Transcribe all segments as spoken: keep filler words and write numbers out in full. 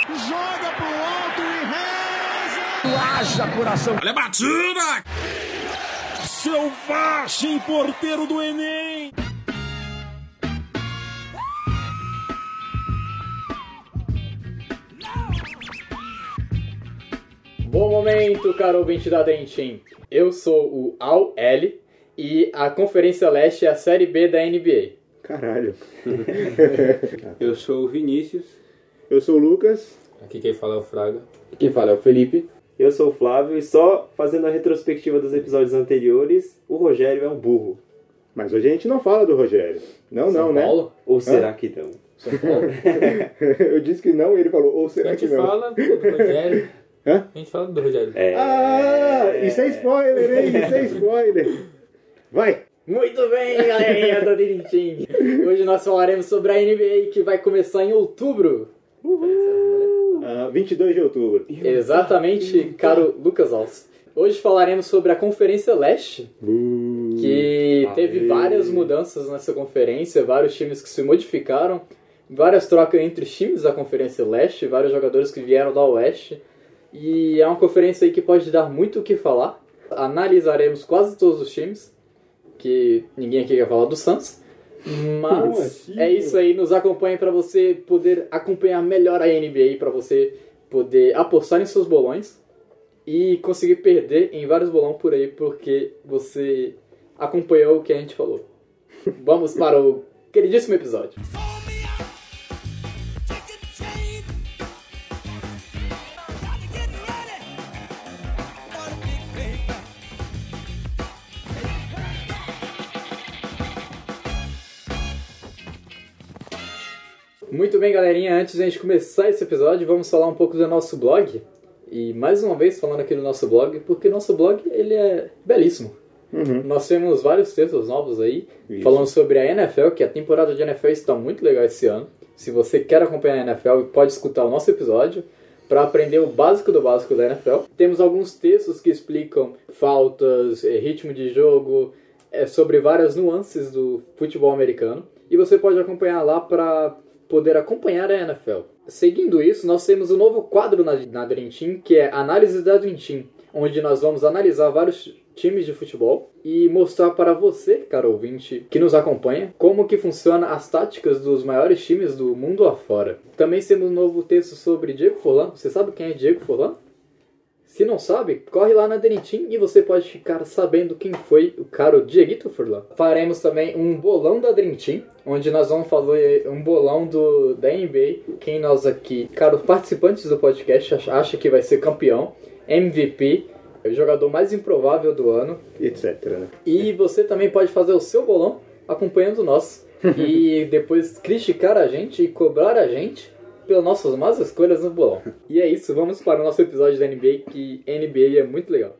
Joga pro alto e reza. Haja coração. Olha a batida. Selvagem, porteiro do Enem. Bom momento, caro ouvinte da Dentim. Eu sou o Al L e a Conferência Leste é a Série B da N B A. Caralho. Eu sou o Vinícius. Eu sou o Lucas. Aqui quem fala é o Fraga. Quem fala é o Felipe. Eu sou o Flávio e só fazendo a retrospectiva dos episódios anteriores, o Rogério é um burro. Mas hoje a gente não fala do Rogério. Não, São não, Paulo? né? Ou será Hã? que não? São Paulo? Eu disse que não, ele falou, ou será A gente que não? fala do Rogério. Hã? A gente fala do Rogério. É... Ah, isso é spoiler, hein? Isso é spoiler. Vai. Muito bem, galerinha da Dentim. Hoje nós falaremos sobre a N B A que vai começar em outubro. Ah, vinte e dois de outubro. Exatamente, caro Lucas Alves. Hoje falaremos sobre a Conferência Leste, Uh, que teve aê. várias mudanças nessa conferência, vários times que se modificaram, várias trocas entre os times da Conferência Leste, vários jogadores que vieram da Oeste. E é uma conferência aí que pode dar muito o que falar. Analisaremos quase todos os times, que ninguém aqui quer falar do Suns. Mas assim, é isso aí, nos acompanhe para você poder acompanhar melhor a N B A, para você poder apostar em seus bolões e conseguir perder em vários bolões por aí, porque você acompanhou o que a gente falou. Vamos para o queridíssimo episódio. Muito bem, galerinha, antes de a gente começar esse episódio, vamos falar um pouco do nosso blog. E mais uma vez falando aqui do nosso blog, porque nosso blog ele é belíssimo. Uhum. Nós temos vários textos novos aí, Isso. falando sobre a N F L, que a temporada de N F L está muito legal esse ano. Se você quer acompanhar a N F L, pode escutar o nosso episódio para aprender o básico do básico da N F L. Temos alguns textos que explicam faltas, ritmo de jogo, sobre várias nuances do futebol americano. E você pode acompanhar lá para poder acompanhar a N F L. Seguindo isso, nós temos um novo quadro na, na Dream Team, que é Análise da Dream Team, onde nós vamos analisar vários times de futebol e mostrar para você, caro ouvinte, que nos acompanha, como que funciona as táticas dos maiores times do mundo afora. Também temos um novo texto sobre Diego Forlan. Você sabe quem é Diego Forlan? Se não sabe, corre lá na Dream Team e você pode ficar sabendo quem foi o caro Dieguito Forlan. Faremos também um bolão da Dream Team, onde nós vamos fazer um bolão do, da N B A. Quem nós aqui, caros participantes do podcast, acha que vai ser campeão, M V P, o jogador mais improvável do ano. Etc, né? E você também pode fazer o seu bolão acompanhando o nosso. E depois criticar a gente e cobrar a gente pelas nossas más escolhas no bolão. E é isso, vamos para o nosso episódio da N B A, que N B A é muito legal.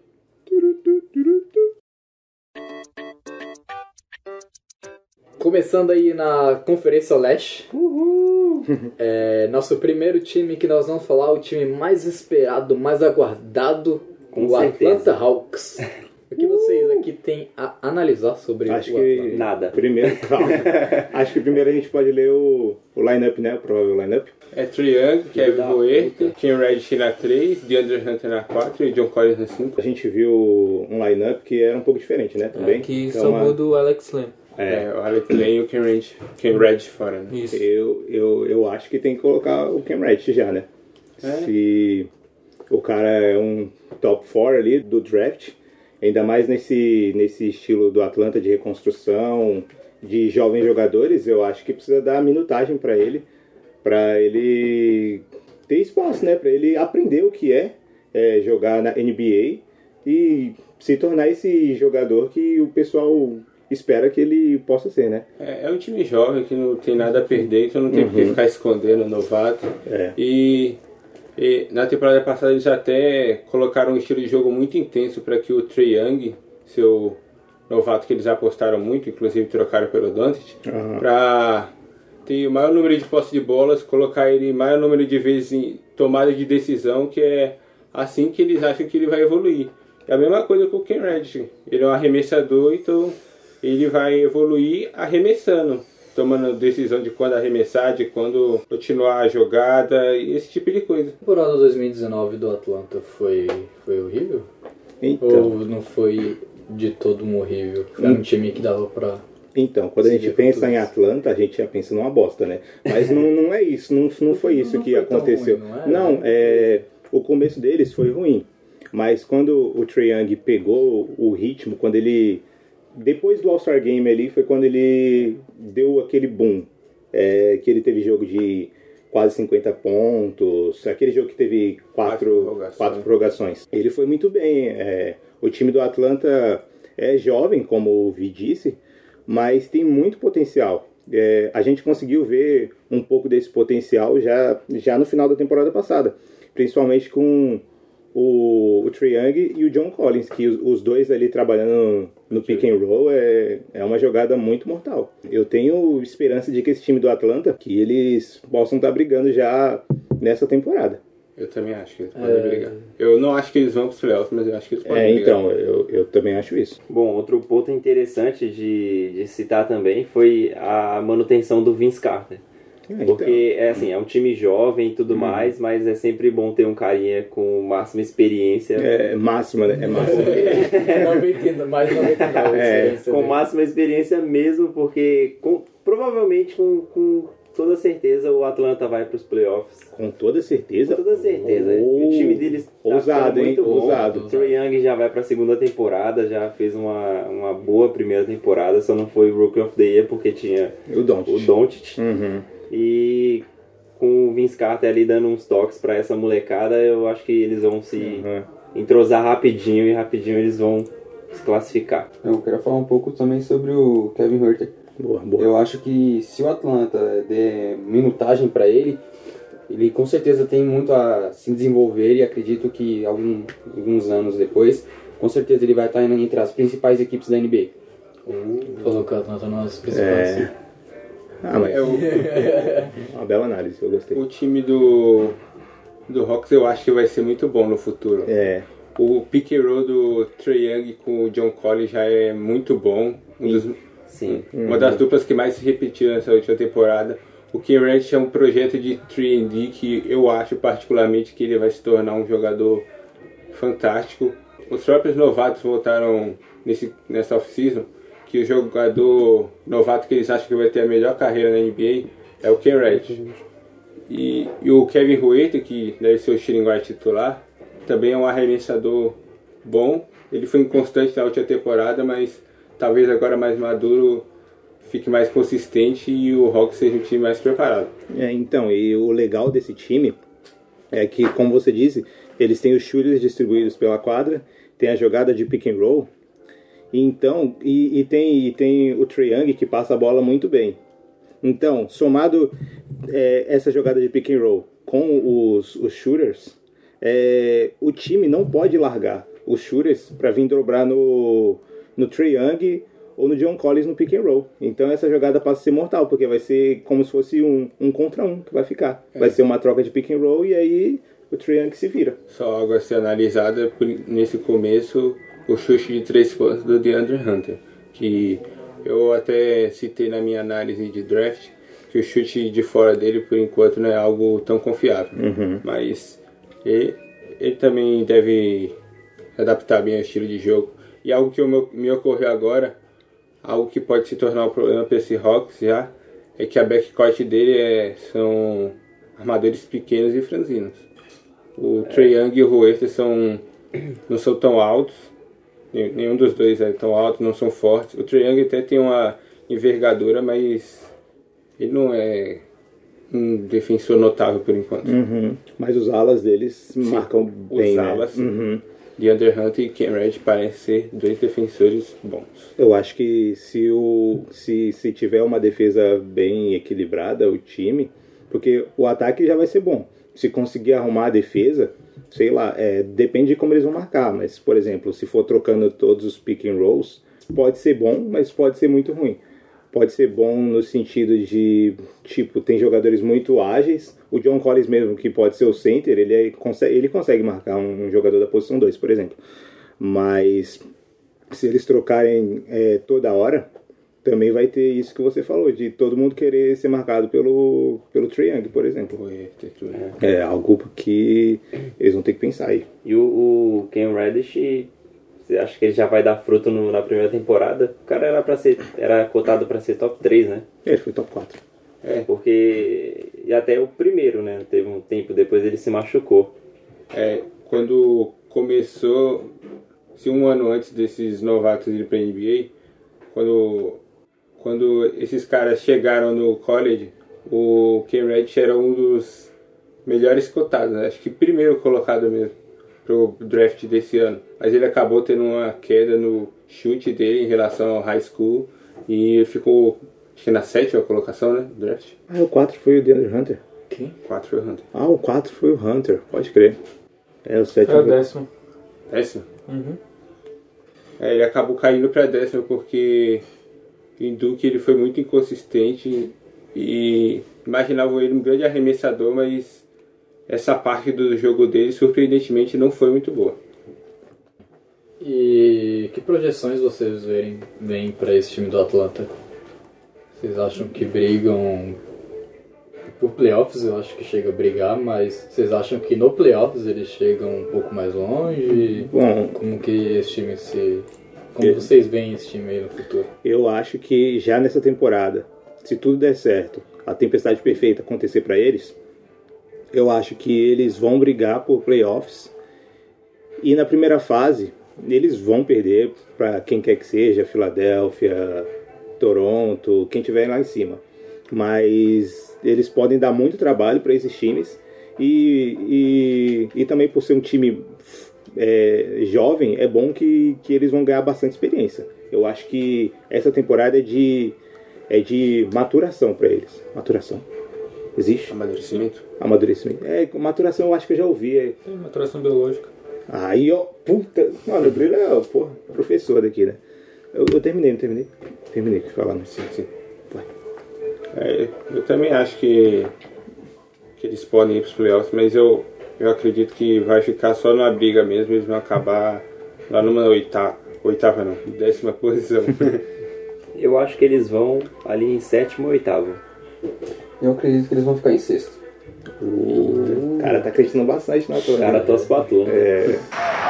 Começando aí na Conferência Leste. Uhul. É, nosso primeiro time que nós vamos falar, o time mais esperado, mais aguardado, Com o certeza. Atlanta Hawks. O que vocês aqui têm a analisar sobre Acho o que Atlanta? Nada. Primeiro, calma. Acho que primeiro a gente pode ler o, o line-up, né? O provável line-up. É Trae Young, Kevin da Huerter, Ken Reddish na três, DeAndre Hunter na quatro e John Collins na cinco. A gente viu um line-up que era um pouco diferente, né? Também. Que Então, salvou uma- do Alex Len. É, É, o Alex Len e o Ken Reddish, Ken Reddish fora, né? Isso. eu, eu, eu acho que tem que colocar o Cam Reddish já, né? É. Se o cara é um top quatro ali do draft, ainda mais nesse, nesse estilo do Atlanta de reconstrução, de jovens jogadores, eu acho que precisa dar minutagem para ele, para ele ter espaço, né? Para ele aprender o que é, é jogar na N B A e se tornar esse jogador que o pessoal espera que ele possa ser, né? É, é um time jovem que não tem nada a perder, então não tem por que ficar escondendo o novato. É. E, e na temporada passada eles até colocaram um estilo de jogo muito intenso para que o Trae Young, seu novato que eles apostaram muito, inclusive trocaram pelo Doncic, Aham. para ter o maior número de posse de bolas, colocar ele maior número de vezes em tomada de decisão, que é assim que eles acham que ele vai evoluir. É a mesma coisa com o Ken Reddish. Ele é um arremessador, então ele vai evoluir arremessando. tomando decisão de quando arremessar, de quando continuar a jogada e esse tipo de coisa. A temporada dois mil e dezenove do Atlanta foi, foi horrível? Então, Ou não foi de todo um horrível? Foi um time que dava pra... então quando a gente pensa em Atlanta, a gente já pensa numa bosta, né? Mas não, não é isso, não, não foi isso não que foi tão aconteceu. ruim, não é? Não, é, o começo deles foi ruim. Mas quando o Trae Young pegou o ritmo, quando ele... Depois do All-Star Game ali, foi quando ele deu aquele boom. É, que ele teve jogo de quase cinquenta pontos, aquele jogo que teve quatro, prorrogações. quatro prorrogações. Ele foi muito bem. É, o time do Atlanta é jovem, como o Vi disse, mas tem muito potencial. É, a gente conseguiu ver um pouco desse potencial já, já no final da temporada passada, principalmente com o, o Trae Young e o John Collins, que os, os dois ali trabalhando no pick and roll é, é uma jogada muito mortal. Eu tenho esperança de que esse time do Atlanta, que eles possam estar brigando já nessa temporada. Eu também acho que eles podem é... brigar. Eu não acho que eles vão para os playoffs, mas eu acho que eles podem é, brigar. Então, eu, eu também acho isso. Bom, outro ponto interessante de, de citar também foi a manutenção do Vince Carter. É, Porque então. é assim, é um time jovem e tudo Uhum. mais, mas é sempre bom ter um carinha com máxima experiência. É máxima, né? É máxima. noventa, mais de noventa e nove. É, Com máxima experiência mesmo, porque com, provavelmente com, com toda certeza o Atlanta vai para os playoffs. Com toda certeza. Com toda certeza. Oh, o time deles tá ousado, muito hein? bom. Ousado. O Trae Young já vai para a segunda temporada, já fez uma, uma boa primeira temporada, só não foi Rookie of the Year porque tinha O Doncic. o Doncic. Uhum. E com o Vince Carter ali dando uns toques para essa molecada, eu acho que eles vão se Uhum. entrosar rapidinho e rapidinho eles vão se classificar. Eu quero falar um pouco também sobre o Kevin Huerter. Boa, boa. Eu acho que se o Atlanta der minutagem para ele, ele com certeza tem muito a se desenvolver e acredito que algum, alguns anos depois, com certeza ele vai estar entre as principais equipes da N B A. Colocando nas principais. É. Ah, mas É, o, uma bela análise, eu gostei. o time do, do Hawks eu acho que vai ser muito bom no futuro. É. O pick and roll do Trae Young com o John Collins já é muito bom. Um dos, Sim. uma das duplas que mais se repetiram nessa última temporada. O Ken Reddish é um projeto de três and D que eu acho particularmente que ele vai se tornar um jogador fantástico. Os próprios novatos voltaram nesse, nessa off-season, que o jogador novato que eles acham que vai ter a melhor carreira na N B A é o Ken Reddish. E, e o Kevin Huerter, que deve ser o shooting guard titular, também é um arremessador bom. Ele foi inconstante na última temporada, mas talvez agora mais maduro fique mais consistente e o Hawks seja um time mais preparado. É, então, e o legal desse time é que, como você disse, eles têm os shooters distribuídos pela quadra, tem a jogada de pick and roll, e então, e, e, tem, e tem o Trae Young que passa a bola muito bem. Então, somado é, essa jogada de pick and roll com os, os shooters, é, o time não pode largar os shooters para vir dobrar no, no Trae Young ou no John Collins no pick and roll. Então essa jogada passa a ser mortal, porque vai ser como se fosse um, um contra um que vai ficar. É. Vai ser uma troca de pick and roll e aí o Trae Young se vira. Só algo a ser analisado nesse começo, o chute de três pontos do DeAndre Hunter, que eu até citei na minha análise de draft, que o chute de fora dele, por enquanto, não é algo tão confiável. Uhum. Mas ele, ele também deve adaptar bem ao estilo de jogo. E algo que eu, me ocorreu agora, algo que pode se tornar um problema para esse Hawks já, é que a backcourt dele é, são armadores pequenos e franzinos. O é. Trae Young e o Huerter são, não são tão altos, nenhum dos dois é tão alto, não são fortes. O Trae Young até tem uma envergadura, mas ele não é um defensor notável por enquanto. Uhum. Mas os alas deles Sim, marcam bem, os alas, né? Uhum. DeAndre Hunter e Ken Reddish parecem ser dois defensores bons. Eu acho que se, o, se, se tiver uma defesa bem equilibrada, o time, porque o ataque já vai ser bom. Se conseguir arrumar a defesa, sei lá, é, depende de como eles vão marcar. Mas, por exemplo, se for trocando todos os pick and rolls, pode ser bom, mas pode ser muito ruim. Pode ser bom no sentido de, tipo, tem jogadores muito ágeis. O John Collins mesmo, que pode ser o center, ele, é, consegue, ele consegue marcar um jogador da posição dois, por exemplo. Mas se eles trocarem é, toda hora, também vai ter isso que você falou, de todo mundo querer ser marcado pelo, pelo Trae Young, por exemplo. É. é algo que eles vão ter que pensar aí. E o, o Cam Reddish, você acha que ele já vai dar fruto no, na primeira temporada? O cara era, pra ser, era cotado para ser top três, né? É, ele foi top quatro. É, porque... E até o primeiro, né? Teve um tempo depois ele se machucou. É, quando começou, se um ano antes desses novatos ir para a N B A, quando, quando esses caras chegaram no college, o Cam Reddish era um dos melhores cotados, né? Acho que primeiro colocado mesmo pro draft desse ano. Mas ele acabou tendo uma queda no chute dele em relação ao high school e ficou, acho que na sétima colocação, né? Draft. Ah, o quatro foi o DeAndre Hunter. Quem? quatro foi o Hunter. Ah, o quatro foi o Hunter, pode crer. É, o sétimo. É o décimo. Décimo? Uhum. É, ele acabou caindo para décimo porque em Duke ele foi muito inconsistente e imaginava ele um grande arremessador, mas essa parte do jogo dele surpreendentemente não foi muito boa. E que projeções vocês verem, veem para esse time do Atlanta? Vocês acham que brigam por playoffs? Eu acho que chega a brigar, mas vocês acham que no playoffs eles chegam um pouco mais longe? Bom, como que esse time se... Como eu, vocês veem esse time aí no futuro? Eu acho que já nessa temporada, se tudo der certo, a tempestade perfeita acontecer para eles, eu acho que eles vão brigar por playoffs e na primeira fase eles vão perder para quem quer que seja, Filadélfia, Toronto, quem tiver lá em cima. Mas eles podem dar muito trabalho para esses times e, e, e também por ser um time é, jovem, é bom que, que eles vão ganhar bastante experiência. Eu acho que essa temporada é de, é de maturação para eles. Maturação. Existe? Amadurecimento? Amadurecimento. É, maturação eu acho que eu já ouvi. É, é maturação biológica. Aí, ó, puta. Mano, o Grilo é, porra, professor daqui, né? Eu, eu terminei, não terminei? Terminei de falar, mas sim, sim. Vai. É, eu também acho que, que eles podem ir para os playoffs, mas eu, eu acredito que vai ficar só numa briga mesmo, eles vão acabar lá numa oitava, oitava não, décima posição. Eu acho que eles vão ali em sétimo ou oitavo. Eu acredito que eles vão ficar em sexto. O uh, cara tá acreditando bastante na Atlanta. O cara torce pra Atlanta. É.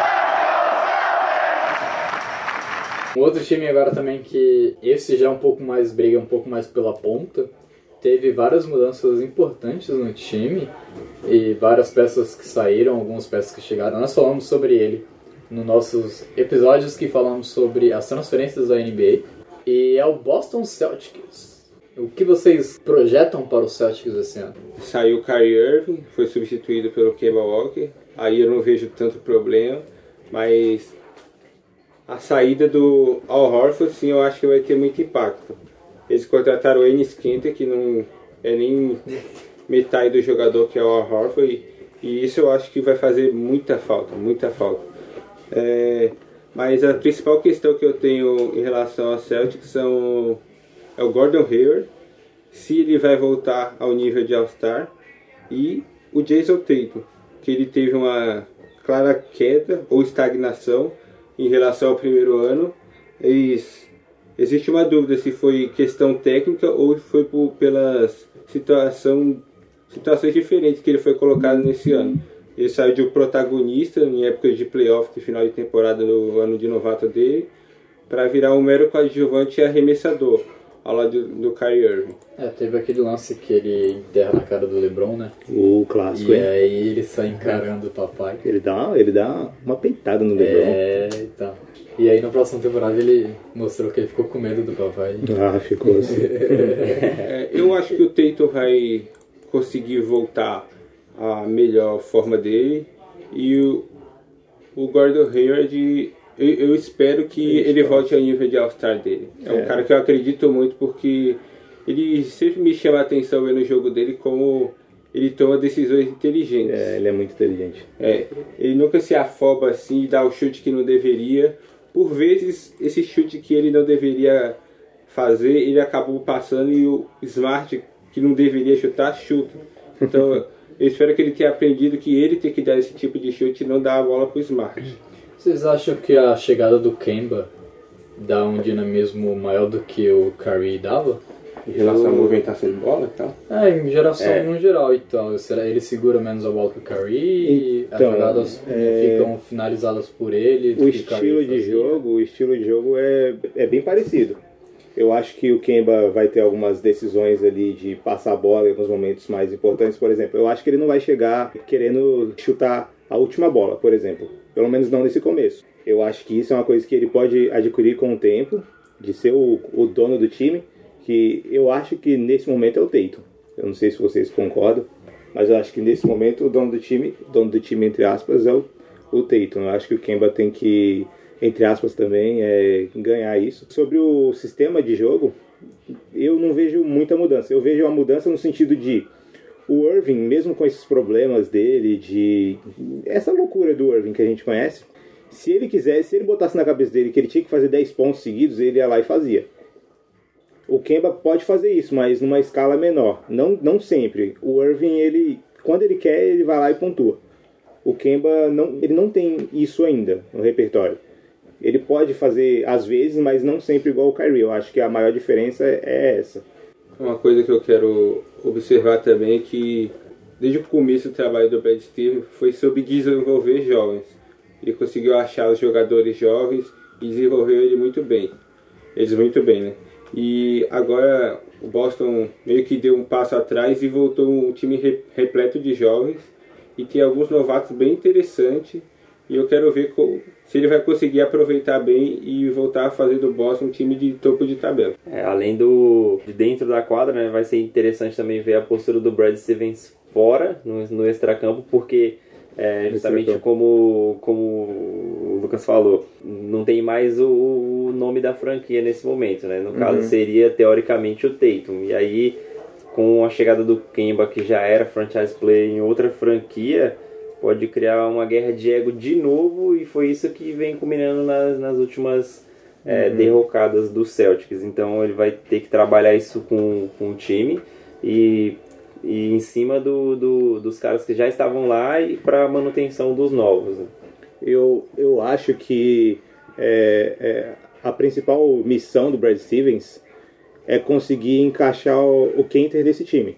Um outro time agora também que esse já é um pouco mais briga, um pouco mais pela ponta. Teve várias mudanças importantes no time e várias peças que saíram, algumas peças que chegaram. Nós falamos sobre ele nos nossos episódios que falamos sobre as transferências da N B A. E é o Boston Celtics. O que vocês projetam para o Celtics esse ano? Saiu o Kyrie Irving, foi substituído pelo Kemba Walker. Aí eu não vejo tanto problema, mas a saída do Al Horford, sim, eu acho que vai ter muito impacto. Eles contrataram o Enes Kanter, que não é nem metade do jogador que é o Al Horford, e isso eu acho que vai fazer muita falta, muita falta. É, mas a principal questão que eu tenho em relação ao Celtics são... é o Gordon Hayward, se ele vai voltar ao nível de All-Star, e o Jason Tatum, que ele teve uma clara queda ou estagnação em relação ao primeiro ano. E existe uma dúvida se foi questão técnica ou foi por, pelas situação, situações diferentes que ele foi colocado nesse ano. Ele saiu de um protagonista em épocas de playoff de final de temporada no ano de novato dele para virar um mero coadjuvante e arremessador ao lado do, do Kyrie Irving. É, teve aquele lance que ele enterra na cara do LeBron, né? O clássico, E hein? aí ele sai encarando o papai. Ele dá, ele dá uma peitada no LeBron. É, então. E aí na próxima temporada ele mostrou que ele ficou com medo do papai. Ah, ficou assim. É, eu acho que o Tatum vai conseguir voltar à melhor forma dele. E o, o Gordon Hayward, eu, eu espero que ele volte ao nível de All-Star dele. É um É. cara que eu acredito muito porque ele sempre me chama a atenção no jogo dele como ele toma decisões inteligentes. É, ele é muito inteligente. É, ele nunca se afoba assim e dá o chute que não deveria. Por vezes, esse chute que ele não deveria fazer, ele acabou passando e o Smart, que não deveria chutar, chuta. Então, eu espero que ele tenha aprendido que ele tem que dar esse tipo de chute e não dar a bola pro Smart. Vocês acham que a chegada do Kemba dá um dinamismo maior do que o Curry dava? Em relação à movimentação de bola e tal. É, em geração, É. no geral e tal. Será ele segura menos a bola que o Curry? Então, as jogadas é, ficam finalizadas por ele? do O que estilo Curry de fazia? jogo, o estilo de jogo é, é bem parecido. Eu acho que o Kemba vai ter algumas decisões ali de passar a bola em alguns momentos mais importantes. Por exemplo, eu acho que ele não vai chegar querendo chutar a última bola, por exemplo. Pelo menos não nesse começo. Eu acho que isso é uma coisa que ele pode adquirir com o tempo, de ser o, o dono do time, que eu acho que nesse momento é o Tatum. Eu não sei se vocês concordam, mas eu acho que nesse momento o dono do time, dono do time entre aspas, é o, o Tatum. Eu acho que o Kemba tem que, entre aspas também, é, ganhar isso. Sobre o sistema de jogo, eu não vejo muita mudança. Eu vejo a mudança no sentido de o Irving, mesmo com esses problemas dele, de essa loucura do Irving que a gente conhece, se ele quisesse, se ele botasse na cabeça dele que ele tinha que fazer dez pontos seguidos, ele ia lá e fazia. O Kemba pode fazer isso, mas numa escala menor. Não, não sempre. O Irving, ele, quando ele quer, ele vai lá e pontua. O Kemba, não, ele não tem isso ainda no repertório. Ele pode fazer às vezes, mas não sempre igual o Kyrie. Eu acho que a maior diferença é essa. Uma coisa que eu quero observar também é que desde o começo do trabalho do Brad Stevens foi sobre desenvolver jovens. Ele conseguiu achar os jogadores jovens e desenvolveu ele muito bem. Eles muito bem, né? E agora o Boston meio que deu um passo atrás e voltou um time re- repleto de jovens e tem alguns novatos bem interessantes. E eu quero ver co- se ele vai conseguir aproveitar bem e voltar a fazer do Boston um time de topo de tabela. É, além do de dentro da quadra, né, vai ser interessante também ver a postura do Brad Stevens fora, no, no extracampo, porque é, justamente como, como o Lucas falou, não tem mais o, o nome da franquia nesse momento, né? No caso Uhum. seria teoricamente o Tatum. E aí, com a chegada do Kemba, que já era franchise player em outra franquia, pode criar uma guerra de ego de novo, e foi isso que vem culminando nas, nas últimas é, derrocadas do Celtics. Então ele vai ter que trabalhar isso com, com o time e, e em cima do, do, dos caras que já estavam lá e para a manutenção dos novos. Né? Eu, eu acho que é, é, a principal missão do Brad Stevens é conseguir encaixar o, o Kanter desse time.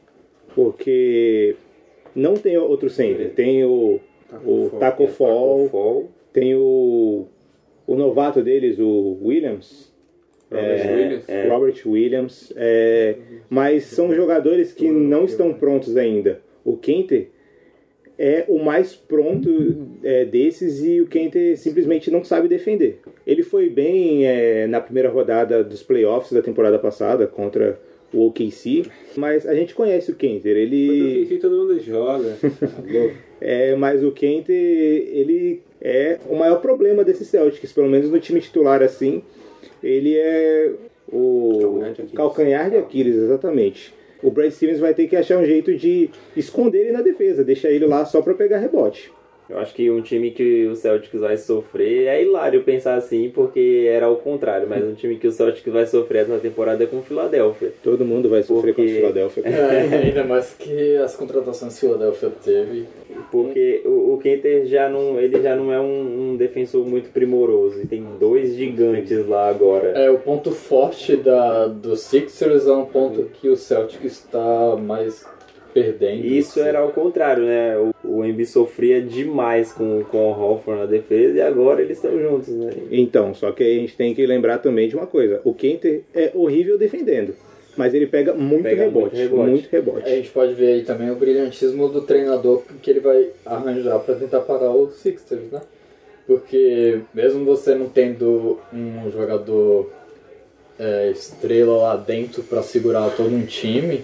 Porque não tem outro center. Tem o, o Taco Fall, Fall, tem o, o novato deles, o Williams. Robert é, Williams. é. Robert Williams. É, mas são jogadores que não estão prontos ainda. O Kanter é o mais pronto é, desses, e o Kanter simplesmente não sabe defender. Ele foi bem é, na primeira rodada dos playoffs da temporada passada contra o O K C, mas a gente conhece o Kanter. Ele Porque todo mundo joga. Tá louco. é, mas o Kanter, ele é o maior problema desses Celtics, pelo menos no time titular assim. Ele é o Calcanhar de Aquiles. calcanhar de Aquiles, exatamente. O Brad Stevens vai ter que achar um jeito de esconder ele na defesa, deixar ele lá só pra pegar rebote. Eu acho que um time que o Celtics vai sofrer, é hilário pensar assim, porque era o contrário, mas um time que o Celtics vai sofrer essa temporada é com o Philadelphia. Todo mundo vai sofrer Porque- com o Philadelphia. É, ainda mais que as contratações que o Philadelphia teve. Porque o, o Kanter já não, ele já não é um, um defensor muito primoroso, e tem dois gigantes lá agora. É, o ponto forte da, do Sixers é um ponto que o Celtic está mais perdendo. Isso era ao contrário, né? O, o Embiid sofria demais com, com o Horford na defesa, e agora eles estão juntos, né? Então, só que aí a gente tem que lembrar também de uma coisa. O Kanter é horrível defendendo, mas ele pega muito Pega rebote, muito rebote. muito rebote. A gente pode ver aí também o brilhantismo do treinador que ele vai arranjar para tentar parar o Sixers, né? Porque mesmo você não tendo um jogador é, estrela lá dentro para segurar todo um time,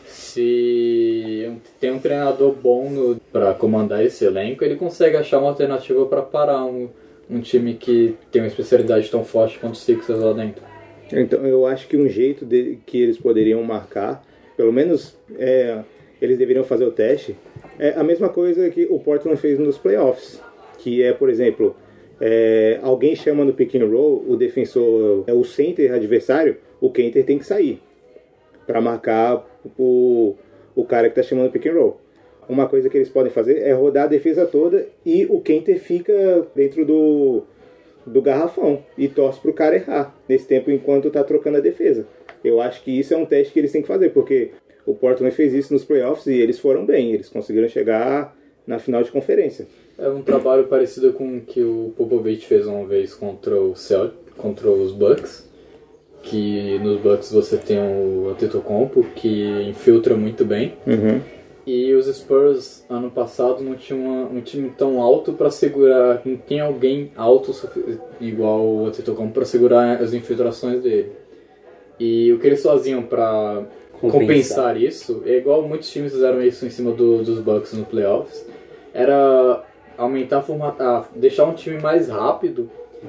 se tem um treinador bom para comandar esse elenco, ele consegue achar uma alternativa para parar um, um time que tem uma especialidade tão forte quanto o Sixers lá dentro. Então eu acho que um jeito de, que eles poderiam marcar, pelo menos é, eles deveriam fazer o teste, é a mesma coisa que o Portland fez nos playoffs, que é, por exemplo, é, alguém chama no pick and roll, o defensor, é, o center adversário, o Kanter tem que sair para marcar o, o cara que está chamando pick and roll. Uma coisa que eles podem fazer é rodar a defesa toda e o Kanter fica dentro do, do garrafão e torce pro cara errar nesse tempo enquanto tá trocando a defesa. Eu acho que isso é um teste que eles têm que fazer, porque o Portland fez isso nos playoffs e eles foram bem, eles conseguiram chegar na final de conferência. É um trabalho parecido com o que o Popovich fez uma vez contra o Celt, contra os Bucks, que nos Bucks você tem o Antetokounmpo, que infiltra muito bem. Uhum. E os Spurs, ano passado, não tinham uma, um time tão alto para segurar, não tem alguém alto igual o Antetokounmpo para segurar as infiltrações dele. E o que eles faziam para compensar. compensar isso, é igual muitos times fizeram isso em cima do, dos Bucks no playoffs, era aumentar a formatar, deixar um time mais rápido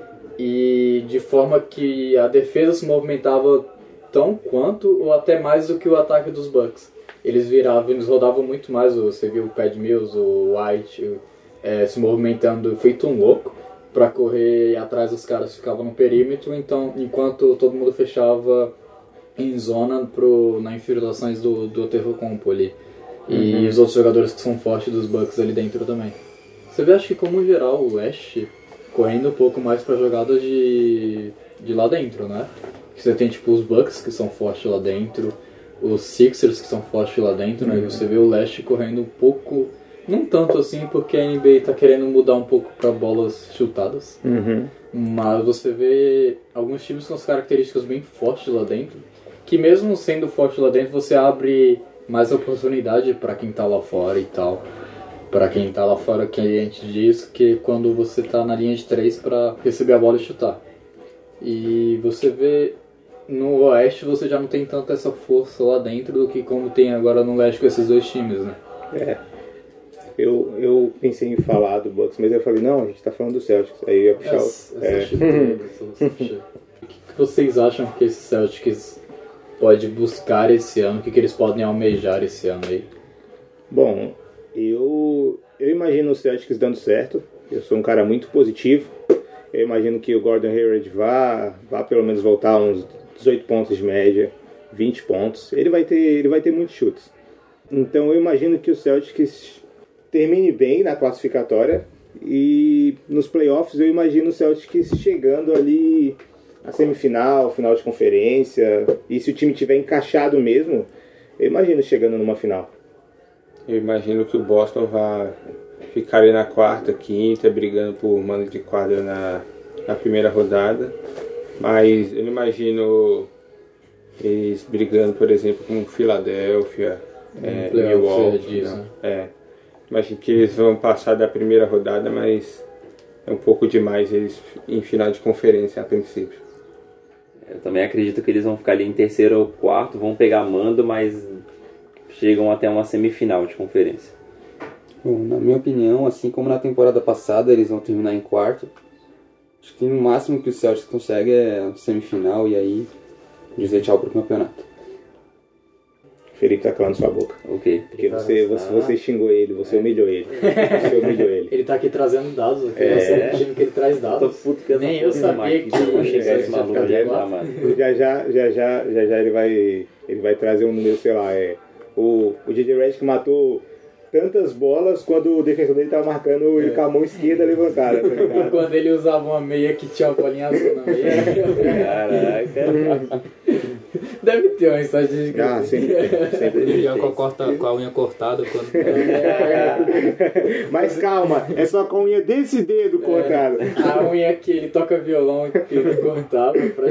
e de forma que a defesa se movimentava tão quanto ou até mais do que o ataque dos Bucks. Eles viravam, eles rodavam muito mais, você viu o Pat Mills, o White é, se movimentando feito um louco para correr atrás dos caras que ficavam no perímetro, então enquanto todo mundo fechava em zona pro, nas infiltrações do, do Antetokounmpo ali. E uhum. os outros jogadores que são fortes dos Bucks ali dentro também. Você vê, acho que como geral, o leste correndo um pouco mais pra jogadas de, de lá dentro, né? Você tem tipo os Bucks que são fortes lá dentro, os Sixers que são fortes lá dentro, né? E você vê o leste correndo um pouco, não tanto assim porque a N B A tá querendo mudar um pouco pra bolas chutadas, uhum. mas você vê alguns times com as características bem fortes lá dentro, que mesmo sendo forte lá dentro, você abre mais oportunidade pra quem tá lá fora e tal. Pra quem tá lá fora, que a gente diz que quando você tá na linha de três pra receber a bola e chutar. E você vê no oeste você já não tem tanta essa força lá dentro do que como tem agora no leste com esses dois times, né? É. Eu, eu pensei em falar do Bucks, mas eu falei, não, a gente tá falando do Celtics. Aí eu ia puxar essa, o... essa É. chuteira, essa chuteira. O que vocês acham que esse Celtics pode buscar esse ano? O que eles podem almejar esse ano aí? Bom, eu, eu imagino o Celtics dando certo. Eu sou um cara muito positivo. Eu imagino que o Gordon Hayward vá, vá pelo menos voltar a uns dezoito pontos de média, vinte pontos. Ele vai ter, ele vai ter muitos chutes. Então eu imagino que o Celtics termine bem na classificatória. E nos playoffs eu imagino o Celtics chegando ali a semifinal, final de conferência. E se o time tiver encaixado mesmo, eu imagino chegando numa final. Eu imagino que o Boston vai ficar ali na quarta, quinta, brigando por mando de quadra na, na primeira rodada. Mas eu não imagino eles brigando, por exemplo, com Filadélfia, é, Milwaukee. Diz, né? É. Imagino que eles vão passar da primeira rodada, mas é um pouco demais eles em final de conferência a princípio. Eu também acredito que eles vão ficar ali em terceiro ou quarto, vão pegar mando, mas chegam até uma semifinal de conferência. Bom, na minha opinião, assim como na temporada passada, eles vão terminar em quarto. Acho que no máximo que o Celtics consegue é a semifinal e aí dizer tchau pro campeonato. O Felipe tá calando sua boca. Ok. Porque você, você, você xingou ele, você humilhou ele. Você humilhou ele. Ele tá aqui trazendo dados, aqui. É. Você é um time que ele traz dados. Tô puto que essa Nem eu porra sabia de que máquina, vou chegar esse ia maluco ficar já lá. já, mano. Já já, já já, já já ele vai, ele vai trazer um número, sei lá, é... O, o J J Redick matou tantas bolas quando o defensor dele tava marcando ele com a mão esquerda levantada, tá ligado? Quando ele usava uma meia que tinha uma bolinha azul na meia. Caraca. Deve ter uma estatística. Ah, assim. sempre tem, sempre Ele tem. já com a, corta, com a unha cortada quando. Mas calma, é só com a unha desse dedo cortada. A unha que ele toca violão que ele cortava pra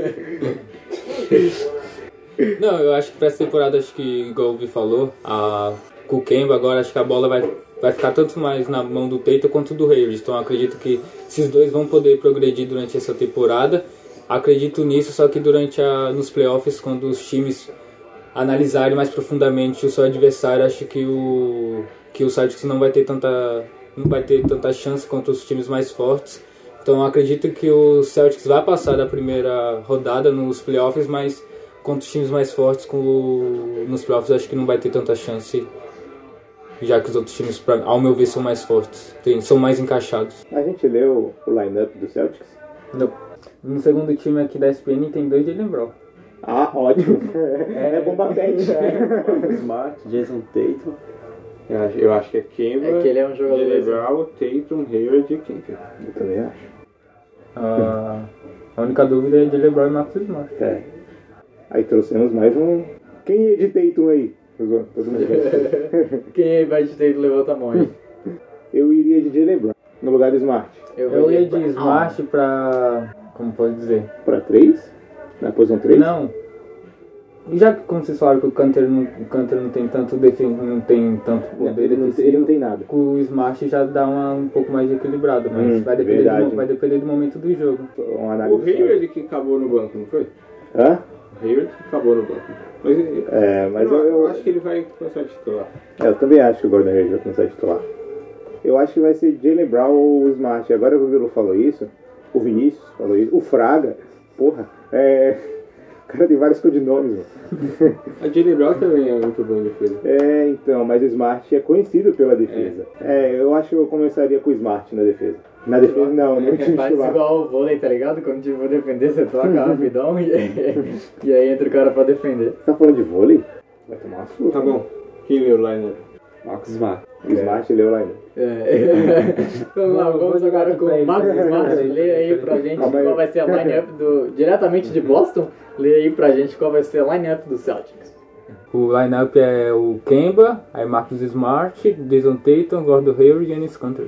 Não, eu acho que pra essa temporada, acho que, igual o Vi falou, a, com o Kemba agora, acho que a bola vai, vai ficar tanto mais na mão do Tatum quanto do Hayward. Então eu acredito que esses dois vão poder progredir durante essa temporada. Acredito nisso, só que durante a, nos playoffs, quando os times analisarem mais profundamente o seu adversário, acho que o, que o Celtics não vai ter tanta, não vai ter tanta chance contra os times mais fortes. Então eu acredito que o Celtics vai passar da primeira rodada nos playoffs, mas contra os times mais fortes com o, nos playoffs acho que não vai ter tanta chance, já que os outros times, pra, ao meu ver, são mais fortes, tem, são mais encaixados. A gente leu o line-up do Celtics? Não. No segundo time aqui da S P N tem dois de Lebron. Ah, ótimo. É, é bomba pet. Smart, Jason Tatum. Eu acho, eu acho que é Kemba, É que ele é um jogador Jaylen Brown, Tatum, Hayward e Kemba. Eu também acho. A, a única dúvida é de LeBron e Marcus Smart. É. Aí trouxemos mais um... Quem é de Tatum aí? Todo mundo Quem vai de Tatum levanta a mão aí. Eu iria de Jaylen Brown, no lugar do Smart. Eu ia de Smart pra... Como pode dizer? Pra três? Na posição três? Não. Já que, como vocês falaram, que o Canter não, o Canter não tem tanto defen- não tem tanto poder ele, não, defensivo, ele não tem nada. o Smart já dá uma, um pouco mais equilibrado, mas Hum, vai, depender verdade. do, vai depender do momento do jogo. Uma O análise Hayward que acabou no banco, não foi? Hã? O Hayward que acabou no banco. Mas, eu, É, mas eu, eu, eu eu, acho que ele vai começar a titular. é, eu também acho que o Gordon Hayward vai começar a titular. Eu acho que vai ser Jaylen Brown ou o Smart. Agora que o Vilo falou isso, o Vinícius falou isso, o Fraga, porra, é... O cara tem vários codinomes, mano. A Jaylen Brown também é muito boa em defesa. É, então, mas o Smart é conhecido pela defesa. É, eu acho que eu começaria com o Smart na defesa. Na defesa não, no time Faz titular. igual o vôlei, tá ligado? Quando tipo, for defender, você toca rapidão e, e aí entra o cara pra defender. Você tá falando de vôlei? Vai tomar uma surra. Tá bom. Quem leu o lineup? Marcus Smart. O Smart leu lá ainda. É. Vamos lá, Vou- vamos vou agora jogar com aqui o pra Marcos ele. Smart. Lê aí pra gente Calma aí. qual vai ser a line-up do... Diretamente de Boston, lê aí pra gente qual vai ser a line-up do Celtics. O lineup é o Kemba, aí Marcus Smart, Jason Tatum, Gordon Hayward e Enes Kanter.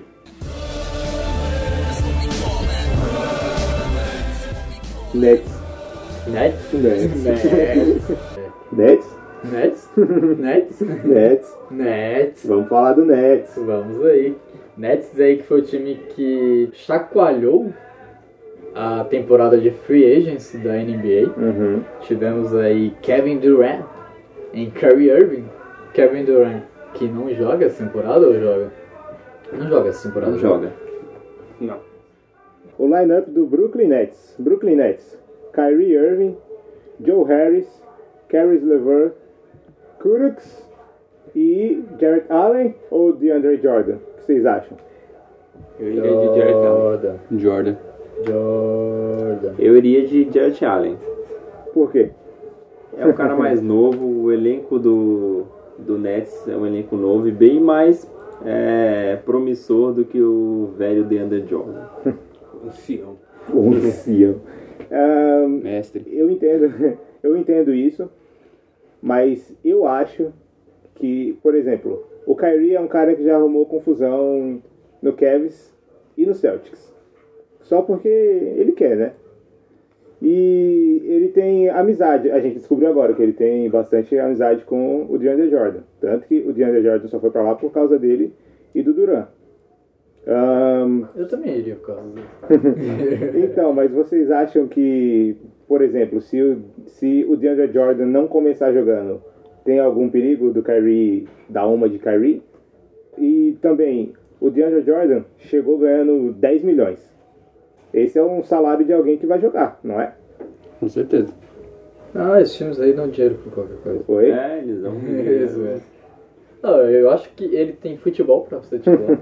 Nets. Nets? Nets. Nets? Nets? Nets? Nets? Nets. Nets? Vamos falar do Nets. Vamos aí. Nets aí que foi o time que chacoalhou a temporada de Free Agents da N B A. Uhum. Tivemos aí Kevin Durant e Kyrie Irving. Kevin Durant, que não joga essa temporada ou joga? Não joga essa temporada. Não joga. Não. O lineup do Brooklyn Nets. Brooklyn Nets. Kyrie Irving, Joe Harris, Caris LeVert, Kurucs e Jarrett Allen ou DeAndre Jordan? O que vocês acham? Eu iria de Jarrett Allen. Jordan. Jordan. Jordan. Eu iria de Jarrett Allen. Por quê? É um cara mais novo, o elenco do, do Nets é um elenco novo e bem mais é, promissor do que o velho DeAndre Jordan. Ancião. O ancião. Ahn, Mestre. eu entendo, eu entendo isso, mas eu acho que, por exemplo, o Kyrie é um cara que já arrumou confusão no Cavs e no Celtics. Só porque ele quer, né? E ele tem amizade. A gente descobriu agora que ele tem bastante amizade com o DeAndre Jordan. Tanto que o DeAndre Jordan só foi pra lá por causa dele e do Durant. Ahn, Eu também iria por causa dele. então, mas vocês acham que, por exemplo, se o, se o DeAndre Jordan não começar jogando, tem algum perigo do Kyrie dar uma de Kyrie? E também, o DeAndre Jordan chegou ganhando dez milhões. Esse é um salário de alguém que vai jogar, não é? Com certeza. Ah, esses times aí dão dinheiro por qualquer coisa. Foi? É, eles dão Isso, é. Não, eu acho que ele tem futebol pra ser titular.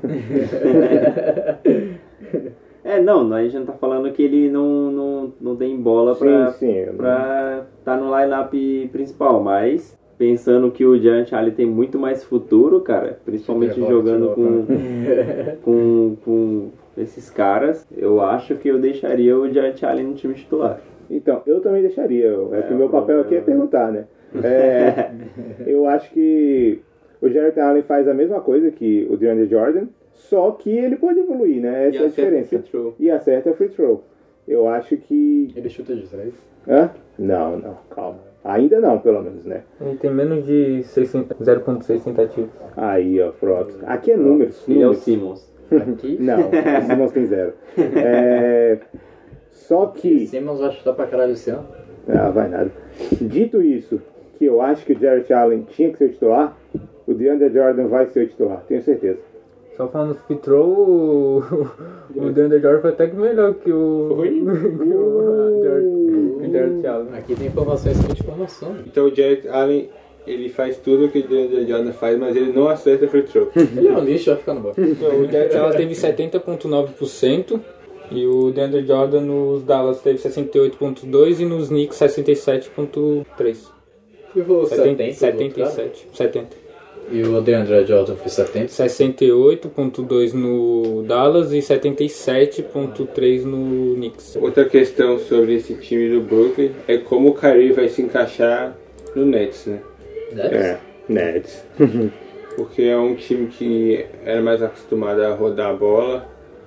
É, não, a gente não tá falando que ele não, não, não tem bola pra sim, sim. pra tá no line-up principal, mas pensando que o Jarrett Allen tem muito mais futuro, cara, principalmente Futebol, jogando futebol, com, com, com esses caras, eu acho que eu deixaria o Jarrett Allen no time titular. Então, eu também deixaria. É, É, que o meu papel aqui é perguntar, né? É, eu acho que o Jarrett Allen faz a mesma coisa que o DeAndre Jordan, só que ele pode evoluir, né? Essa E é a acerta diferença. free throw. E acerta free throw. Eu acho que... Ele chuta de três. Hã? Não, não, calma. Ainda não, pelo menos, né? Ele tem menos de zero vírgula seis tentativas. Aí, ó, pronto. Aqui é números. Ele é o números. Simmons. Aqui. Não, o Simmons tem zero. É, só que... Simmons vai chutar pra caralho esse ano. Ah, vai nada. Dito isso, que eu acho que o Jarrett Allen tinha que ser o titular, o DeAndre Jordan vai ser o titular, tenho certeza. Só falando free throw, o, o DeAndre Jordan foi até que melhor que o... Foi? que o Jarrett- o Jarrett Allen. Aqui tem informação em cima de informação. Então o Jarrett Allen, ele faz tudo o que o DeAndre Jordan faz, mas ele não acerta free throw. Ele é um lixo, vai ficar no banco. O Jarrett Allen teve setenta vírgula nove por cento e o DeAndre Jordan nos Dallas teve sessenta e oito vírgula dois por cento e nos Knicks sessenta e sete vírgula três por cento. E falou setenta, setenta, setenta e sete, setenta. E o DeAndre Jordan foi setenta? sessenta e oito ponto dois no Dallas e setenta e sete ponto três no Knicks. Outra questão sobre esse time do Brooklyn é como o Kyrie vai se encaixar no Nets, né? Nets? É, Nets. Porque é um time que era mais acostumado a rodar a bola.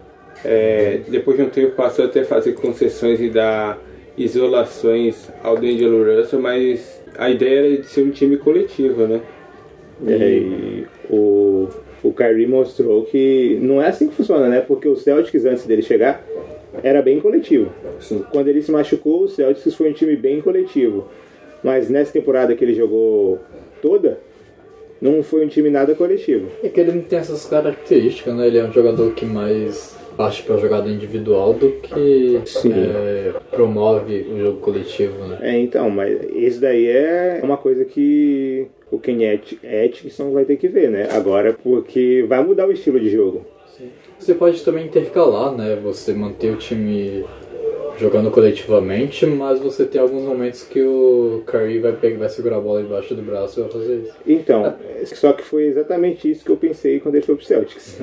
É, depois de um tempo passou até a fazer concessões e dar isolações ao D'Angelo Russell, mas a ideia era de ser um time coletivo, né? E, é, e o, o Kyrie mostrou que não é assim que funciona, né? Porque o Celtics, antes dele chegar, era bem coletivo. Sim. Quando ele se machucou, o Celtics foi um time bem coletivo. Mas nessa temporada que ele jogou toda, não foi um time nada coletivo. É que ele não tem essas características, né? Ele é um jogador que mais parte para jogada individual do que é, promove o jogo coletivo, né? É, então, mas isso daí é uma coisa que o Kenny Atkinson vai ter que ver, né? Agora, porque vai mudar o estilo de jogo. Sim. Você pode também intercalar, né? Você manter o time jogando coletivamente, mas você tem alguns momentos que o Curry vai, pegar, vai segurar a bola embaixo do braço e vai fazer isso. Então, só que foi exatamente isso que eu pensei quando ele foi pro Celtics.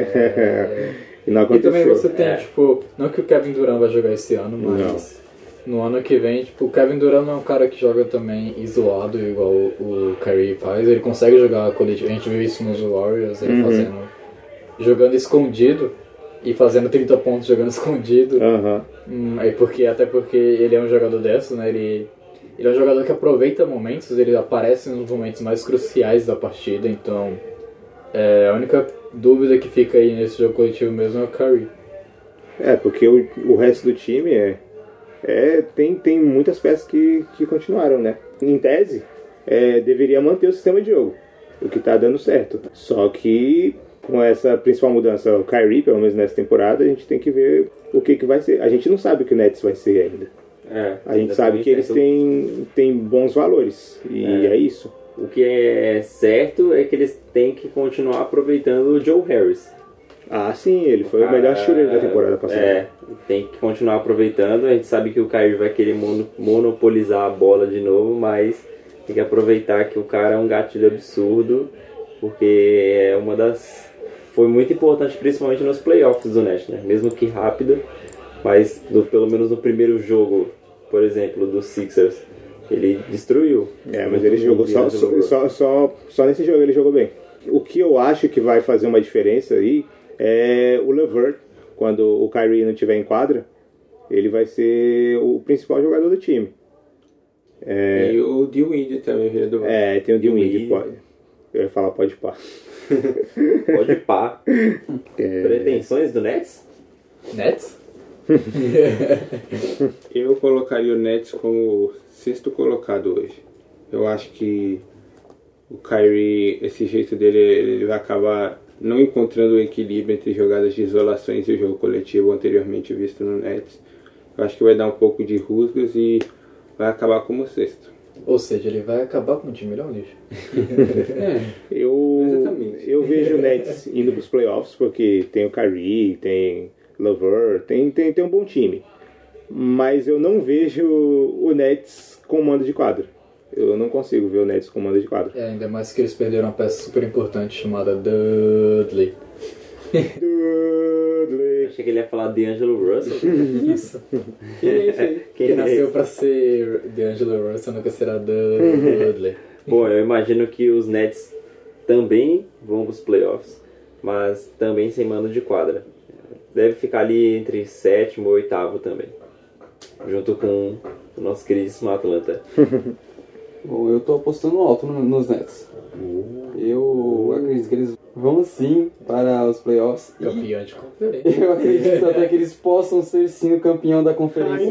É... e não aconteceu. E também você tem, é. tipo, não que o Kevin Durant vai jogar esse ano, mas não. No ano que vem, tipo, o Kevin Durant não é um cara que joga também isolado, igual o, o Kyrie faz. Ele consegue jogar coletivo. A gente viu isso nos Warriors, ele uhum. fazendo, jogando escondido. E fazendo trinta pontos jogando escondido. Uhum. Hum, é porque, até porque ele é um jogador dessa, né? Ele, ele é um jogador que aproveita momentos, ele aparece nos momentos mais cruciais da partida. Então, é, a única dúvida que fica aí nesse jogo coletivo mesmo é o Curry. É, porque o, o resto do time é, é, tem, tem muitas peças que, que continuaram, né? Em tese, é, deveria manter o sistema de jogo, o que tá dando certo. Só que com essa principal mudança, o Kyrie, pelo menos nessa temporada, a gente tem que ver o que, que vai ser. A gente não sabe o que o Nets vai ser ainda. É, a gente sabe que eles têm, têm bons valores, e é. é isso. O que é certo é que eles têm que continuar aproveitando o Joe Harris. Ah, sim, ele foi ah, o melhor shooter da temporada passada. É, tem que continuar aproveitando. A gente sabe que o Kyrie vai querer monopolizar a bola de novo, mas tem que aproveitar que o cara é um gatilho absurdo, porque é uma das... Foi muito importante, principalmente nos playoffs do Nets, né? Mesmo que rápido, mas do, pelo menos no primeiro jogo, por exemplo, do Sixers, ele destruiu. É, mas ele jogou só, só, só, só nesse jogo ele jogou bem. O que eu acho que vai fazer uma diferença aí é o LeVert. Quando o Kyrie não estiver em quadra, ele vai ser o principal jogador do time. É, e o Dinwiddie também, filho do... É, tem o Dinwiddie. Eu ia falar pode pá. Pode pá. É... Pretensões do Nets? Nets? Eu colocaria o Nets como sexto colocado hoje. Eu acho que o Kyrie, esse jeito dele, ele vai acabar não encontrando o equilíbrio entre jogadas de isolações e o jogo coletivo anteriormente visto no Nets. Eu acho que vai dar um pouco de rusgas e vai acabar como sexto. Ou seja, ele vai acabar com o time, ele é um lixo. É, eu, exatamente. Eu vejo o Nets indo para os playoffs porque tem o Kyrie, tem LeVert, tem, tem, tem um bom time. Mas eu não vejo o Nets com mando de quadra. Eu não consigo ver o Nets com mando de quadra. É, ainda mais que eles perderam uma peça super importante chamada Dudley. Dudley. Achei que ele ia falar D'Angelo Russell. Isso. Quem é esse aí? Quem nasceu é pra ser D'Angelo Russell nunca será Dudley. Bom, eu imagino que os Nets também vão pros playoffs, mas também sem mando de quadra. Deve ficar ali entre sétimo e oitavo também, junto com o nosso queridíssimo Atlanta. Bom, eu tô apostando alto nos Nets. Eu acredito que eles vão sim para os playoffs. Campeão de conferência. Eu acredito até que eles possam ser sim o campeão da conferência.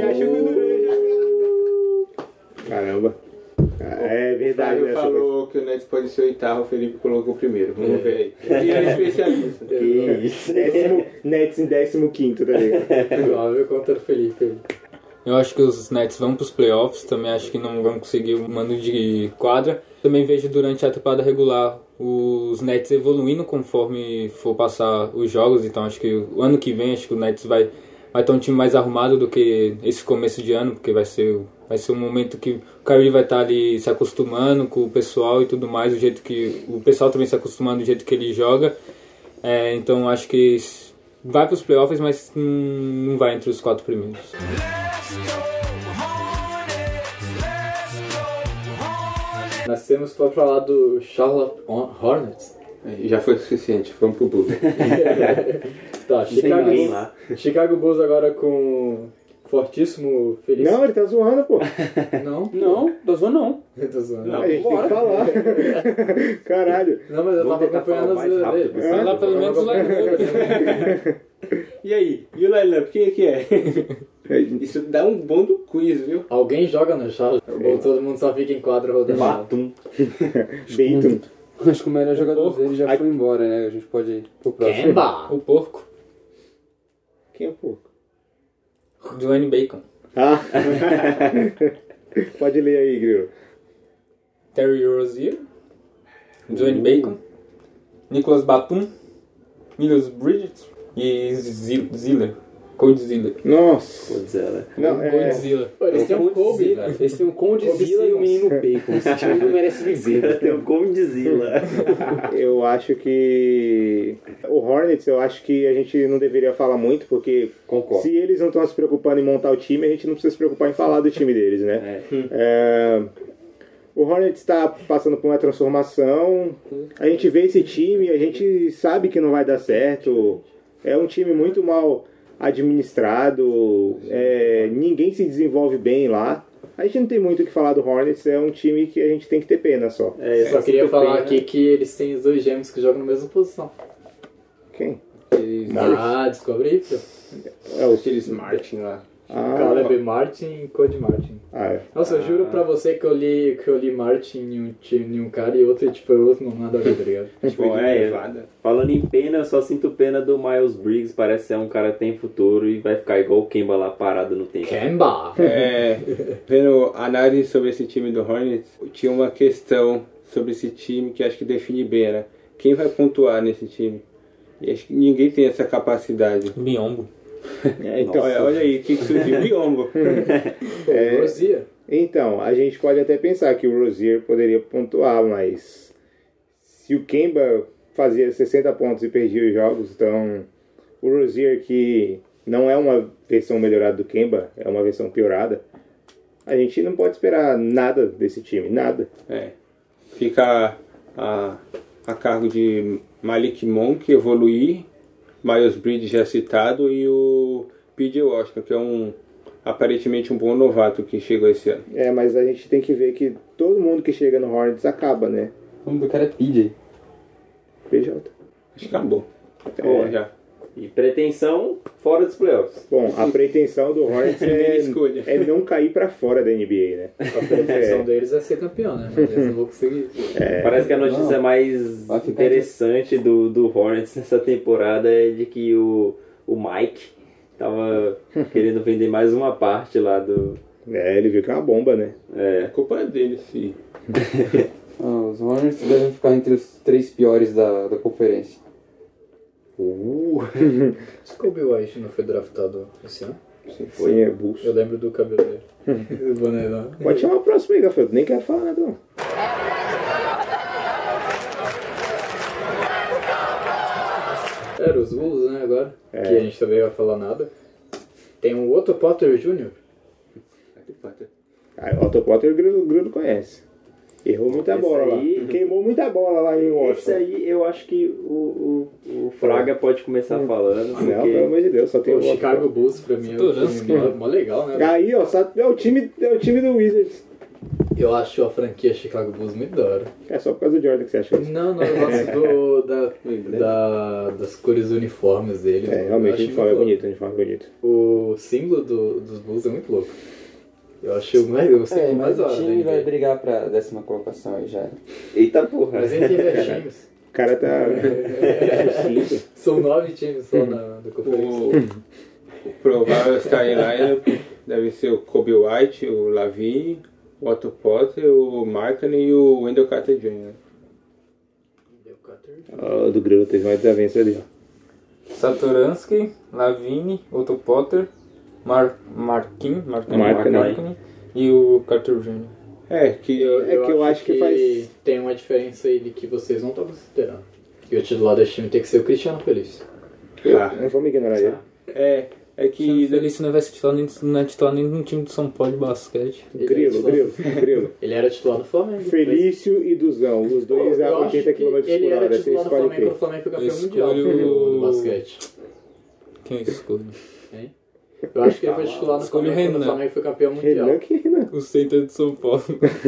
Caramba. É verdade. O Fábio falou que o Nets pode ser oitavo, o Felipe colocou o primeiro. Vamos ver aí. Ele é especialista. Que isso. Décimo, Nets em décimo quinto, tá ligado? Fábio contra o Felipe. Eu acho que os Nets vão para os playoffs, também acho que não vão conseguir o mando de quadra. Também vejo durante a temporada regular os Nets evoluindo conforme for passar os jogos, então acho que o ano que vem acho que o Nets vai vai estar um time mais arrumado do que esse começo de ano, porque vai ser, vai ser um momento que o Kyrie vai estar ali se acostumando com o pessoal e tudo mais, o jeito que o pessoal também se acostumando do jeito que ele joga. É, então acho que vai para os playoffs, mas não vai entre os quatro primeiros. Nós temos para falar do Charlotte Hornets. Já foi suficiente, vamos pro Bulls. Tá, Chicago, ninguém lá. Chicago Bulls agora com fortíssimo Feliz. Não, ele tá zoando, pô. Não? Não, tô zoando não. Eu tô zoando. A gente tem que falar. Caralho. Não, mas eu Vamos tava tentar acompanhando falar as o mais rápido dele. possível. Lá pelo menos o line-up. E aí? E o line-up? Quem é que é? Isso dá um bom do quiz, viu? Alguém joga no Charlotte? Ou todo mundo só fica em quadra rodando? Batum. Beitum. Acho que o melhor jogador dele já foi embora, né? A gente pode ir pro próximo. Kemba! O porco. Quem é o porco? Dwayne Bacon. Ah. Pode ler aí, Grilo. Terry Rozier. Dwayne Bacon. Nicolas Batum. Milos Bridges. E Zil- Ziller. Cody Ziller. Nossa. Godzilla. Não, é... Godzilla. Pô, eles têm um Kobe, velho. Esse tem um Condzilla e o menino Bacon. Esse time não merece viver. Tem um Godzilla. Eu acho que o Hornets, eu acho que a gente não deveria falar muito, porque Concordo. se eles não estão se preocupando em montar o time, a gente não precisa se preocupar em falar do time deles, né? É. É, o Hornets está passando por uma transformação, a gente vê esse time, a gente sabe que não vai dar certo, é um time muito mal administrado, é, ninguém se desenvolve bem lá. A gente não tem muito o que falar do Hornets, é um time que a gente tem que ter pena só. É, eu só queria falar aqui que eles têm os dois gêmeos que jogam na mesma posição. Quem? Eles, Ah, descobri? Pô. É o aqueles Martin lá. Ah, Caleb Martin e Cody Martin. ah, é. Nossa, eu juro pra você que eu li, que eu li Martin em um, time, em um cara e outro, e, tipo, o outro não nada a ver, tá ligado? Bom, é, Nevada. falando em pena, eu só sinto pena do Miles Briggs. Parece ser um cara que tem futuro e vai ficar igual o Kemba lá parado no tempo. Kemba! É, vendo análise sobre esse time do Hornets, tinha uma questão sobre esse time que acho que define bem, né? Quem vai pontuar nesse time? E acho que ninguém tem essa capacidade. Biombo. É, então, Olha, olha aí, o que, que surgiu? Biombo. É... Rozier. então, a gente pode até pensar que o Rozier poderia pontuar, mas se o Kemba fazia sessenta pontos e perdia os jogos, então o Rozier, que não é uma versão melhorada do Kemba, é uma versão piorada, a gente não pode esperar nada desse time, nada. É. Fica a, a cargo de Malik Monk evoluir, Miles Bridges já citado e o P J Washington, que é um aparentemente um bom novato que chegou esse ano. É, mas a gente tem que ver que todo mundo que chega no Hornets acaba, né? O nome do cara é P J. P J. Acho que acabou. É. Já. E pretensão fora dos playoffs. Bom, a pretensão do Hornets Primeira é, escolha. é não cair pra fora da N B A, né? A pretensão deles é ser campeão, né? Mas eles não vão conseguir. Parece que a notícia Não. mais Vai ficar interessante do, do Hornets nessa temporada é de que o, o Mike tava querendo vender mais uma parte lá do... É, ele viu que é uma bomba, né? É É, culpa dele, sim. Ah, os Hornets devem ficar entre os três piores da, da conferência. uh, Esse Kobe White não foi draftado esse ano? Sim, é Bulls. Eu lembro do cabelo dele. Do boné lá. Pode chamar o próximo aí, Gabriel. Nem quero falar nada, não. Era os Bulls, né, agora? É. Que a gente também vai falar nada. Tem o Otto Potter Júnior Ah, o Otto Potter o Grilo, o Grilo conhece. Errou muita Esse bola aí- lá. Queimou muita bola lá em esse Washington. aí eu acho que o, o, o Fraga pode começar falando, Não, pelo porque amor de Deus, só tem O o Otto Chicago Bulls, pra mim, é um Turança, time mó, mó legal, né? Aí, ó, só- é o time, é o time do Wizards. Eu acho a franquia Chicago Bulls muito da hora. É só por causa do Jordan que você acha isso. Não, não, eu gosto do, da, da, das cores uniformes dele. É, Eu realmente, o acho uniforme é muito bonito, o uniforme é bonito. louco. O símbolo do, dos Bulls é muito louco. Eu achei o mais, o símbolo É, mais mas da o hora. time da vai N B A. brigar pra décima colocação aí já. eita porra. Mas entre os times. O cara tá sucinto. São nove times só na, na conferência. O, o provável starting lineup deve ser o Kobe White, o Lavine, o Otto Potter, o Markkanen e o Wendell Carter Júnior Ó, o do Grilo teve uma desavença ali, ó. Satoransky, Lavine, Otto Potter, Mar Marquinhos, Marquinhos, Markkanen. Markkanen e o Carter Júnior É, que É que eu acho que faz- tem uma diferença aí de que vocês não estão considerando. E o titular desse time tem que ser o Cristiano Felício. ah, Não vamos ignorar ele. é, é Que que Felício não vai ser titular nem, não é titular nem no time de São Paulo de basquete. Ele é Grilo, titular- grilo, grilo. Ele era titular do Flamengo. Felício e Duzão, os dois Eu a acho oitenta que quilômetros ele por era hora. Você titular do escolhe Flamengo, o quem? Flamengo foi campeão Eu mundial escolho- no basquete. Quem escolhe? Hein? Eu acho que ele foi titular no Escolhe o Flamengo quando o Renan. Flamengo foi campeão mundial. Renan, que Renan? O center de São Paulo.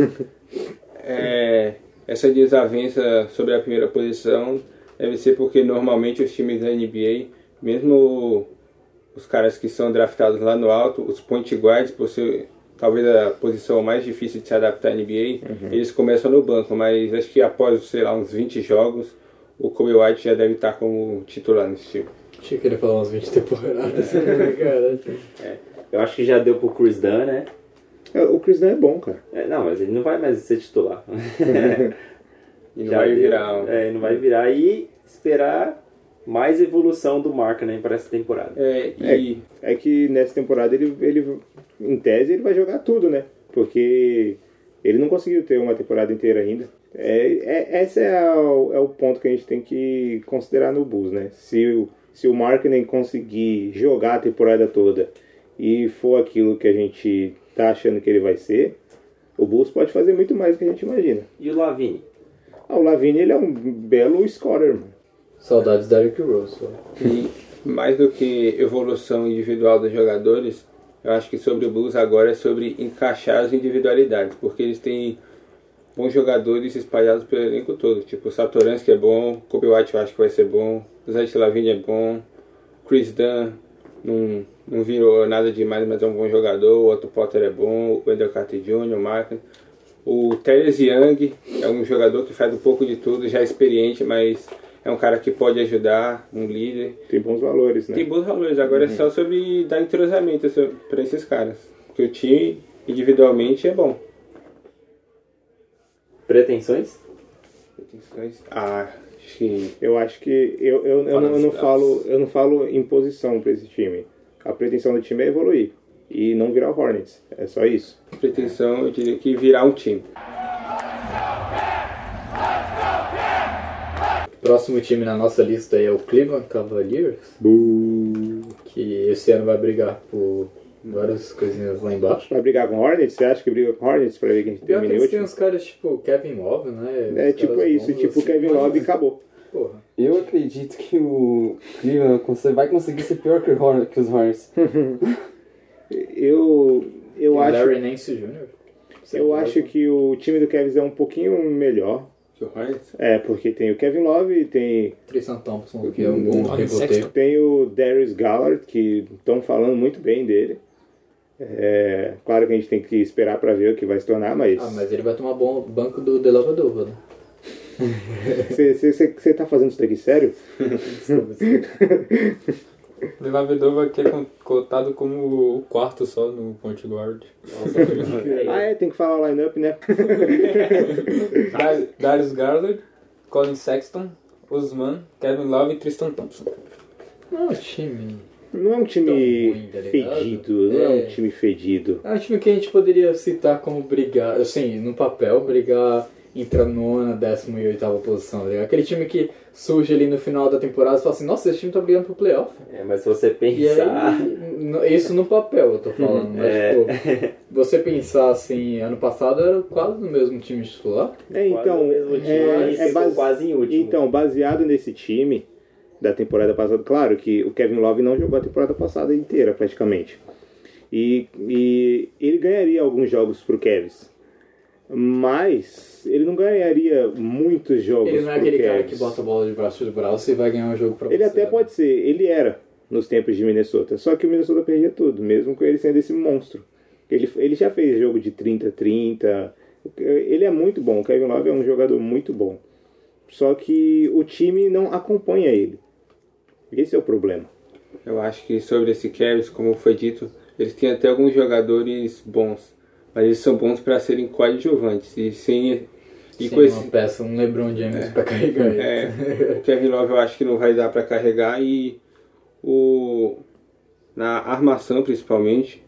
é, essa desavença sobre a primeira posição deve ser porque normalmente os times da N B A, mesmo os caras que são draftados lá no alto, os point guards, por ser talvez a posição mais difícil de se adaptar à N B A, Uhum. eles começam no banco, mas acho que após, sei lá, uns vinte jogos, o Kobe White já deve estar como titular nesse time. Achei que ele ia falar umas vinte temporadas. Cara. Eu acho que já deu pro Chris Dunn, né? É, o Chris Dunn é bom, cara. É, não, mas ele não vai mais ser titular. E não Já vai deu. virar um... É, não vai virar e esperar mais evolução do Markkanen para essa temporada. É, e É que nessa temporada ele, ele, em tese, ele vai jogar tudo, né? Porque ele não conseguiu ter uma temporada inteira ainda. É, é, esse é o, é o ponto que a gente tem que considerar no Bulls, né? Se o, se o Markkanen conseguir jogar a temporada toda e for aquilo que a gente tá achando que ele vai ser, o Bulls pode fazer muito mais do que a gente imagina. E o Lavine? Ah, o Lavine, ele é um belo scorer, mano. Saudades da Derrick Rose. ó. E mais do que evolução individual dos jogadores, eu acho que sobre o Bulls agora é sobre encaixar as individualidades, porque eles têm bons jogadores espalhados pelo elenco todo, tipo o Satoransky é bom, Kobe White eu acho que vai ser bom, o Zach Lavine é bom, Chris Dunn não, não virou nada demais, mas é um bom jogador, o Otto Potter é bom, o Wendell Carter Júnior, o Markkanen, o Terence Young é um jogador que faz um pouco de tudo, já é experiente, mas é um cara que pode ajudar, um líder. Tem bons valores, né? Tem bons valores, agora é só sobre dar entrosamento para esses caras. Porque o time, individualmente, é bom. Pretensões? Ah, acho que... Eu acho que eu, eu, eu, não, eu, não falo, eu não falo em posição para esse time. A pretensão do time é evoluir e não virar o Hornets. É só isso. pretensão, eu diria que virar um time. Próximo time na nossa lista aí é o Cleveland Cavaliers, Buuu. que esse ano vai brigar por várias coisinhas lá embaixo. Vai brigar com Hornets? Você acha que briga com Hornets para ver quem Pior que termina em eles têm último? uns caras tipo Kevin Love, né? É Uns tipo caras é isso, bons tipo assim, Kevin mas, Love e acabou. Porra. Eu acredito que o Cleveland cons- vai conseguir ser pior que, o Horn- que os Hornets. Eu, eu Tem o acho, Larry Nance Júnior eu acho que o time do Cavs é um pouquinho melhor. Que o Hornets? É, porque tem o Kevin Love, tem, Tristan Thompson, que é um bom Colin pivoteiro. Sexton. tem o Darius Garland, que estão falando muito bem dele. É, claro que a gente tem que esperar para ver o que vai se tornar, mas Ah, mas ele vai tomar bom banco do Delavadova, né? você tá fazendo isso daqui sério? O Delavadova que é con- cotado como o quarto só no point guard. Ah, é, tem que falar o line-up, né? Dar- Darius Garland, Colin Sexton, Osman, Kevin Love e Tristan Thompson. Não é um time... Não é um time Tão ruim, tá ligado? fedido, não é um É. time fedido. É um time que a gente poderia citar como brigar, assim, no papel, brigar entre a nona, décima e oitava posição, tá ligado? Aquele time que surge ali no final da temporada e fala assim, nossa, esse time tá brigando pro playoff. É, mas se você E pensar... aí, no- isso no papel eu tô falando, mas É. tipo, você pensar assim, ano passado era quase no mesmo time titular. É, Quase então, o mesmo time, é, e é ficou base- quase em último. então, baseado nesse time da temporada passada, claro que o Kevin Love não jogou a temporada passada inteira, praticamente. E, e ele ganharia alguns jogos pro Cavs. Mas ele não ganharia muitos jogos Ele não é pro aquele cara Cavs. que bota a bola debaixo do braço e vai ganhar um jogo pra Ele você. até pode ser, ele era nos tempos de Minnesota, só que o Minnesota perdia tudo, mesmo com ele sendo esse monstro. Ele, ele já fez jogo de trinta a trinta, ele é muito bom, o Kevin Love é um jogador muito bom. Só que o time não acompanha ele. Esse é o problema. Eu acho que sobre esse Cavs, como foi dito, eles têm até alguns jogadores bons, mas eles são bons para serem coadjuvantes. E sem e Sim, com esse, uma peça, um LeBron James pra carregar ele. é, o Kevin Love eu acho que não vai dar para carregar e o, na armação principalmente,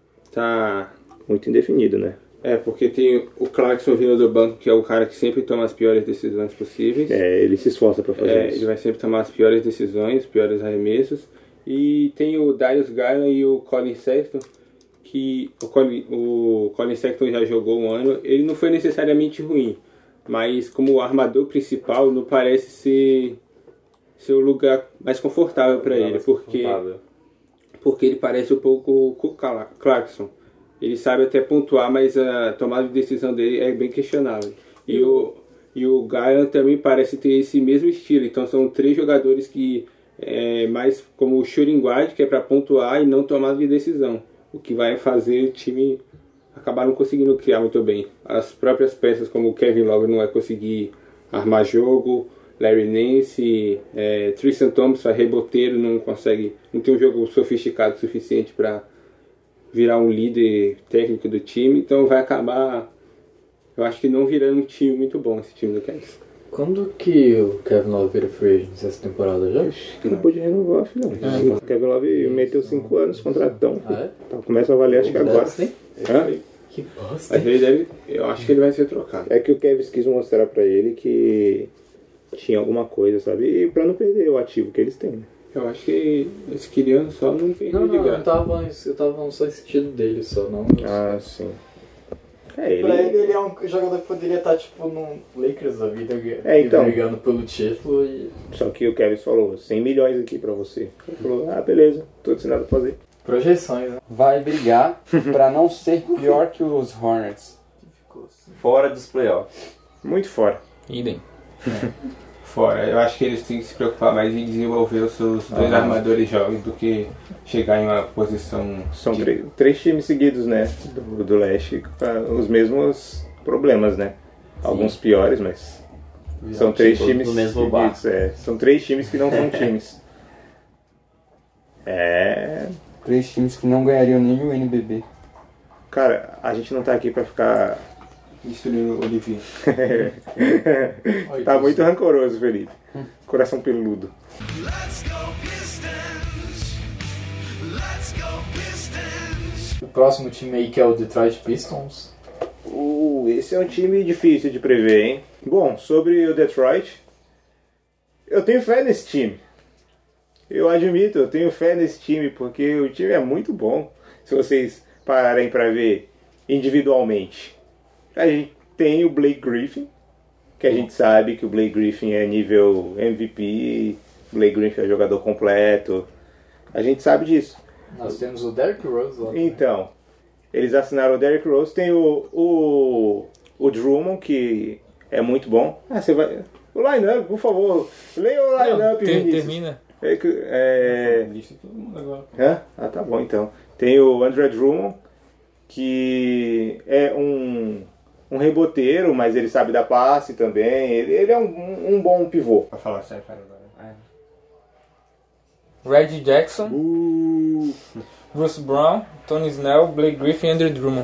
tá... Muito indefinido, né? É, porque tem o Clarkson vindo do banco, que é o cara que sempre toma as piores decisões possíveis. É, ele se esforça pra fazer É, isso. ele vai sempre tomar as piores decisões, os piores arremessos. E tem o Darius Garland e o Colin Sexton, que o Colin, o Colin Sexton já jogou um ano. Ele não foi necessariamente ruim, mas como armador principal não parece ser, ser o lugar mais confortável para ele, porque, porque ele parece um pouco com o Clarkson. Ele sabe até pontuar, mas a tomada de decisão dele é bem questionável. E o, e o Garland também parece ter esse mesmo estilo. Então são três jogadores que é mais como o shooting guard, que é para pontuar e não tomada de decisão. O que vai fazer o time acabar não conseguindo criar muito bem. As próprias peças como o Kevin Love não vai conseguir armar jogo. Larry Nance, é, Tristan Thompson, reboteiro, não consegue, não tem um jogo sofisticado o suficiente para virar um líder técnico do time, então vai acabar, eu acho que não virando um time muito bom esse time do Cavs. Quando que o Kevin Love vira free agent essa temporada já? Acho que não pôde renovar, filhão. É. O Kevin Love meteu cinco anos, contratão. Ah, é? Então começa a valer, acho que agora. Sim? Hã? Que bosta. Mas ele deve, eu acho que ele vai ser trocado. É que o Kevin quis mostrar pra ele que tinha alguma coisa, sabe? E pra não perder o ativo que eles têm, né? Eu acho que eles queriam só não perder Não, de não, graça. eu tava, eu tava falando só esse sentido dele, só não. Ah, sim. É, ele... Pra ele, ele é um jogador que poderia estar tipo num Lakers da vida, É, então. brigando pelo título e... Só que o Kevin falou, cem milhões aqui pra você. Ele falou, ah, beleza, tô sem nada pra fazer. Projeções, né? Vai brigar pra não ser pior que os Hornets. Fora dos playoffs. Muito fora. Idem. Fora, eu acho que eles têm que se preocupar mais em desenvolver os seus dois Ah. armadores jovens do que chegar em uma posição São de... três, três times seguidos, né? Do, do leste, com os mesmos problemas, né? Alguns piores, mas são três todos times no mesmo seguidos. É. São três times que não são times. É. Três times que não ganhariam nem o N B B. Cara, a gente não tá aqui pra ficar. destruindo o Olivier. Tá muito rancoroso, Felipe. Coração peludo. Let's go Pistons! Let's go Pistons! O próximo time aí que é o Detroit Pistons. Uh, esse é um time difícil de prever, hein? Bom, sobre o Detroit, eu tenho fé nesse time. Eu admito, eu tenho fé nesse time, porque o time é muito bom. Se vocês pararem pra ver individualmente. A gente tem o Blake Griffin, que a gente sabe que o Blake Griffin é nível M V P, Blake Griffin é jogador completo. A gente sabe disso. Nós temos o Derrick Rose lá. Então, eles assinaram o Derrick Rose, tem o, o, o Drummond, que é muito bom. Ah, você vai... O line-up, por favor, leia o line-up, Ter- Vinícius. termina. É que, é... Lista todo mundo agora. Hã? Ah, tá bom então. Tem o Andre Drummond, que é um, um reboteiro, mas ele sabe dar passe também. Ele, ele é um, um bom pivô. Pra falar sério, cara, agora. Reggie Jackson, Uh, Bruce Brown, Tony Snell, Blake Griffin e Andrew Drummond.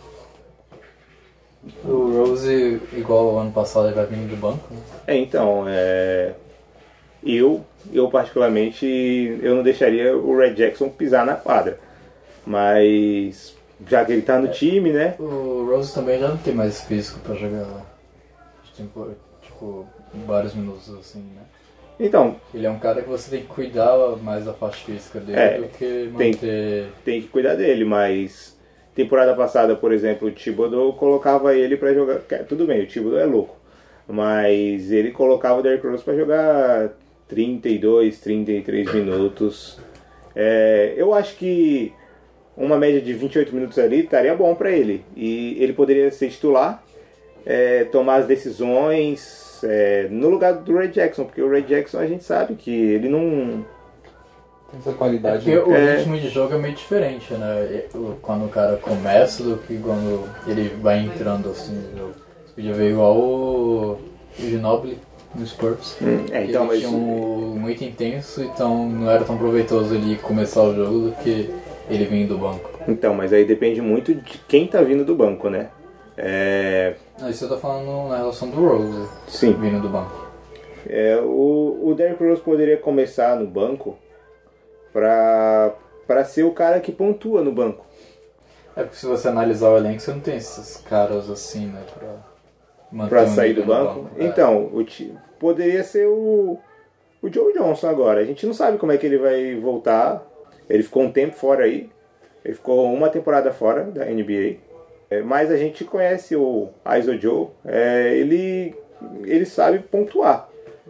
O Rose, igual o ano passado, ele vai vir do banco, né? é, então, é... eu, eu particularmente, eu não deixaria o Red Jackson pisar na quadra. Mas, já que ele tá no time, né? O Rose também já não tem mais físico pra jogar tipo, tipo vários minutos assim, né? Então, Ele é um cara que você tem que cuidar mais da faixa física dele É, do que tem- manter... tem que cuidar dele, mas temporada passada, por exemplo, o Thibodeau colocava ele pra jogar. Tudo bem, o Thibodeau é louco, mas ele colocava o Derrick Rose pra jogar trinta e dois, trinta e três minutos. É, eu acho que uma média de vinte e oito minutos ali estaria bom pra ele, e ele poderia ser titular, é, tomar as decisões. É, no lugar do Ray Jackson, porque o Ray Jackson a gente sabe que ele não. Tem essa É qualidade. porque o É. ritmo de jogo é meio diferente, né? E- o- Quando o cara começa do que quando ele vai entrando assim no jogo. Você podia ver igual o, o Ginobili no Spurs. Hum, é, então, ele mas. tinha um muito intenso, então não era tão proveitoso ele começar o jogo do que ele vir do banco. Então, mas aí depende muito de quem tá vindo do banco, né? É. Não, isso eu tô falando na relação do Rose Sim. vindo do banco. É, o, o Derrick Rose poderia começar no banco pra, pra ser o cara que pontua no banco. É porque se você analisar o elenco, você não tem esses caras assim, né? Pra, manter Pra um sair nível do no banco. É. Então, o ti- poderia ser o, o Joe Johnson agora. A gente não sabe como é que ele vai voltar. Ele ficou um tempo fora aí. Ele ficou uma temporada fora da N B A. É, mas a gente conhece o Iso Joe. É, ele, ele sabe pontuar.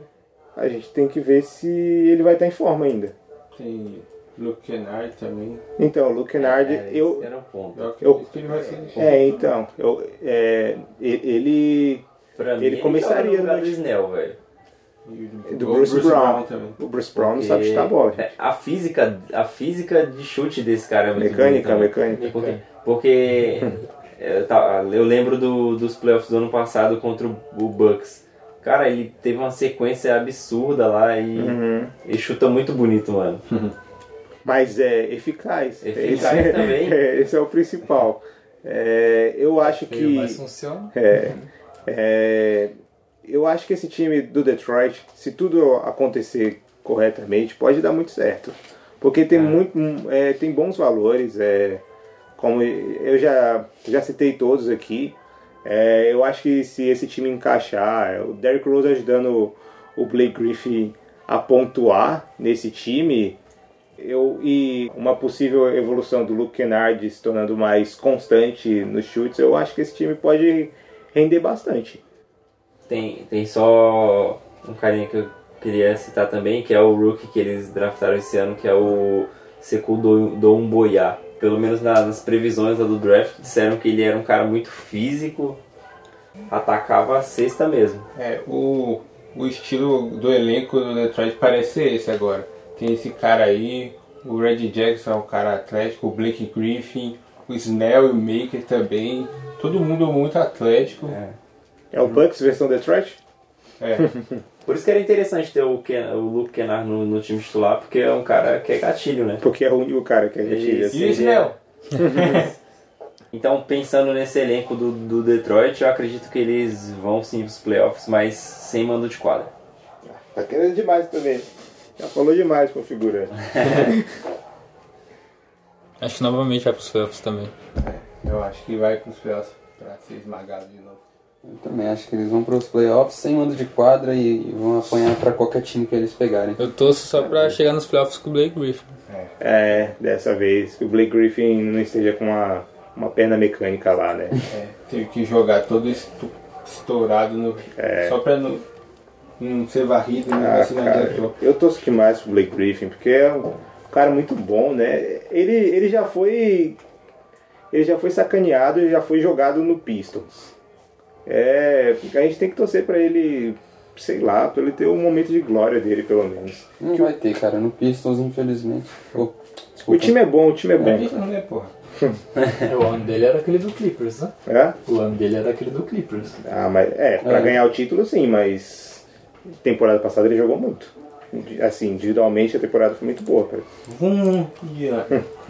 A gente tem que ver se ele vai estar em forma ainda. Tem Luke Kennard também. Então, o Luke Kennard, É, esse eu, era um ponto. Eu acredito Eu- que ele vai ser. é, então, eu, é, e- ele, Pra mim, ele começaria joga no lugar no do Snell, velho. do O Bruce, Brown. também. O Bruce Brown não Porque sabe chutar a bola, gente. é, A física, a física de chute desse cara é muito Mecânica, bonita, mecânica. Porque, porque eu, tá- eu lembro do- dos playoffs do ano passado contra o, o Bucks. Cara, ele teve uma sequência absurda lá e Uhum. ele chuta muito bonito, mano. Mas é eficaz. Eficaz esse, também. É, esse é o principal. É, eu acho Feio, que. mas funciona. É, é, eu acho que esse time do Detroit, se tudo acontecer corretamente, pode dar muito certo. Porque tem, muito, é, tem bons valores. É, como eu já, já citei todos aqui. É, eu acho que se esse time encaixar, o Derrick Rose ajudando o Blake Griffin a pontuar nesse time, eu, e uma possível evolução do Luke Kennard se tornando mais constante nos chutes, eu acho que esse time pode render bastante. Tem, tem só um carinha que eu queria citar também, que é o rookie que eles draftaram esse ano, que é o Sekou Doumbouya. Pelo menos nas previsões lá do draft, disseram que ele era um cara muito físico, atacava a cesta mesmo. É, o, o estilo do elenco do Detroit parece ser esse agora. Tem esse cara aí, o Reggie Jackson é um cara atlético, o Blake Griffin, o Snell e o Maker também. Todo mundo muito atlético. É. É o Bucks versão Detroit? É. Por isso que era interessante ter o, Ken, o Luke Kennard no, no time titular, porque é um cara que é gatilho, né? Porque é o único cara que a gente Isso. assim. E o Snell? Então, pensando nesse elenco do, do Detroit, eu acredito que eles vão sim para os playoffs, mas sem mando de quadra. Tá querendo demais também. Já falou demais com o figurante. Acho que novamente vai pros playoffs também. Eu acho que vai pros playoffs pra ser esmagado de novo. Eu também acho que eles vão para os playoffs sem mando de quadra e, e vão apanhar para qualquer time que eles pegarem. Eu torço só pra chegar nos playoffs com o Blake Griffin. É, dessa vez que o Blake Griffin não esteja com uma, uma perna mecânica lá, né? É, teve que jogar todo estu- estourado no, É. só pra não, não ser varrido, não Ah, assim não cara, adiantou. eu torço demais pro Blake Griffin, porque é um cara muito bom, né? Ele, ele já foi. Ele já foi sacaneado e já foi jogado no Pistons. É. A gente tem que torcer pra ele, sei lá, pra ele ter um momento de glória dele, pelo menos. Não vai ter, cara, no Pistons, infelizmente. Pô, O desculpa. time é bom, o time é É bom. isso, né, porra? O ano dele era aquele do Clippers, né? É? O ano dele era aquele do Clippers. Ah, mas é, pra É. ganhar o título sim, mas temporada passada ele jogou muito. Assim, individualmente a temporada foi muito boa, cara. Vum, yeah.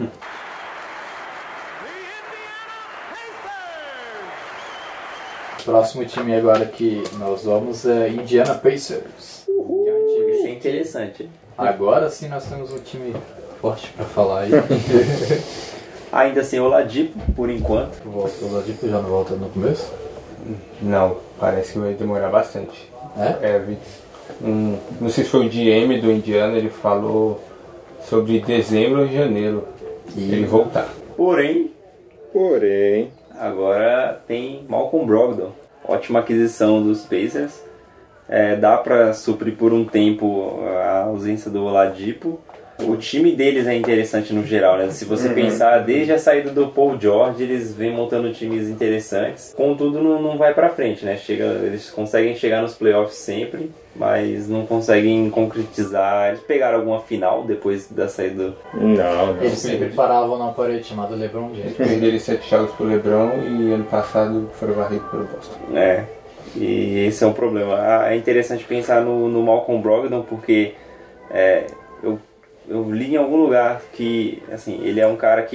Próximo time agora que nós vamos é Indiana Pacers. Que é um time- Isso é interessante. Agora sim nós temos um time forte pra falar aí. Ainda sem Oladipo, por enquanto. Voltou lá de já não volta no começo? Não, parece que vai demorar bastante. É? É, vi- um, não sei se foi o G M do Indiana, ele falou sobre dezembro ou janeiro ele voltar. Porém, Porém, agora tem Malcolm Brogdon. Ótima aquisição dos Pacers. É, dá pra suprir por um tempo a ausência do Oladipo. O time deles é interessante no geral, né? Se você pensar, desde a saída do Paul George, eles vêm montando times interessantes. Contudo, não, não vai pra frente, né? Chega, eles conseguem chegar nos playoffs sempre, mas não conseguem concretizar. Eles pegaram alguma final depois da saída do... não, não. Eles sempre paravam na parede chamada LeBron James. Perderam sete jogos pro LeBron e ano passado foram varridos pelo Boston. É, e esse é um problema. Ah, é interessante pensar no, no Malcolm Brogdon, porque é, eu, eu li em algum lugar que assim, ele é um cara que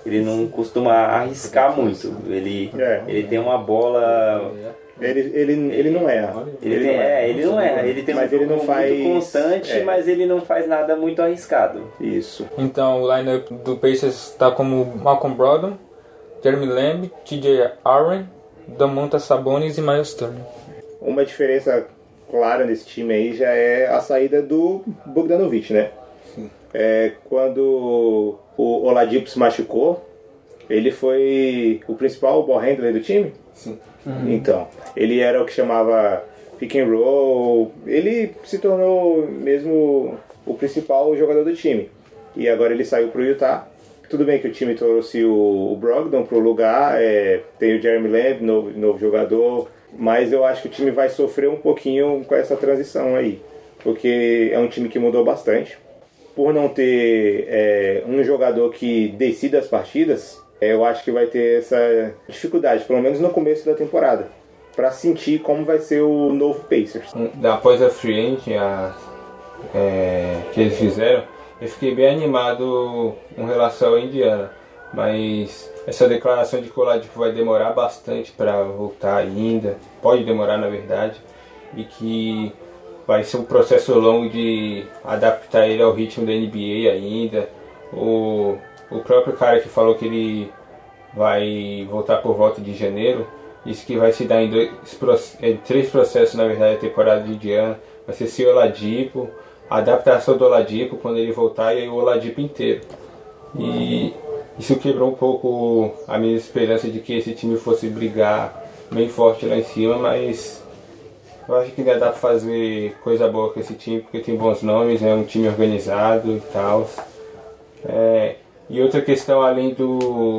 ele não costuma arriscar muito. Ele, É. ele tem uma bola... Ele, ele, ele não erra. Ele, tem, é, ele não é. Ele tem Mas um ele não jogo faz- muito constante, é. mas ele não faz nada muito arriscado. Isso. Então o lineup do Pacers está como Malcolm Brogdon, Jeremy Lamb, T J Warren, Domantas Sabonis e Miles Turner. Uma diferença clara nesse time aí já é a saída do Bogdanovic, né? É, quando o Oladipo se machucou, ele foi o principal ball handler do time? Sim. Então, ele era o que chamava pick and roll, ele se tornou mesmo o principal jogador do time. E agora ele saiu pro Utah. Tudo bem que o time trouxe o, o Brogdon pro lugar, é, tem o Jeremy Lamb, novo, novo jogador, mas eu acho que o time vai sofrer um pouquinho com essa transição aí, porque é um time que mudou bastante. Por não ter é, um jogador que decida as partidas, é, eu acho que vai ter essa dificuldade, pelo menos no começo da temporada, para sentir como vai ser o novo Pacers. Após a free agent a, é, que eles fizeram, eu fiquei bem animado com relação ao Indiana, mas essa declaração de que o Oladipo vai demorar bastante para voltar ainda, pode demorar na verdade, e que vai ser um processo longo de adaptar ele ao ritmo da N B A ainda. O, o próprio cara que falou que ele vai voltar por volta de janeiro, disse que vai se dar em, dois, em três processos na verdade a temporada de Indiana. Vai ser se o Oladipo, a adaptação do Oladipo quando ele voltar e aí o Oladipo inteiro. E isso quebrou um pouco a minha esperança de que esse time fosse brigar bem forte lá em cima, mas eu acho que ainda dá pra fazer coisa boa com esse time, porque tem bons nomes, é um time organizado e tal. É, e outra questão além do,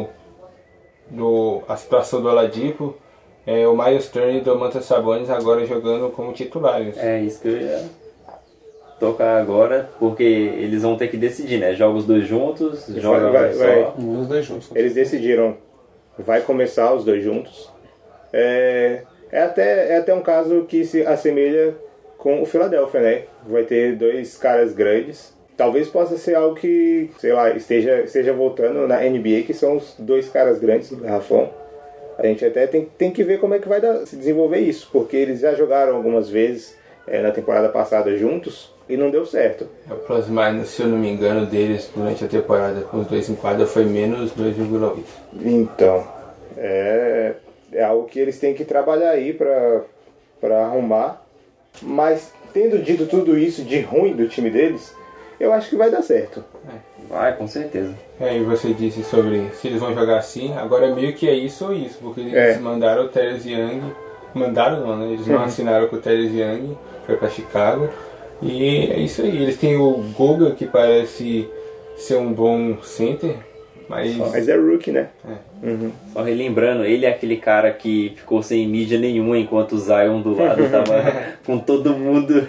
do a situação do Oladipo, é o Miles Turner e o Domantas Sabonis agora jogando como titulares. É isso que eu ia tocar agora, porque eles vão ter que decidir, né? Joga os dois juntos, joga vai- só. vai. Os dois juntos. Eles decidiram, vai começar os dois juntos. É, é, até, é até um caso que se assemelha com o Philadelphia, né? Vai ter dois caras grandes. Talvez possa ser algo que, sei lá, esteja, esteja voltando na N B A, que são os dois caras grandes do garrafão. A gente até tem, tem que ver como é que vai dar, se desenvolver isso, porque eles já jogaram algumas vezes é, na temporada passada juntos e não deu certo. O plus minus, se eu não me engano, deles durante a temporada com os dois em quadra foi menos dois vírgula oito. Então, é, é algo que eles têm que trabalhar aí pra, pra arrumar. Mas, tendo dito tudo isso de ruim do time deles, eu acho que vai dar certo. Vai, com certeza. É, e você disse sobre se eles vão jogar assim, agora meio que é isso ou isso, porque eles É. mandaram o Terence Young, mandaram não, né? Eles não Uhum. assinaram com o Terence Young, foi pra Chicago, e é isso aí, eles têm o Goga, que parece ser um bom center, mas... Mas é rookie, né? Só relembrando, ele é aquele cara que ficou sem mídia nenhuma enquanto o Zion do lado tava com todo mundo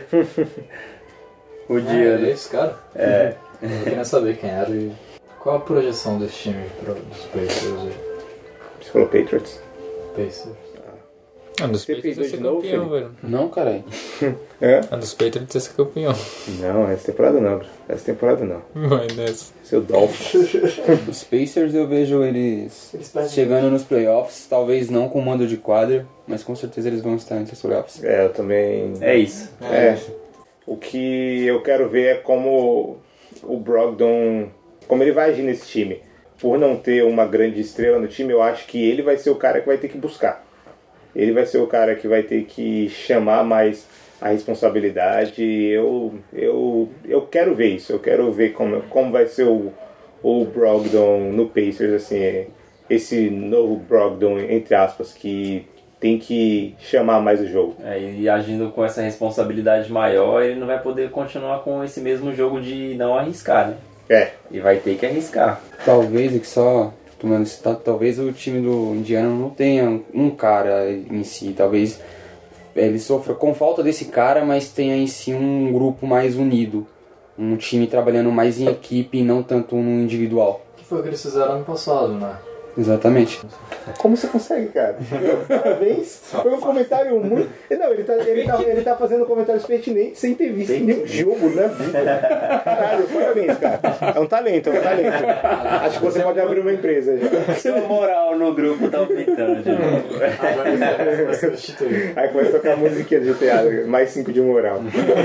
É, odiando. é esse cara? É. Eu queria saber quem era e qual a projeção desse time pro- dos Pacers aí? Você falou Patriots? Pacers. A dos Você Patriots fez é ser de novo, campeão, Felipe? velho. Não, caralho. É? A dos Patriots é ser campeão. Não, essa temporada não, bro. Essa temporada não. Vai nessa. Seu Dolphins. Os Pacers eu vejo eles chegando nos playoffs, talvez não com mando de quadra, mas com certeza eles vão estar nesses playoffs. É, eu também... É isso. É. O que eu quero ver é como o Brogdon, como ele vai agir nesse time. Por não ter uma grande estrela no time, eu acho que ele vai ser o cara que vai ter que buscar. Ele vai ser o cara que vai ter que chamar mais a responsabilidade. Eu, eu, eu quero ver isso. Eu quero ver como, como vai ser o, o Brogdon no Pacers, assim, esse novo Brogdon, entre aspas, que tem que chamar mais o jogo. É, e agindo com essa responsabilidade maior, ele não vai poder continuar com esse mesmo jogo de não arriscar, né? É. E vai ter que arriscar. Talvez, é que só tomando esse tato, talvez o time do Indiana não tenha um cara em si, talvez ele sofra com falta desse cara, mas tenha em si um grupo mais unido, um time trabalhando mais em equipe e não tanto no individual. Que foi o que eles fizeram ano passado, né? Exatamente. Como você consegue, cara? Parabéns. Foi um comentário muito... Não, ele tá, ele tá, ele tá fazendo comentários pertinentes sem ter visto nenhum jogo na vida. Caralho, parabéns, cara. É um talento, é um talento. Acho que você pode abrir uma empresa já. Sua moral no grupo tá aumentando de novo. Agora vai substituir. Aí começa a tocar a musiquinha de G T A, mais cinco de moral.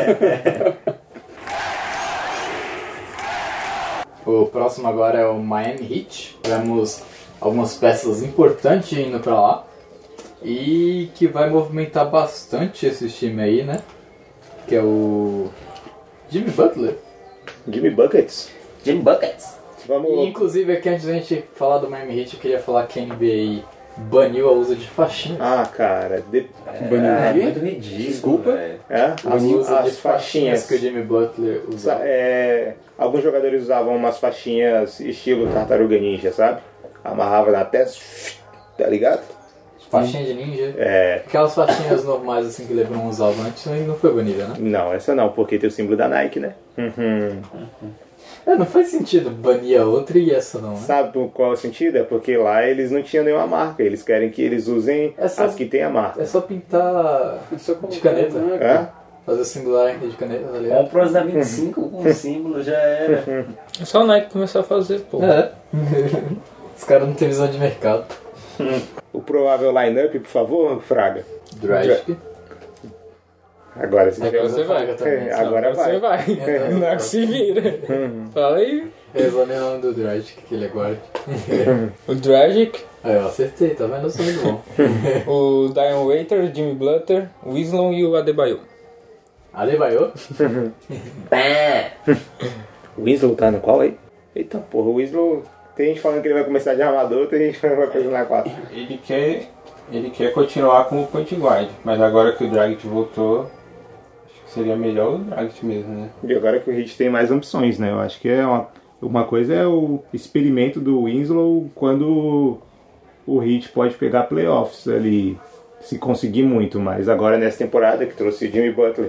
O próximo agora é o Miami Heat. Tivemos algumas peças importantes indo pra lá. E que vai movimentar bastante esse time aí, né? Que é o Jimmy Butler. Jimmy Buckets. Jimmy Buckets. Vamos... E inclusive aqui antes da gente falar do Miami Heat, eu queria falar que a N B A baniu a uso de faixinhas. Ah, cara. De... É, é muito ridículo. Desculpa. velho. É? As, As, usa as de faixinhas faixinhas. que o Jimmy Butler Sa- usava. é, alguns jogadores usavam umas faixinhas estilo Tartaruga Ninja, sabe? Amarrava na testa, tá ligado? Faixinha de ninja. É, Aquelas faixinhas normais assim que o LeBron usava antes não foi banida, né? não, essa não, porque tem o símbolo da Nike, né? Uhum. É, não faz sentido banir a outra e essa não, né? Sabe por qual é o sentido? É porque lá eles não tinham nenhuma marca, eles querem que eles usem É só- as que tem a marca. É só pintar Só de caneta. É? Fazer singular de caneta, tá ligado? Compra os da vinte e cinco com o símbolo, já era. É só o Nike começar a fazer, pô. É. Os caras não têm visão de mercado. O provável line-up, por favor, Fraga. Dragic. Agora você Agora já- você vai. É, agora Você vai. vai. Não é que se vira. Fala aí. Resolvi o nome do Dragic, que ele é guarda. O Dragic, Aí eu acertei, tá vendo? Eu sou muito bom. o Dion Waiter, o Jimmy Butler, o Winslow e o Adebayo. Adebayo? O Winslow tá no qual aí? Eita porra, o Winslow... Tem gente falando que ele vai começar de armador, tem gente falando que vai coisa na quatro. Ele quer, ele quer continuar como point guard, mas agora que o Dragic voltou, acho que seria melhor o Dragic mesmo, né? E agora que o Heat tem mais opções, né? Eu acho que é uma, uma coisa é o experimento do Winslow quando o Heat pode pegar playoffs ali, se conseguir muito, mas agora nessa temporada que trouxe o Jimmy Butler.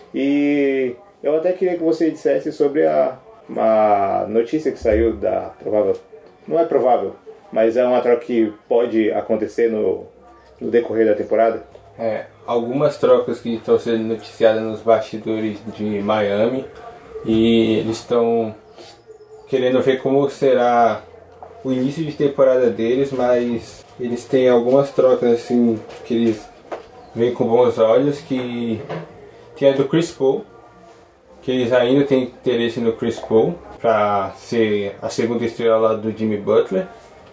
E eu até queria que você dissesse sobre a, a notícia que saiu da provável, não é provável, mas é uma troca que pode acontecer no, no decorrer da temporada. É, algumas trocas que estão sendo noticiadas nos bastidores de Miami e eles estão querendo ver como será o início de temporada deles, mas eles têm algumas trocas assim que eles veem com bons olhos, que tem a do Chris Paul, que eles ainda têm interesse no Chris Paul para ser a segunda estrela lá do Jimmy Butler.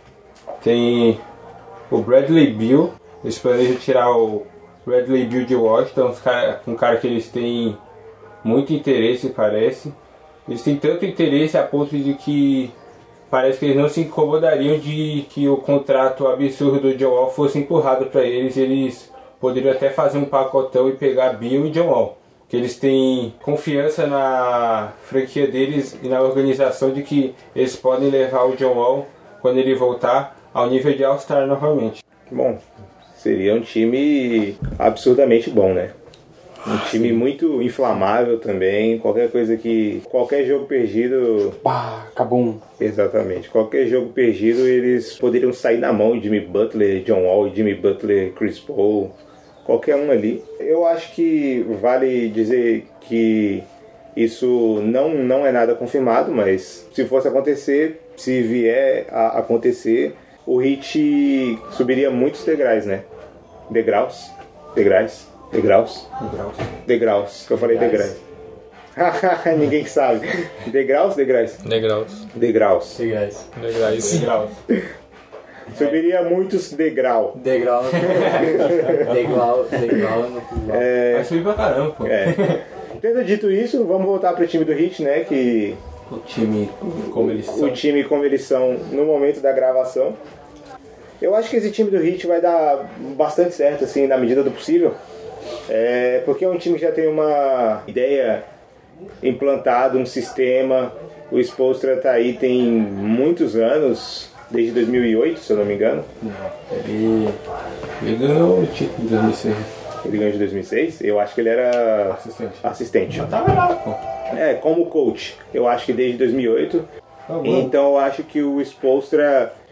Tem o Bradley Beal, eles planejam tirar o Bradley Beal de Washington, um cara, um cara que eles têm muito interesse, parece. Eles têm tanto interesse a ponto de que parece que eles não se incomodariam de que o contrato absurdo do John Wall fosse empurrado para eles. Eles poderiam até fazer um pacotão e pegar Beal e John Wall. Que eles têm confiança na franquia deles e na organização de que eles podem levar o John Wall, quando ele voltar, ao nível de All-Star novamente. Bom, seria um time absurdamente bom, né? Um time muito inflamável também. Qualquer coisa que... Qualquer jogo perdido... Pá, acabou. Exatamente. Qualquer jogo perdido, eles poderiam sair na mão de Jimmy Butler, John Wall, Jimmy Butler, Chris Paul... Qualquer um ali. Eu acho que vale dizer que isso não, não é nada confirmado, mas se fosse acontecer, se vier a acontecer, o Heat subiria muitos degraus, né? Degraus? Degraus? Degraus? Degraus. Degraus. Eu falei degraus. Ninguém sabe. Degraus? Degraus? Degraus. Degraus. Degraus. Degraus. Degraus. Subiria muitos degrau. Degrau. Degrau. Degrau no plural. Vai subir pra caramba, pô. É. Tendo dito isso, vamos voltar pro time do Heat, né? Que O time, como eles são. o time como eles são no momento da gravação. Eu acho que esse time do Heat vai dar bastante certo, assim, na medida do possível. É, porque é um time que já tem uma ideia implantada, um sistema. O Spoelstra tá aí tem muitos anos, desde dois mil e oito, se eu não me engano. Não, ele, ele ganhou o título em dois mil e seis. Ele ganhou de dois mil e seis. Eu acho que ele era Assistente. assistente. Já tava lá, pô. É, como coach. Eu acho que desde dois mil e oito. Tá bom. Então eu acho que o Spoelstra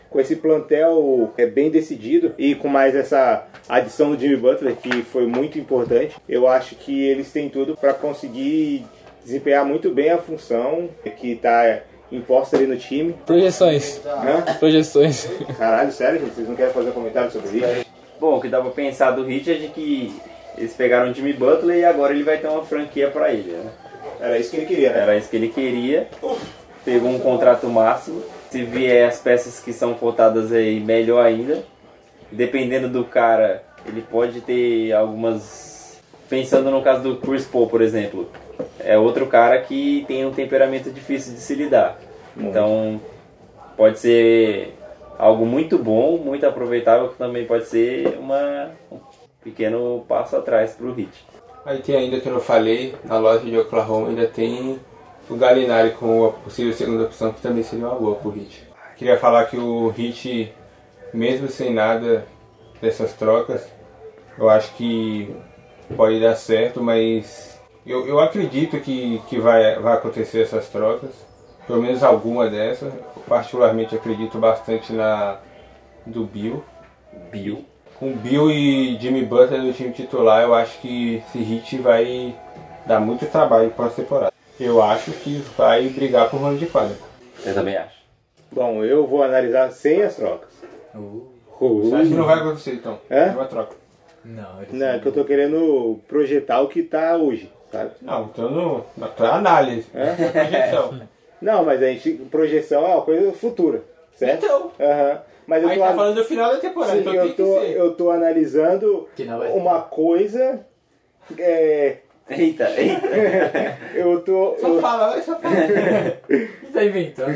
com esse plantel é, bem decidido e com mais essa adição do Jimmy Butler, que foi muito importante, eu acho que eles têm tudo para conseguir desempenhar muito bem a função que está imposta ali no time. Projeções. Hã? Projeções. Caralho, sério, gente? Vocês não querem fazer um comentário sobre isso? Bom, o que dá pra pensar do Heat é de que eles pegaram o Jimmy Butler e agora ele vai ter uma franquia pra ele, né? Era isso que ele queria, né? Era isso que ele queria. Pegou um contrato máximo. Se vier as peças que são cotadas aí, melhor ainda. Dependendo do cara, ele pode ter algumas... Pensando no caso do Chris Paul, por exemplo. É outro cara que tem um temperamento difícil de se lidar. Então, pode ser algo muito bom, muito aproveitável, que também pode ser uma, um pequeno passo atrás para o Heat. Aí tem ainda, que eu não falei, na loja de Oklahoma ainda tem o Gallinari como a possível segunda opção, que também seria uma boa pro Heat. Queria falar que o Heat, mesmo sem nada dessas trocas, eu acho que pode dar certo, mas eu, eu acredito que, que vai, vai acontecer essas trocas, pelo menos alguma dessas. Eu particularmente acredito bastante na do Bill. Bill. Com Bill e Jimmy Butler no time titular, eu acho que esse Heat vai dar muito trabalho pós-temporada. Eu acho que vai brigar por mano de quadra. Eu também acho. Bom, eu vou analisar sem as trocas. Uh. Você acha que não vai acontecer, então? É? Uma troca. Não, eles Não, é que eu tô querendo projetar o que tá hoje, sabe? Não, então não, na tua análise, É? na projeção. Não, mas a gente, projeção é uma coisa futura, certo? Então. Aham. Mas eu Aí tô, tá an- falando do final da temporada, sim, então eu tem que tô, ser. eu tô analisando Que não vai- uma coisa. É, Eita, eita. eu tô. Só eu- fala, vai, só fala. tá inventando.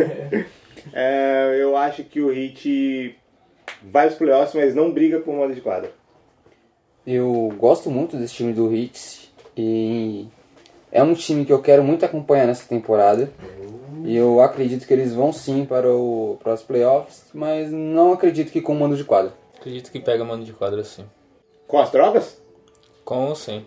é, eu acho que o Heat vai pros playoffs, mas não briga por mando de quadra. Eu gosto muito desse time do Heat e é um time que eu quero muito acompanhar nessa temporada. E eu acredito que eles vão sim para, o, para os playoffs, mas não acredito que com mando de quadra. Acredito que pega mano de quadra sim. Com as trocas? Com sim.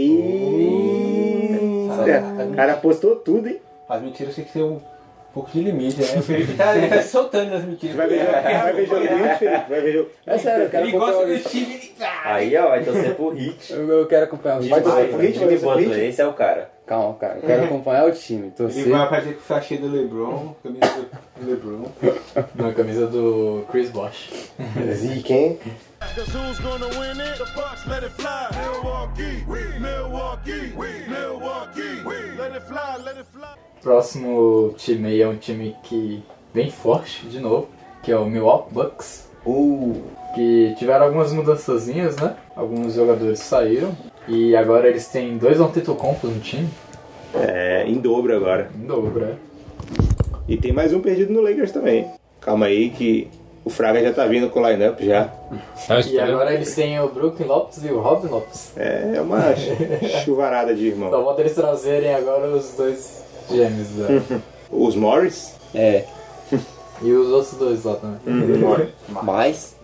E o cara apostou tudo, hein? As mentiras tem que ter um pouco de limite, né? O Felipe tá, ele tá se soltando nas mentiras. Vai ver, vai ver joguinho, Felipe? Vai ver jogo. É sério, eu quero Ele gosta acompanhar do time, ele... Ah, Aí, ó, vai torcer pro Heat. o... Eu quero acompanhar o Vai time. torcer pro Heat? Vai Jimmy torcer pro Butler, Heat? esse é o cara. Calma, cara. Eu quero acompanhar o time. Ele Torcer. vai aparecer com o sachê do LeBron, camisa do LeBron. Na camisa do Chris Bosh. Zica, hein? Cause who's gonna win it? The Bucks let it fly. Milwaukee, Milwaukee, Milwaukee, let it fly, let it fly. Próximo time aí é um time que bem forte, de novo, que é o Milwaukee Bucks. Uh, Que tiveram algumas mudançazinhas, né? Alguns jogadores saíram. E agora eles têm dois Antetokounmpo no time. é, em dobro agora. Em dobro, é. E tem mais um perdido no Lakers também. Calma aí que o Fraga já tá vindo com o line-up já. E agora eles têm o Brooklyn Lopes e o Robin Lopes. É uma chuvarada de irmão. Só falta eles trazerem agora os dois gêmeos. Né? Os Morris? É. E os outros dois lá também. Mas...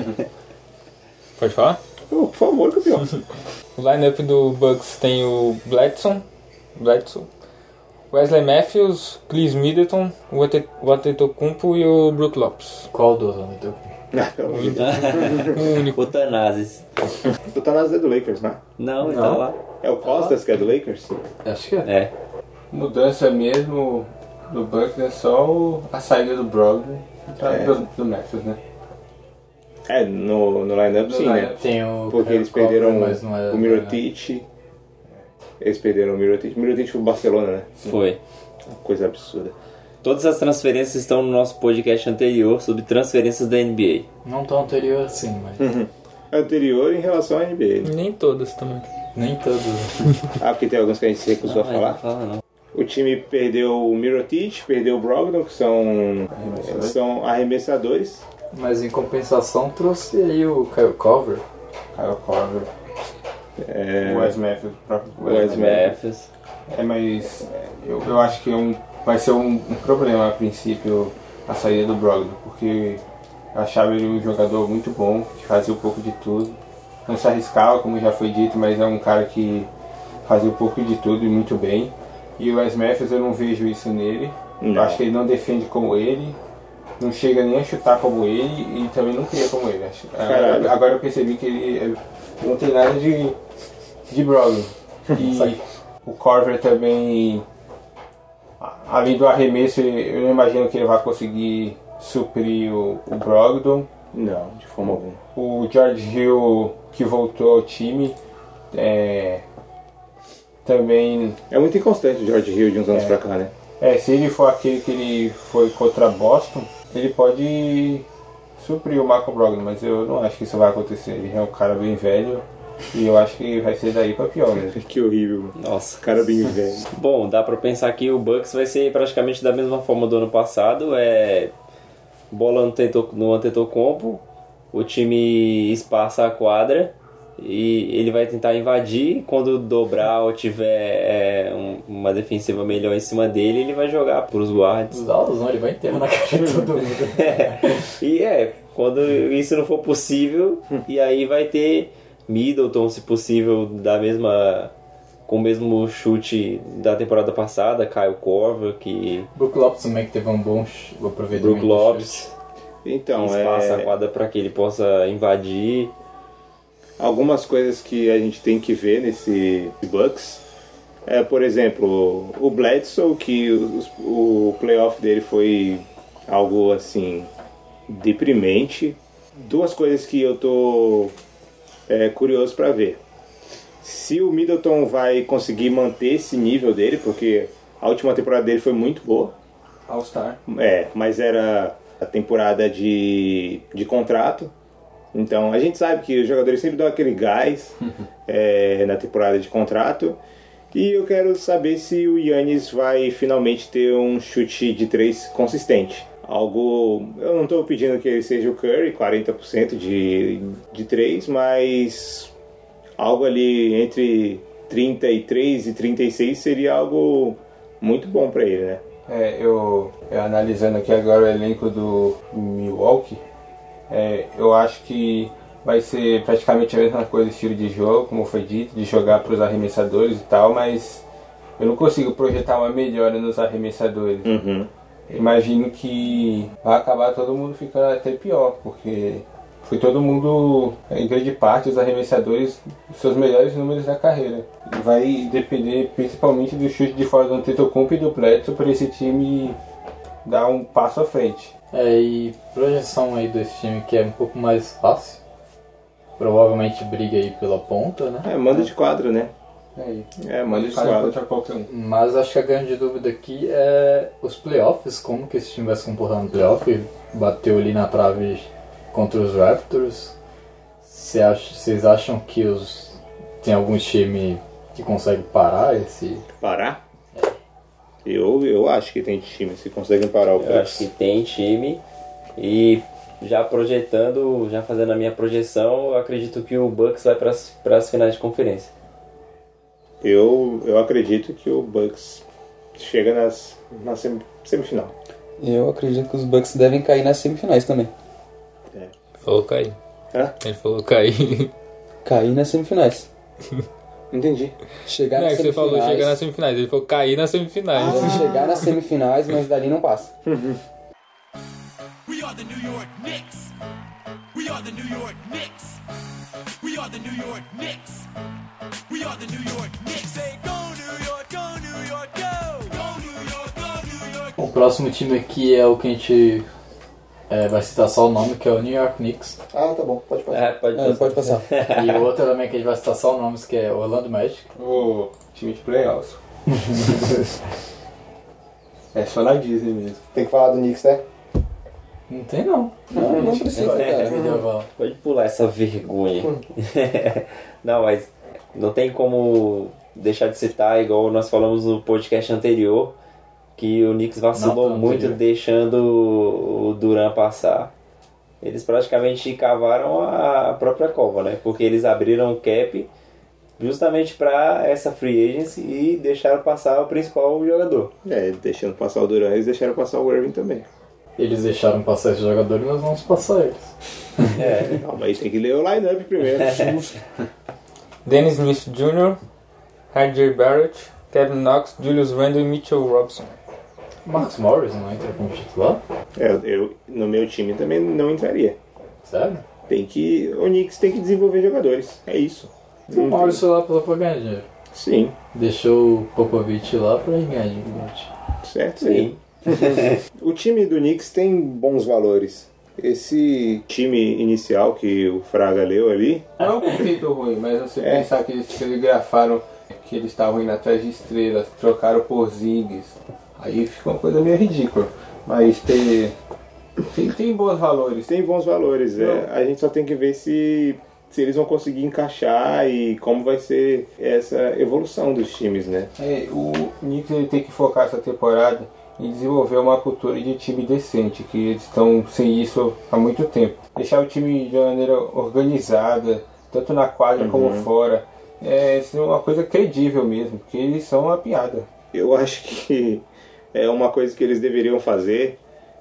Pode falar? Oh, por favor, campeão. O lineup do Bucks tem o Bledson, Bledson, Wesley Matthews, Chris Middleton, o Ate- o Antetokounmpo e o Brook Lopes. Qual dos Antetokounmpo? Ah, pelo amor de Deus. O único. O Tanazes. O Tanazes é do Lakers, né? Não, ele Não. tá lá. É o Costas que é do Lakers? Acho que é. É. Mudança mesmo do Bucks é só o- a saída do Brogdon pra- É. do, do Memphis, né? É, no, no line-up No sim, line-up. né? Tem o Porque Kyle eles perderam Korver, mas não é- o Mirotic. Eles perderam o Mirotic. O Mirotic foi o Barcelona, né? Foi. Uma coisa absurda. Todas as transferências estão no nosso podcast anterior sobre transferências da N B Não tão anterior assim, mas Anterior em relação à N B A. Nem todas também. nem todos. Ah, porque tem alguns que a gente se A. recusou a Não, falar. não fala não. O time perdeu o Mirotic, perdeu o Brogdon, que são, são arremessadores. Mas em compensação trouxe aí o Kyle Korver. Kyle Korver, É, o Wes Matthews, o próprio Wes Wes Matthews. Memphis. É, mas eu, eu acho que é um, vai ser um, um problema a princípio a saída do Brogdon, porque eu achava ele um jogador muito bom, que fazia um pouco de tudo. Não se arriscava, como já foi dito, mas é um cara que fazia um pouco de tudo e muito bem. E o Wes Matthews eu não vejo isso nele. Não. Eu acho que ele não defende como ele, não chega nem a chutar como ele e também não cria como ele. Acho. Agora, agora eu percebi que ele, ele não tem nada de, de Brogdon. E o Korver também, além do arremesso, eu não imagino que ele vai conseguir suprir o, o Brogdon. Não, de forma alguma. O George Hill, que voltou ao time, é, também... É muito inconstante o George Hill de uns anos é, pra cá, né? É, se ele for aquele que ele foi contra Boston, ele pode suprir o Malcolm Brogdon, mas eu não acho que isso vai acontecer. Ele é um cara bem velho e eu acho que vai ser daí pra pior mesmo. Que horrível. Nossa. Cara bem velho. Bom, dá pra pensar que o Bucks vai ser praticamente da mesma forma do ano passado. É bola no, teto, no Antetokounmpo, o time espaça a quadra e ele vai tentar invadir. Quando dobrar ou tiver é, um, uma defensiva melhor em cima dele, ele vai jogar pros guards. Os altos não, ele vai enterrar na cara de todo mundo. É, e é, quando isso não for possível, e aí vai ter Middleton, se possível, da mesma, com o mesmo chute da temporada passada, Kyle Korver, que... Brook Lopes também, que teve um bom aproveitamento. Brook Lopes. Então, espaça é... a quadra para que ele possa invadir. Algumas coisas que a gente tem que ver nesse Bucks é, por exemplo, o Bledsoe, que o, o playoff dele foi algo assim deprimente. Duas coisas que eu tô é, curioso para ver: se o Middleton vai conseguir manter esse nível dele, porque a última temporada dele foi muito boa. All-Star. É, mas era a temporada de, de contrato. Então a gente sabe que os jogadores sempre dão aquele gás é, na temporada de contrato. E eu quero saber se o Giannis vai finalmente ter um chute de três consistente. Algo, eu não estou pedindo que ele seja o Curry, quarenta por cento de, de três, mas algo ali entre trinta e três e trinta e seis seria algo muito bom para ele, né? É, eu, eu analisando aqui agora o elenco do Milwaukee, é, eu acho que vai ser praticamente a mesma coisa, estilo de jogo, como foi dito, de jogar para os arremessadores e tal, mas eu não consigo projetar uma melhora nos arremessadores. Uhum. Imagino que vai acabar todo mundo ficando até pior, porque foi todo mundo, em grande parte, os arremessadores, os seus melhores números da carreira. E vai depender principalmente do chute de fora do Antetokounmpo e do Bledsoe para esse time dar um passo à frente. É, e projeção aí desse time que é um pouco mais fácil. Provavelmente briga aí pela ponta, né? É, manda de quadra, né? Aí. É, manda de Cada quadra. contra qualquer um. Mas acho que a grande dúvida aqui é os playoffs, como que esse time vai se comportar no playoff. Bateu ali na trave contra os Raptors. Cê acha, vocês acham que os, tem algum time que consegue parar esse... Parar? Eu, eu acho que tem time que conseguem parar o Bucks. Eu acho que tem time. E já projetando, já fazendo a minha projeção, eu acredito que o Bucks vai para as finais de conferência. Eu, eu acredito que o Bucks chega nas, na semifinal. Eu acredito que os Bucks devem cair nas semifinais também. É. Falou cair. Hã? Ele falou cair. Cair nas semifinais. Entendi. Chegar não, nas é que semifinais. você falou chegar nas semifinais. Ele falou cair nas semifinais. Ah. Chegar nas semifinais, mas dali não passa. We are the New York Knicks. We are the New York Knicks. We are the New York Knicks. We are the New York Knicks. Say go New York, go New York, go. Go New York, go New York. O próximo time aqui é o que a gente é, vai citar só o nome, que é o New York Knicks. Ah, tá bom, pode passar. É, pode É, passar. pode passar. E o outro também que a gente vai citar só o nome, que é o Orlando Magic. O time de playoffs. É só na Disney mesmo. Tem que falar do Knicks, né? Não tem não. Não, não precisa, cara. Pode pular essa vergonha. Não, mas não tem como deixar de citar, igual nós falamos no podcast anterior, que o Knicks vacilou Não, muito anterior. deixando o Durant passar. Eles praticamente cavaram a própria cova, né? Porque eles abriram o cap justamente para essa free agency e deixaram passar o principal jogador. É, deixando passar o Durant, eles deixaram passar o Irving também. Eles deixaram passar esses jogadores e nós vamos passar eles. É. Calma aí, tem que ler o line-up primeiro. Dennis Smith Júnior, R J Barrett, Kevin Knox, Julius Randle e Mitchell Robinson. Marcus Morris não entra como titular? É, eu, no meu time também não entraria. Sério? Tem que, o Knicks tem que desenvolver jogadores. É isso. O Morris foi lá pra ganhar dinheiro. Sim. Deixou o Popovich lá pra ganhar dinheiro. Certo, sim. O time do Knicks tem bons valores. Esse time inicial que o Fraga leu ali... Não é um conflito ruim, mas você É. pensar que eles telegrafaram que eles estavam indo atrás de estrelas, trocaram por Ziggs, aí fica uma coisa meio ridícula. Mas tem, tem, tem bons valores. Tem bons valores. É. A gente só tem que ver se, se eles vão conseguir encaixar e como vai ser essa evolução dos times, né? É, o Knicks ele tem que focar essa temporada em desenvolver uma cultura de time decente, que eles estão sem isso há muito tempo. Deixar o time de maneira organizada, tanto na quadra Uhum. como fora. É ser uma coisa credível mesmo, porque eles são uma piada. Eu acho que é uma coisa que eles deveriam fazer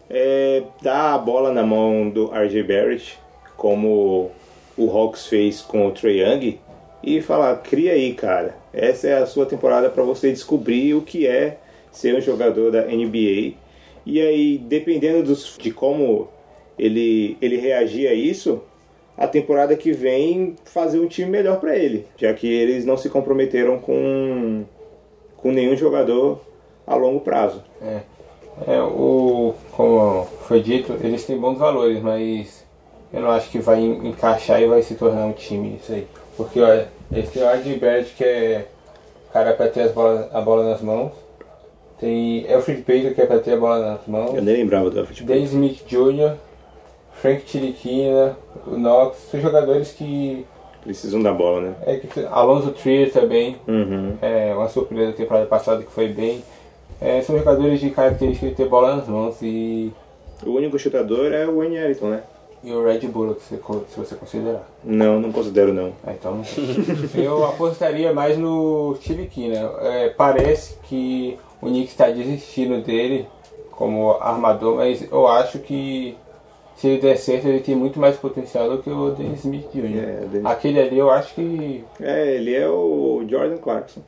é dar a bola na mão do R J Barrett, como o Hawks fez com o Trae Young, e falar, cria aí, cara. Essa é a sua temporada para você descobrir o que é ser um jogador da N B A. E aí, dependendo dos, de como ele, ele reagir a isso, a temporada que vem fazer um time melhor para ele, já que eles não se comprometeram com, com nenhum jogador a longo prazo. É. É, o, como foi dito, eles têm bons valores, mas eu não acho que vai en- encaixar e vai se tornar um time isso aí. Porque olha, eles têm o R J Barrett, que é cara para ter as bolas, a bola nas mãos. Tem Elfrid Payton, que é para ter a bola nas mãos. Eu nem lembrava do Alfred Dan Smith Júnior, Frank Tiriquina, o Knox, são jogadores que... Precisam da bola, né? É, que Alonso Trier também, Uhum. é uma surpresa da temporada passada que foi bem. É, são jogadores de característica de ter bola nas mãos e, O único chutador é o Wayne Ellington, né? e o Red Bullock, se, co- se você considerar. Não, não considero não. Ah, então eu apostaria mais no Tiriquina. É, parece que o Knicks está desistindo dele como armador, mas eu acho que se ele der certo ele tem muito mais potencial do que o Dennis Smith Júnior É, Dennis- Aquele ali eu acho que... É, ele é o Jordan Clarkson.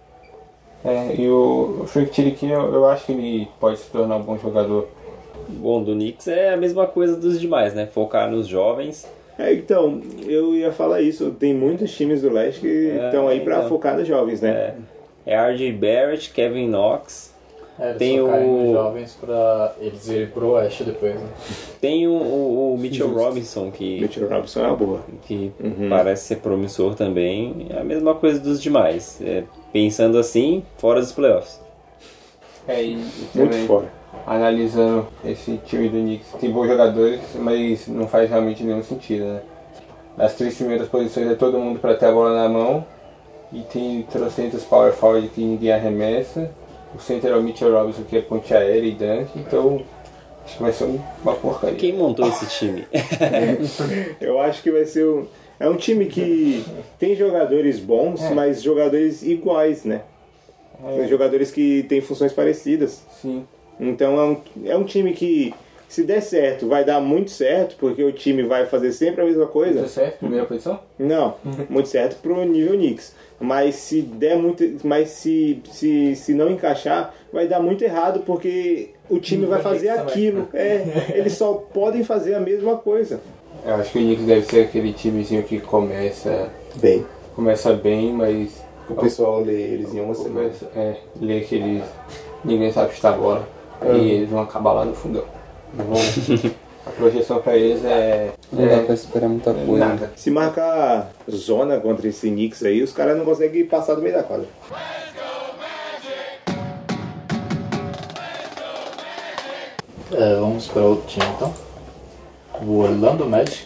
É, e o Frank Tiriquina eu eu acho que ele pode se tornar um bom jogador. Bom, do Knicks é a mesma coisa dos demais, né? Focar nos jovens. É, então, eu ia falar isso. Tem muitos times do leste que É, estão aí pra então. focar nos jovens, né? É R J Barrett, Kevin Knox. É, eles Tem focarem o- nos jovens pra eles irem pro oeste depois, né? Tem o, o, o Mitchell Robinson, que, Mitchell Robinson é uma boa. que Uhum. parece ser promissor também. É a mesma coisa dos demais. É, pensando assim, fora dos playoffs. É, e, e Muito também, fora. analisando esse time do Knicks, tem bons jogadores, mas não faz realmente nenhum sentido, né? Nas três primeiras posições é todo mundo para ter a bola na mão, e tem trocentos power forward que ninguém arremessa. O center é o Mitchell Robinson, que é ponte aérea e dunk, então acho que vai ser um- uma porcaria. Quem montou esse time? Eu acho que vai ser um... É um time que tem jogadores bons, É. mas jogadores iguais, né? São jogadores que têm funções parecidas. Sim. Então é um, é um time que, se der certo, vai dar muito certo, porque o time vai fazer sempre a mesma coisa. Deu certo? Primeira posição? Não, muito certo pro nível Knicks. Mas se der muito, mas se, se, se não encaixar, vai dar muito errado, porque o time vai fazer aquilo. É, eles só podem fazer a mesma coisa. Eu acho que o Knicks deve ser aquele timezinho que começa, Bem, começa bem, mas o pessoal lê eles em uma semana. começa, é, lê que eles, ninguém sabe chutar a bola e eles vão acabar lá no fundão. Não vão- a projeção pra eles é, Não dá é pra esperar muita coisa. nada. Se marcar zona contra esse Knicks aí, os caras não conseguem passar do meio da quadra. É, vamos para outro time então. O Orlando Magic.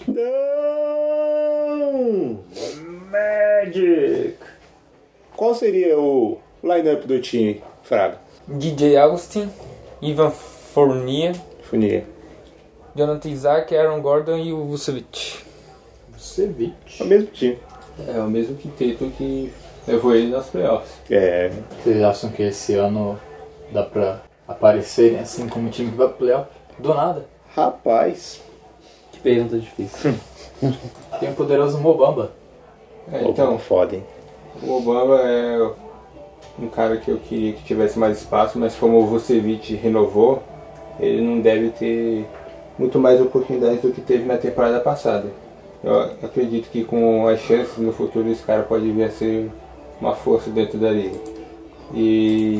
Não! Magic! Qual seria o lineup do time, Fraga? D J Augustin, Ivan Fournier, Funia. Jonathan Isaac, Aaron Gordon e o Vucevic. Vucevic. É o mesmo time. É o mesmo quinteto que levou ele nas playoffs. É. Vocês acham que esse ano dá pra aparecerem assim como time que vai pro playoff? Do nada. Rapaz. Que pergunta difícil. Tem o poderoso Mobamba. É, Então, então, foda, hein? o Obama é um cara que eu queria que tivesse mais espaço, mas como o Vucevic renovou, ele não deve ter muito mais oportunidades do que teve na temporada passada. Eu acredito que com as chances no futuro esse cara pode vir a ser uma força dentro da liga. E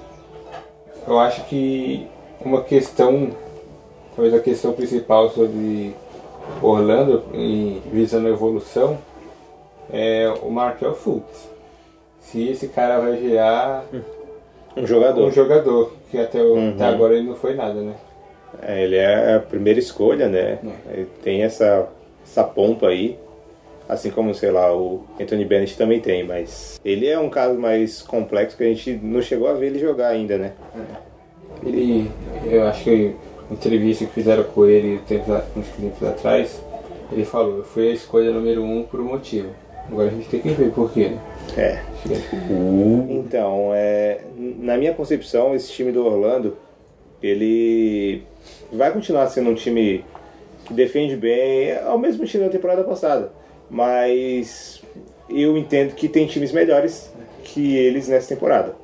eu acho que uma questão, talvez a questão principal sobre Orlando, em visando a evolução, é o Markelle Fultz. Se esse cara vai virar Um jogador. um jogador, que até, o- Uhum. até agora ele não foi nada, né? É, ele é a primeira escolha, né? É. Ele tem essa, essa pompa aí. Assim como, sei lá, o Anthony Bennett também tem, mas ele é um caso mais complexo que a gente não chegou a ver ele jogar ainda, né? Ele, eu acho que a entrevista que fizeram com ele tempos, a- uns tempos atrás, ele falou, eu fui a escolha número um por um motivo. Agora a gente tem que ver por quê, né? É. Então, é, na minha concepção, esse time do Orlando, ele vai continuar sendo um time que defende bem, é o mesmo time da temporada passada, mas eu entendo que tem times melhores que eles nessa temporada.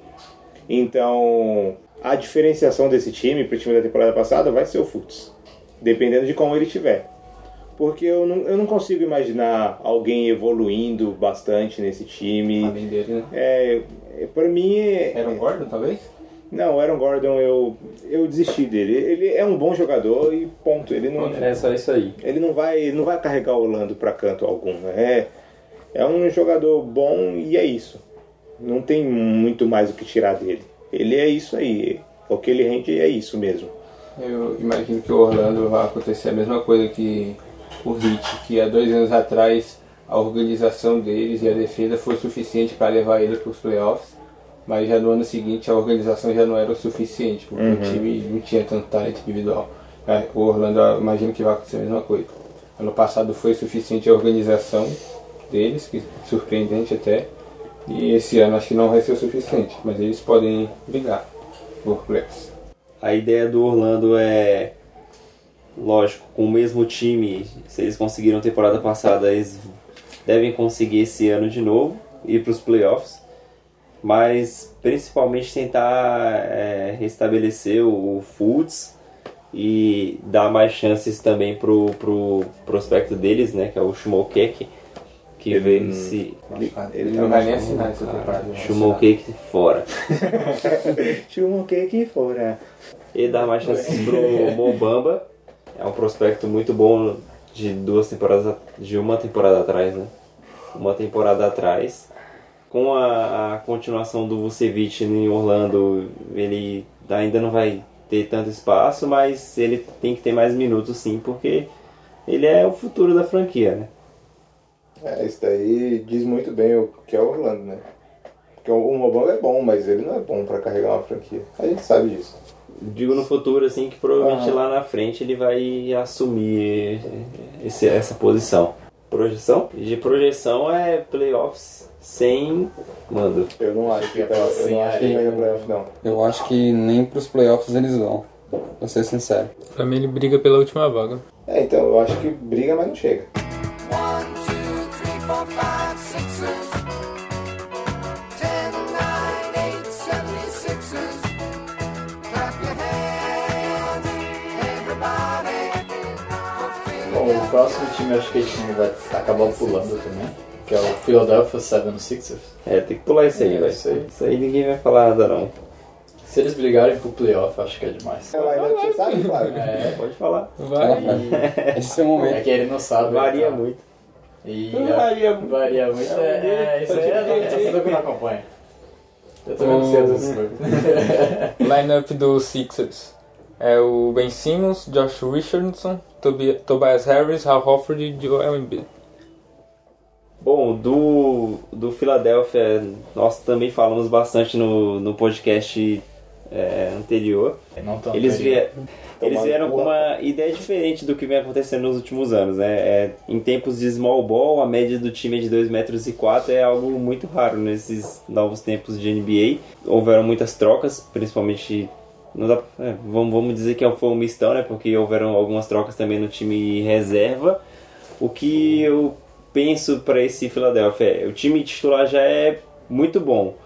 Então, a diferenciação desse time para o time da temporada passada vai ser o Fultz, dependendo de como ele estiver. Porque eu não, eu não consigo imaginar alguém evoluindo bastante nesse time. Além dele, né? É, é, pra mim... É, Era um Gordon, talvez? Não, o Aaron Gordon, eu, eu desisti dele. Ele é um bom jogador e ponto. Ele não, É só isso aí. ele não, vai, ele não vai carregar o Orlando pra canto algum. É, é um jogador bom e é isso. Não tem muito mais o que tirar dele. Ele é isso aí. O que ele rende é isso mesmo. Eu imagino que o Orlando vai acontecer a mesma coisa que o Heat, que há dois anos atrás a organização deles e a defesa foi suficiente para levar ele para os playoffs, mas já no ano seguinte a organização já não era o suficiente, porque Uhum. o time não tinha tanto talento individual. É, o Orlando, eu imagino que vai acontecer a mesma coisa. Ano passado foi suficiente a organização deles, que surpreendente até, e esse ano acho que não vai ser o suficiente, mas eles podem brigar por playoffs. A ideia do Orlando é, lógico, com o mesmo time, se eles conseguiram temporada passada, eles devem conseguir esse ano de novo, ir para os playoffs, mas principalmente tentar é, restabelecer o, o Fultz e dar mais chances também pro, pro prospecto deles, né, que é o Schmokek, que veio se... Ele não vai nem assinar essa temporada. não vai assinar. Schmokek fora. Chuma o que que fora. E dar mais chances pro Mobamba. É um prospecto muito bom de duas temporadas, de uma temporada atrás, né? Uma temporada atrás. Com a, a continuação do Vucevic em Orlando, ele ainda não vai ter tanto espaço, mas ele tem que ter mais minutos sim, porque ele é o futuro da franquia, né? É, isso daí diz muito bem o que é o Orlando, né? Porque o Mobamba é bom, mas ele não é bom pra carregar uma franquia. A gente sabe disso. Digo no futuro, assim, que provavelmente Aham. lá na frente ele vai assumir esse, essa posição. Projeção? De projeção é playoffs sem mando. Eu não acho que, tá, eu não acho que vai pra playoff, não. Eu acho que nem pros playoffs eles vão, pra ser sincero. Pra mim ele briga pela última vaga. É, então, eu acho que briga, mas não chega. One, two, three, four, five, sixes. Ten, nine, eight, seventy-sixes. Clap your hands, everybody. Bom, o próximo time acho que a gente vai acabar pulando também, que é o Philadelphia seventy-sixers. É, tem que pular isso aí, É, velho. isso aí. Isso aí ninguém vai falar nada, não. Se eles brigarem pro playoff, acho que é demais. Ela ainda você sabe, Flávio? É, Pode falar. Ela vai. Esse é o é momento. que ele não sabe. Varia tá? muito. E Varia muito. Varia muito. É, é, isso aí é torcedor que não acompanha. Eu também não sei essas coisas. Lineup do Sixers é o Ben Simmons, Josh Richardson, Tobi- Tobias Harris, Al Horford e Joel Embiid. Bom, do, do Philadelphia, nós também falamos bastante no, no podcast é, anterior. Não tão Eles, anterior. vier, eles Tomar vieram no com cu. uma ideia diferente do que vem acontecendo nos últimos anos, né? É, em tempos de small ball, a média do time é de dois metros e quatro, é algo muito raro nesses novos tempos de N B A. Houveram muitas trocas, principalmente... Não dá, é, vamos, vamos dizer que foi um mistão, né? Porque houveram algumas trocas também no time reserva. O que eu penso para esse Philadelphia é, o time titular já é muito bom.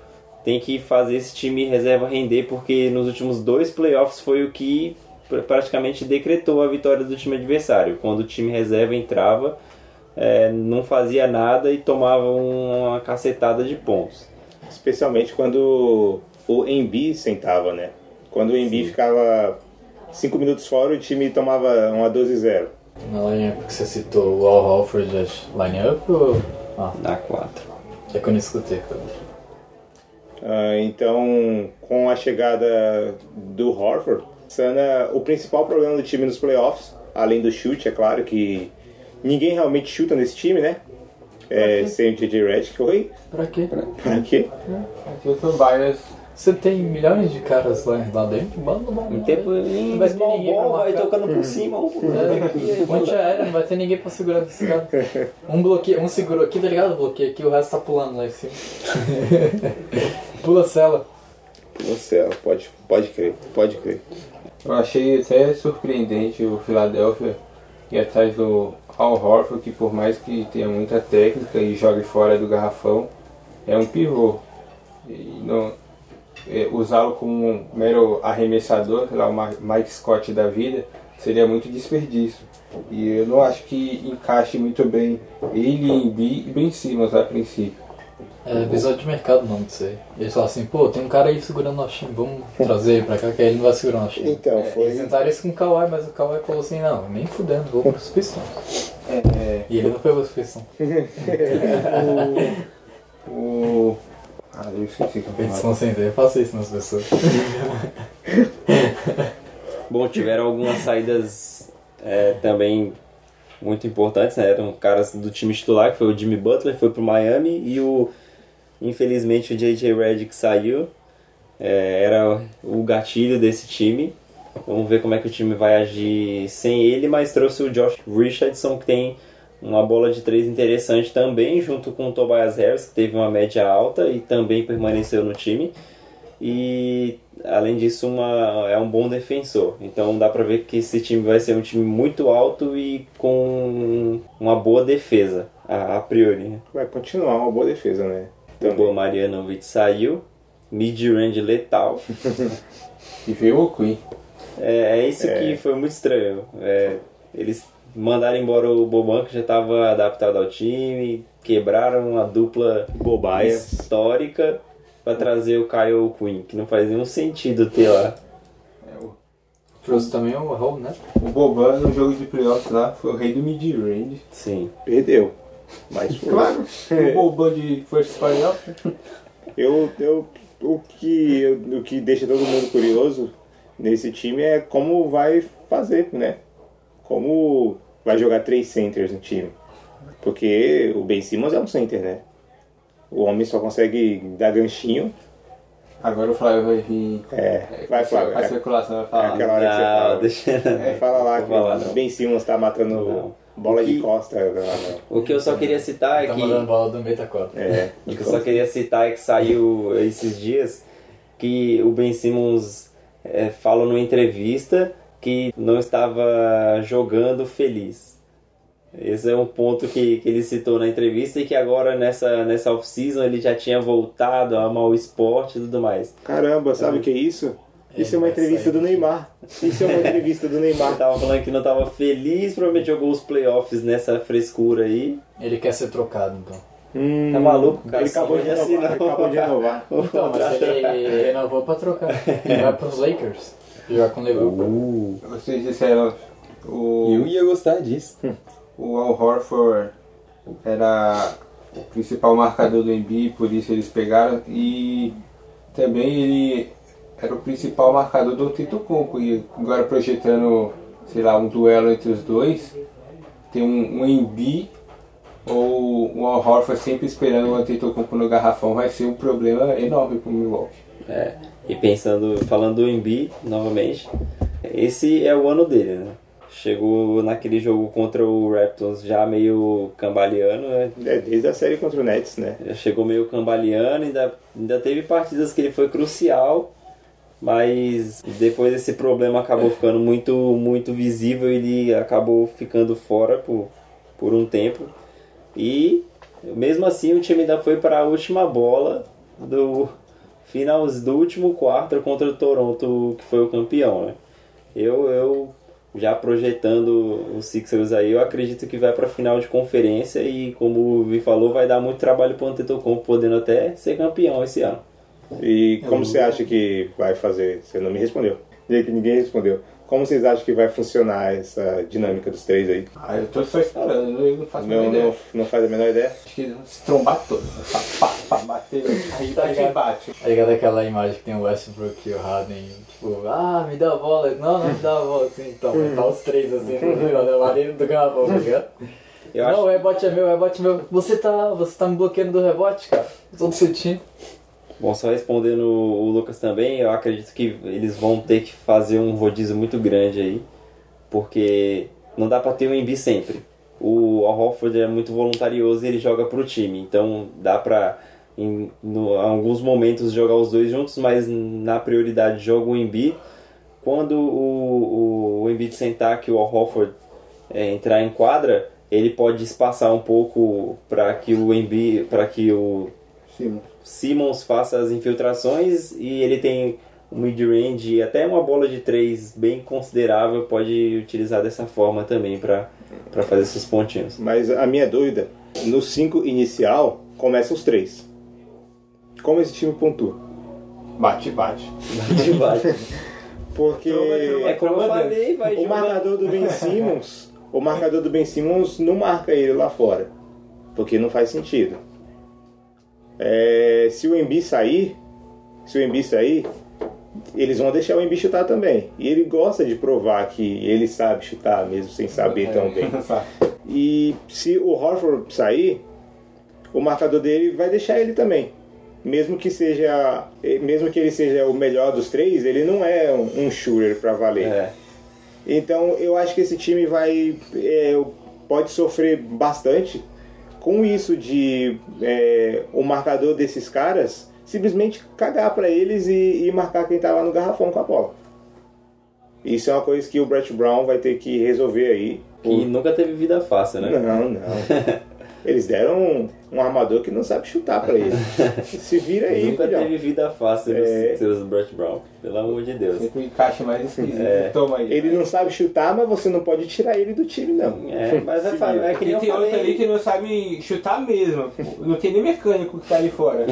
tem que fazer esse time reserva render, porque nos últimos dois playoffs foi o que praticamente decretou a vitória do time adversário. Quando o time reserva entrava, é, não fazia nada e tomava uma cacetada de pontos. Especialmente quando o Embiid sentava, né? Quando o Embiid ficava cinco minutos fora, o time tomava uma doze a zero. Na lineup que você citou, o Al Horford lineup ou... Ah, Na quatro. é que eu não escutei. Ah, então, com a chegada do Horford, sana o principal problema do time nos playoffs, além do chute, é claro que ninguém realmente chuta nesse time, né? É, sem o J J Redick. Oi? Pra quê? Pra quê? Aqui o Tobias. Você tem milhões de caras lá, lá dentro, manda uma Em tempo Não vai ter small ninguém pra ball, vai marcar. tocando por cima. Um, É, ponte aérea, não vai ter ninguém pra segurar esse cara. Um bloqueia, um segurou aqui, tá ligado? Bloqueia aqui, o resto tá pulando lá em cima. Pula a cela. Você, pode, pode crer, pode crer. Eu achei até surpreendente o Philadelphia ir atrás do Al Horford, que por mais que tenha muita técnica e jogue fora do garrafão, é um pivô. E não, é, usá-lo como um mero arremessador, sei lá, o Mike Scott da vida, seria muito desperdício. E eu não acho que encaixe muito bem ele, Embiid e Ben Simmons a princípio. É visão de mercado o nome disso aí. Eles falam assim, pô, tem um cara aí segurando o time, vamos trazer ele pra cá, que aí ele não vai segurar o time. Então, Eles foi. tentaram isso com o Kawhi, mas o Kawhi falou assim, não, nem fudendo, vou pros Pistons. É, E ele não pegou os Pistons. o... Ah, eu esqueci que eu Eu falava. desconcentrei, eu faço isso nas pessoas. Bom, tiveram algumas saídas é, também muito importantes, né? Eram caras do time titular, que foi o Jimmy Butler, foi pro Miami, e o infelizmente o J J Redick saiu. É, era o gatilho desse time. Vamos ver como é que o time vai agir sem ele, mas trouxe o Josh Richardson, que tem uma bola de três interessante também, junto com o Tobias Harris, que teve uma média alta e também permaneceu no time. E além disso, uma, é um bom defensor. Então dá pra ver que esse time vai ser um time muito alto e com uma boa defesa, a, a priori. Né? Vai continuar uma boa defesa, né? O Boa Marjanovic saiu, mid-range letal. E veio o Queen. É, é isso É. que foi muito estranho. É, eles mandaram embora o Boban, que já estava adaptado ao time, quebraram uma dupla Bobaia. histórica para trazer o Kyle Quinn, que não faz nenhum sentido ter lá. Trouxe também o Raul, né? O Boban no jogo de playoffs lá foi o rei do mid-range. Sim. Perdeu. Mas foi. Claro, o Boban de first playoff. Eu, eu, o, que, eu- o que deixa todo mundo curioso nesse time é como vai fazer, né? Como vai jogar três centers no time. Porque o Ben Simmons é um center, né? O homem só consegue dar ganchinho. Agora o Flávio vai vir. É, vai, A Flávio. É, especulação vai é falar. aquela hora que você Não, fala. deixa... É, fala lá Vou que falar, o não. Ben Simmons tá matando Não. bola O que- de costa. Lá, não. O que eu só queria citar é Tá que... mandando bola do meio da quadra. É, O que eu só queria citar é que saiu esses dias que o Ben Simmons é, falou numa entrevista que não estava jogando feliz. Esse é um ponto que, que ele citou na entrevista e que agora nessa, nessa off-season ele já tinha voltado a amar o esporte e tudo mais. Caramba, sabe o que é isso? Isso é uma vai entrevista sair do do Neymar. Isso é uma entrevista do Ele Neymar. tava falando que não estava feliz, provavelmente jogou os playoffs nessa frescura aí. Ele quer ser trocado, então. Hum, Tá maluco, cara? Ele acabou de Só renovar. assinou. Ele acabou de renovar. Então, mas ele renovou pra trocar. Ele vai pros Lakers. Jogar com o Liverpool. Vocês disseram o, Eu ia gostar disso. o Al Horford era o principal marcador do Embiid, por isso eles pegaram. E também ele era o principal marcador do Antetokounmpo. E agora projetando, sei lá, um duelo entre os dois, tem um, um Embiid ou o Al Horford sempre esperando o Antetokounmpo no garrafão vai ser um problema enorme pro Milwaukee. É, e pensando, falando do Embiid novamente, esse é o ano dele, né? Chegou naquele jogo contra o Raptors já meio cambaleando, né? É, desde a série contra o Nets, né? Já chegou meio cambaleando, ainda, ainda teve partidas que ele foi crucial, mas depois esse problema acabou ficando muito, muito visível e ele acabou ficando fora por, por um tempo. E mesmo assim o time ainda foi para a última bola do final do último quarto contra o Toronto, que foi o campeão, né? Eu, eu já projetando os Sixers aí, eu acredito que vai para a final de conferência e, como o Vi falou, vai dar muito trabalho para o Antetokounmpo, podendo até ser campeão esse ano. E como você acha que vai fazer? Você não me respondeu. E que ninguém respondeu. Como vocês acham que vai funcionar essa dinâmica dos três aí? Ah, eu tô só esperando, eu não faço a Não, menor ideia. não, não faz a menor ideia? Acho que se trombar todo. Pá, pá, pá, bater, aí Tá tá ligado? bate. Tá ligado aquela imagem que tem o Westbrook e o Harden, tipo, ah, me dá a bola, não, não me dá a bola, assim, então, tá os três assim, lá dentro do garrafão, tá ligado? Eu não, acho- o rebote é meu, o rebote é meu, você tá, você tá me bloqueando do rebote, cara, todo seu time. Bom, só respondendo o Lucas também, eu acredito que eles vão ter que fazer um rodízio muito grande aí, porque não dá pra ter o Embiid sempre. O Al Horford é muito voluntarioso e ele joga pro time, então dá pra, em no, alguns momentos, jogar os dois juntos, mas na prioridade joga o Embiid. Quando o, o, o Embiid sentar que o Al Horford é, entrar em quadra, ele pode espaçar um pouco para que o Embiid, para que o Sim. Simmons faça as infiltrações e ele tem um mid-range e até uma bola de três bem considerável, pode utilizar dessa forma também para fazer esses pontinhos. Mas a minha dúvida, no cinco inicial, começa os três. Como esse time pontua? Bate, bate. Porque É como eu falei, vai o jogar. marcador do Ben Simmons, o marcador do Ben Simmons não marca ele lá fora, porque não faz sentido. É, se o Embiid sair, se o Embiid sair, eles vão deixar o Embiid chutar também. E ele gosta de provar que ele sabe chutar, mesmo sem saber tão bem. E se o Horford sair, o marcador dele vai deixar ele também. Mesmo que seja, mesmo que ele seja o melhor dos três, ele não é um, um shooter pra valer. É. Então eu acho que esse time vai é, pode sofrer bastante com isso de é, o marcador desses caras simplesmente cagar pra eles e, e marcar quem tá lá no garrafão com a bola. Isso é uma coisa que o Brett Brown vai ter que resolver aí. Que nunca teve vida fácil, né? Não, não. Eles deram um, um armador que não sabe chutar pra ele. Se vira aí, Nunca filhão. teve vida fácil nos É. Sixers do Brett Brown, pelo amor de Deus. Sempre o encaixe mais esquisito. É. Toma aí. Ele não sabe chutar, mas você não pode tirar ele do time, não. É, mas é, Se fa- vira. é que nem E eu tem outro ali falei. que não sabe chutar mesmo. Não tem nem mecânico que tá ali fora.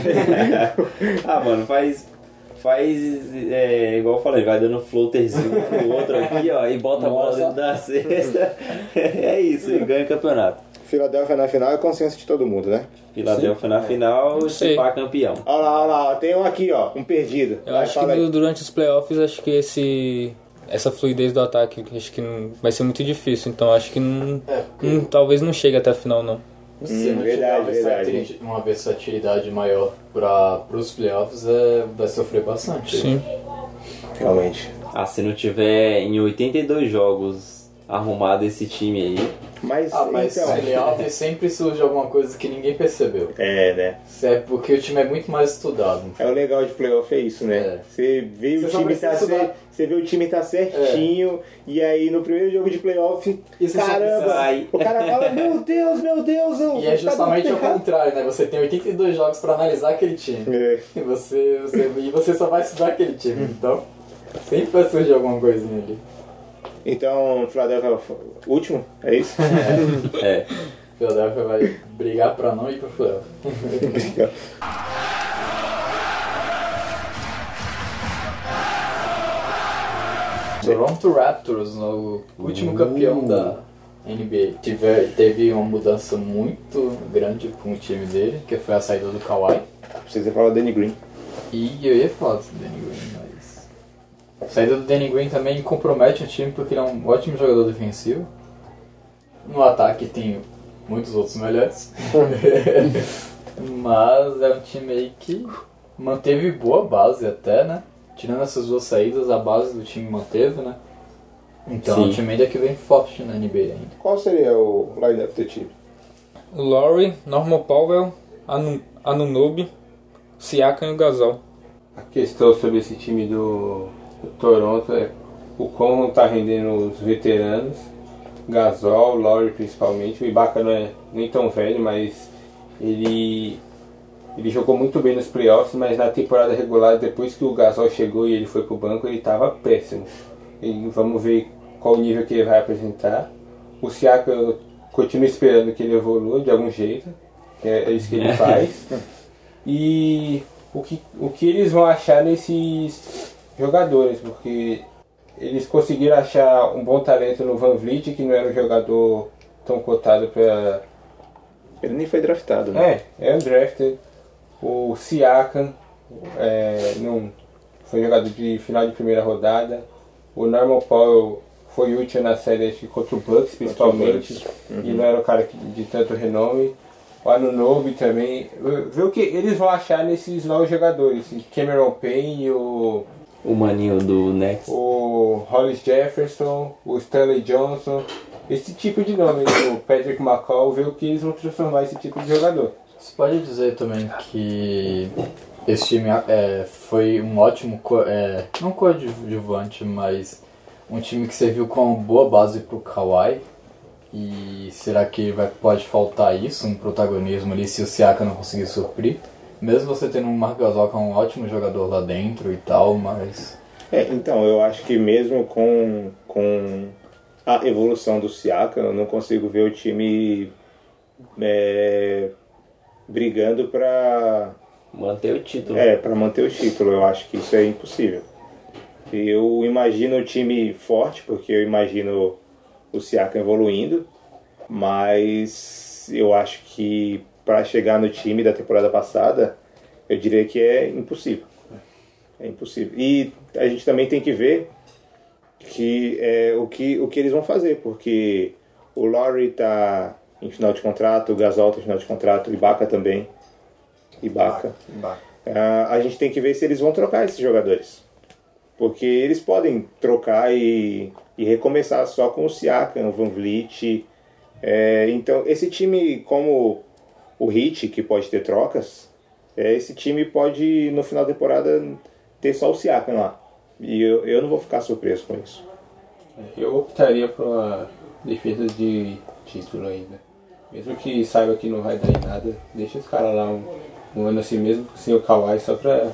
Ah, mano, faz. Faz. É, igual eu falei, vai dando floaterzinho pro outro aqui, ó, e bota a bola Nossa. dentro da cesta. É isso, e ganha o campeonato. Filadélfia na final é consenso de todo mundo, né? Filadélfia na final, Sei. se pá campeão. Olha lá, olha lá, tem um aqui, ó, um perdido. Eu Vai, acho que fala aí. du- durante os playoffs, acho que esse essa fluidez do ataque acho que não, vai ser muito difícil. Então acho que não, não- talvez não chegue até a final, não. Se Hum, não verdade, tiver uma verdade. versatilidade- uma versatilidade maior para os playoffs, é, vai sofrer bastante. Sim. Realmente. Ah, se não tiver em oitenta e dois jogos arrumado esse time aí. Mas, Ah, mas então... playoff sempre surge alguma coisa que ninguém percebeu. É, né? Isso é porque o time é muito mais estudado. É o legal de playoff é isso, né? É. Você vê Você o só time precisa tá estudar. cer- você vê o time tá certinho e aí no primeiro jogo de playoff, E você só caramba, precisa- o cara fala, meu Deus, meu Deus, eu, E é justamente tá ao tudo errado. contrário, né? Você tem oitenta e dois jogos para analisar aquele time. É. E você, você, e você só vai estudar aquele time. Então, sempre vai surgir alguma coisinha ali. Então, Philadelphia é o último, é isso? É. Philadelphia vai brigar para não ir pro playoff. Toronto Raptors, o último campeão da N B A, Tive- teve uma mudança muito grande com o time dele, que foi a saída do Kawhi. Precisa falar do Danny Green. E eu ia falar do Danny Green, mas... A saída do Danny Green também compromete o time porque ele é um ótimo jogador defensivo. No ataque tem muitos outros melhores. Mas é um time aí que manteve boa base até, né? Tirando essas duas saídas, a base do time manteve, né? Então é um Sim. time ainda que vem forte na N B A ainda. Qual seria o line-up do time? O Lowry, Norman Powell, Anu- Anunoby, Siakam e o Gasol. A questão sobre esse time do, do Toronto é o quão não tá rendendo os veteranos. Gasol, Lowry principalmente. O Ibaka não é nem tão velho, mas ele ele jogou muito bem nos playoffs, mas na temporada regular, depois que o Gasol chegou e ele foi pro banco, ele estava péssimo. E vamos ver qual nível que ele vai apresentar. O Siakam, eu continuo esperando que ele evolua de algum jeito, que é isso que ele faz. E o que, o que eles vão achar nesses jogadores, porque eles conseguiram achar um bom talento no Van Vliet, que não era um jogador tão cotado para... Ele nem foi draftado, né? É, é undrafted. O Siakam é, não, foi jogador de final de primeira rodada. O Norman Powell foi útil na série acho que contra o Bucks, principalmente. Uhum. E não era um cara de tanto renome. O Anunoby também. Vê o que eles vão achar nesses novos jogadores. Cameron Payne, o... O maninho do Nets. O Hollis Jefferson, o Stanley Johnson. Esse tipo de nome, o Patrick McCall, ver o que eles vão transformar esse tipo de jogador. Você pode dizer também que esse time é, foi um ótimo, é, não coadjuvante, mas um time que serviu como boa base para o Kawhi. E será que vai, pode faltar isso, um protagonismo ali, se o Siakam não conseguir suprir? Mesmo você tendo um Marc Gasol que é um ótimo jogador lá dentro e tal, mas... É, então, eu acho que mesmo com, com a evolução do Siakam, eu não consigo ver o time é, brigando para manter o título. É, para manter o título. Eu acho que isso é impossível. Eu imagino o time forte, porque eu imagino o Siakam evoluindo, mas eu acho que para chegar no time da temporada passada, eu diria que é impossível. É impossível. E a gente também tem que ver que, é, o, que, o que eles vão fazer, porque o Lowry está em final de contrato, o Gasol está em final de contrato, o Ibaka também. Ibaka. Ibaka. Uh, a gente tem que ver se eles vão trocar esses jogadores. Porque eles podem trocar e, e recomeçar só com o Siakam, o Van Vliet. É, então, esse time, como o Heat, que pode ter trocas, é, esse time pode, no final da temporada, ter só o Siakam lá. E eu, eu não vou ficar surpreso com isso. Eu optaria por uma defesa de título ainda. Mesmo que saiba que não vai dar em nada, deixa os caras lá um, um ano assim mesmo, sem o Kawhi, só pra...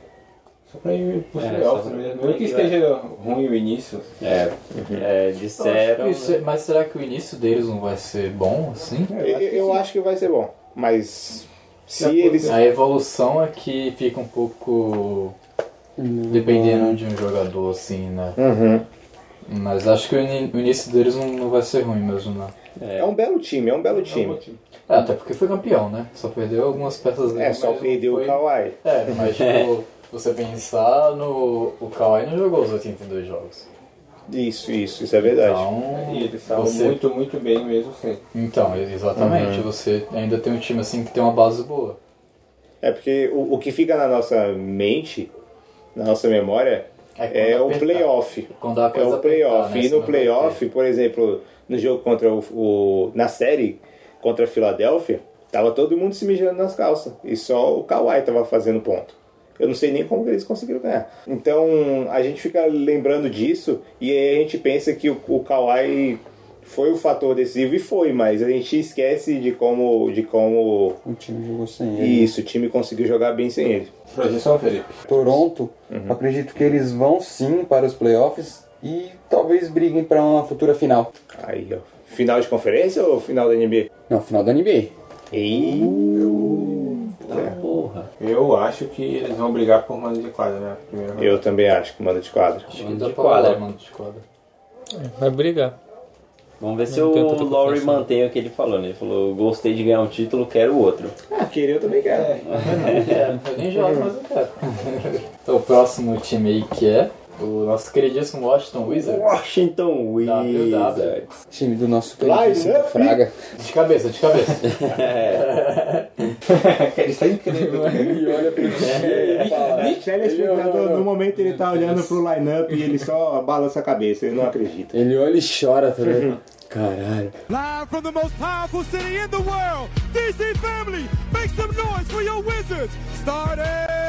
Só pra ir pro É, playoffs só pra- mesmo. Mesmo que esteja ruim o início. É, é disseram. Isso- mas será que o início deles não vai ser bom, assim? Eu, eu acho que vai ser bom, mas se Já eles... A evolução é que fica um pouco dependendo de um jogador, assim, né? Uhum. Mas acho que o, ini- o início deles não, não vai ser ruim mesmo, não. É um belo time, é um belo time. É, até porque foi campeão, né? Só perdeu algumas peças dele. É, só mas perdeu foi- o Kawhi. É, mas tipo, você pensar no... O Kawhi não jogou os oitenta e dois jogos. Isso, isso, isso é verdade. Então, E eles estavam você... muito, muito bem mesmo sem. Então, exatamente. Você ainda tem um time assim que tem uma base boa. É porque o, o que fica na nossa mente, na nossa memória, É é, quando o apertar. playoff. Quando a É coisa o playoff. apertar, né? E Você no não vai playoff, ter. por exemplo, no jogo contra o, o. Na série contra a Filadélfia, tava todo mundo se mijando nas calças. E só o Kawhi tava fazendo ponto. Eu não sei nem como eles conseguiram ganhar. Então a gente fica lembrando disso e aí a gente pensa que o, o Kawhi foi o fator decisivo e foi, mas a gente esquece de como. De como O time jogou sem ele. isso, o time conseguiu jogar bem sem ele. Projeção, Felipe. Toronto, acredito que eles vão sim para os playoffs e talvez briguem para uma futura final. Aí, ó. Final de conferência ou final da N B Não, final da N B A? Ei, Porra. Eu acho que eles vão brigar por mando de quadra, né? Primeira rodada. eu também acho que manda de quadra. Acho que Mano dá de pra quadra. rolar, mano de quadra. Vai brigar. Vamos ver se Não o tem tanta Lowry confiança. mantém o que ele falou, né? Ele falou, gostei de ganhar um título, quero outro. Ah, querer eu também quero. É, eu nem jogo, mas eu quero. Então o próximo time aí que é o nosso queridíssimo Washington Wizards. Washington W W. Wizards. Time do nosso queridíssimo Line up. Fraga. De cabeça, de cabeça. Ele está incrível. E olha pro Telespectador, no momento ele tá olhando pro line-up e ele só balança a cabeça, ele não acredita. Ele olha e chora também. Caralho. Live from the most powerful city in the world, D C family, make some noise for your Wizards. Starting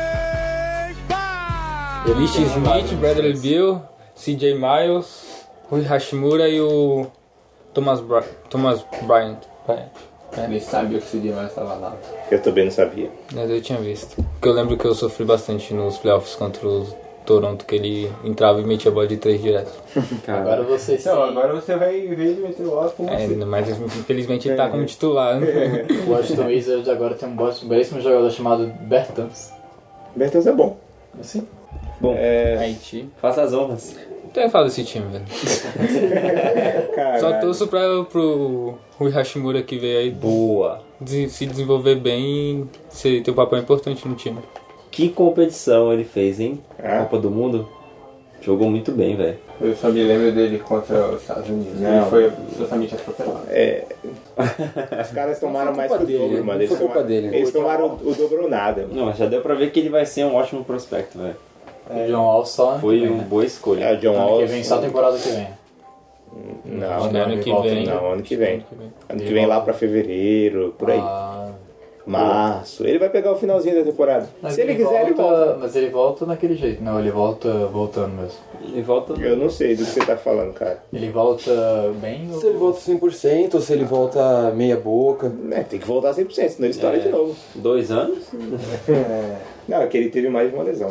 five. Elish Smith, Bradley Beal, C J Miles, Rui Hashimura e o Thomas, Bra Thomas Bryant. Bryant. Ele sabia que o Sid Vaz estava lá. Eu também não sabia. Mas eu tinha visto. Porque eu lembro que eu sofri bastante nos playoffs contra o Toronto, que ele entrava e metia a bola de três direto. Agora vocês Então, têm- agora você vai ver ele meter o óculos com É, você. mas infelizmente ele tá como titular. né? O Washington Wizards agora tem um bo- um belíssimo jogador chamado Bertans. Bertans é bom. Assim? Bom, É, Haiti. faça as honras. Então eu falo desse time, velho. caralho. Só torço pra, pro Rui Hashimura que veio aí Boa. de- se desenvolver bem e ser- ter um papel importante no time. Que competição ele fez, hein? Ah. Copa do Mundo. Jogou muito bem, velho. Eu só me lembro dele contra os Estados Unidos. Não. Ele foi totalmente atropelado. É, os caras tomaram mais que o dele, dobro, não mano. Eles foi culpa tomaram, dele. eles tomaram o dobro ou nada. Mano. Não, já deu pra ver que ele vai ser um ótimo prospecto, velho. O John Wall só ano Foi que vem, uma né? boa escolha. É, o John Ano Wall. que vem, só a temporada que vem. Não, Acho que não, ano que volta vem. ainda. não, ano que vem. Ano que vem. Ano que vem lá pra fevereiro, por aí. Ah, Março. Ele vai pegar o finalzinho da temporada. mas Se ele quiser, ele volta. Mas ele volta daquele jeito. Não, ele volta voltando mesmo. Ele volta. Eu não sei do que você tá falando, cara. Ele volta bem... Se ele volta cem por cento ou se ele volta meia boca. É, tem que voltar cem por cento, senão ele estoura É. de novo. Dois anos? Não, é que ele teve mais de uma lesão.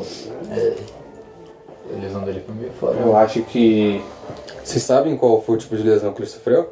A lesão dele foi meio foda. Eu acho que Vocês sabem qual foi o tipo de lesão que ele sofreu?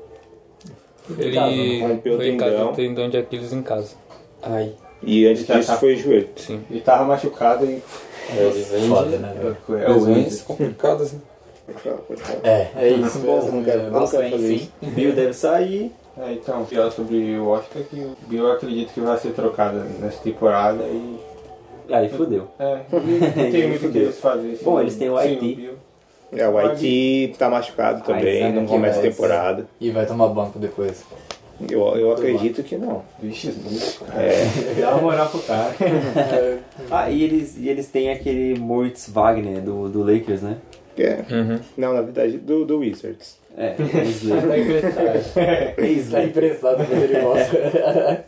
Ele rompeu o foi em casa, tendão. o tendão de Aquiles em casa. Ai. E antes Já disso tá- foi o joelho. Sim. ele tava machucado e. É, ele vem Foda, de né, velho? É o lesões Wizards. complicadas, né? É, é isso Bom, mesmo. não quero- né? não Nossa, quero fazer enfim. Bill deve sair. É, então, o pior sobre o Washington é que o Bill eu acredito que vai ser trocado nessa temporada e. Aí fudeu. É, não tem muito o que eles fazerem. Bom, eles têm o sem I T. Bill. É, o Haiti tá machucado também, Isaac não começa a West. temporada. E vai tomar banco depois. Eu, eu acredito que não. Vixe, muito, cara. É, Dá uma moral pro cara. Ah, e eles, e eles têm aquele Moritz Wagner do, do Lakers, né? é. Uhum. Não, na verdade, do, do Wizards. É, eles Tá emprestado. Tá emprestado, mas ele gosta.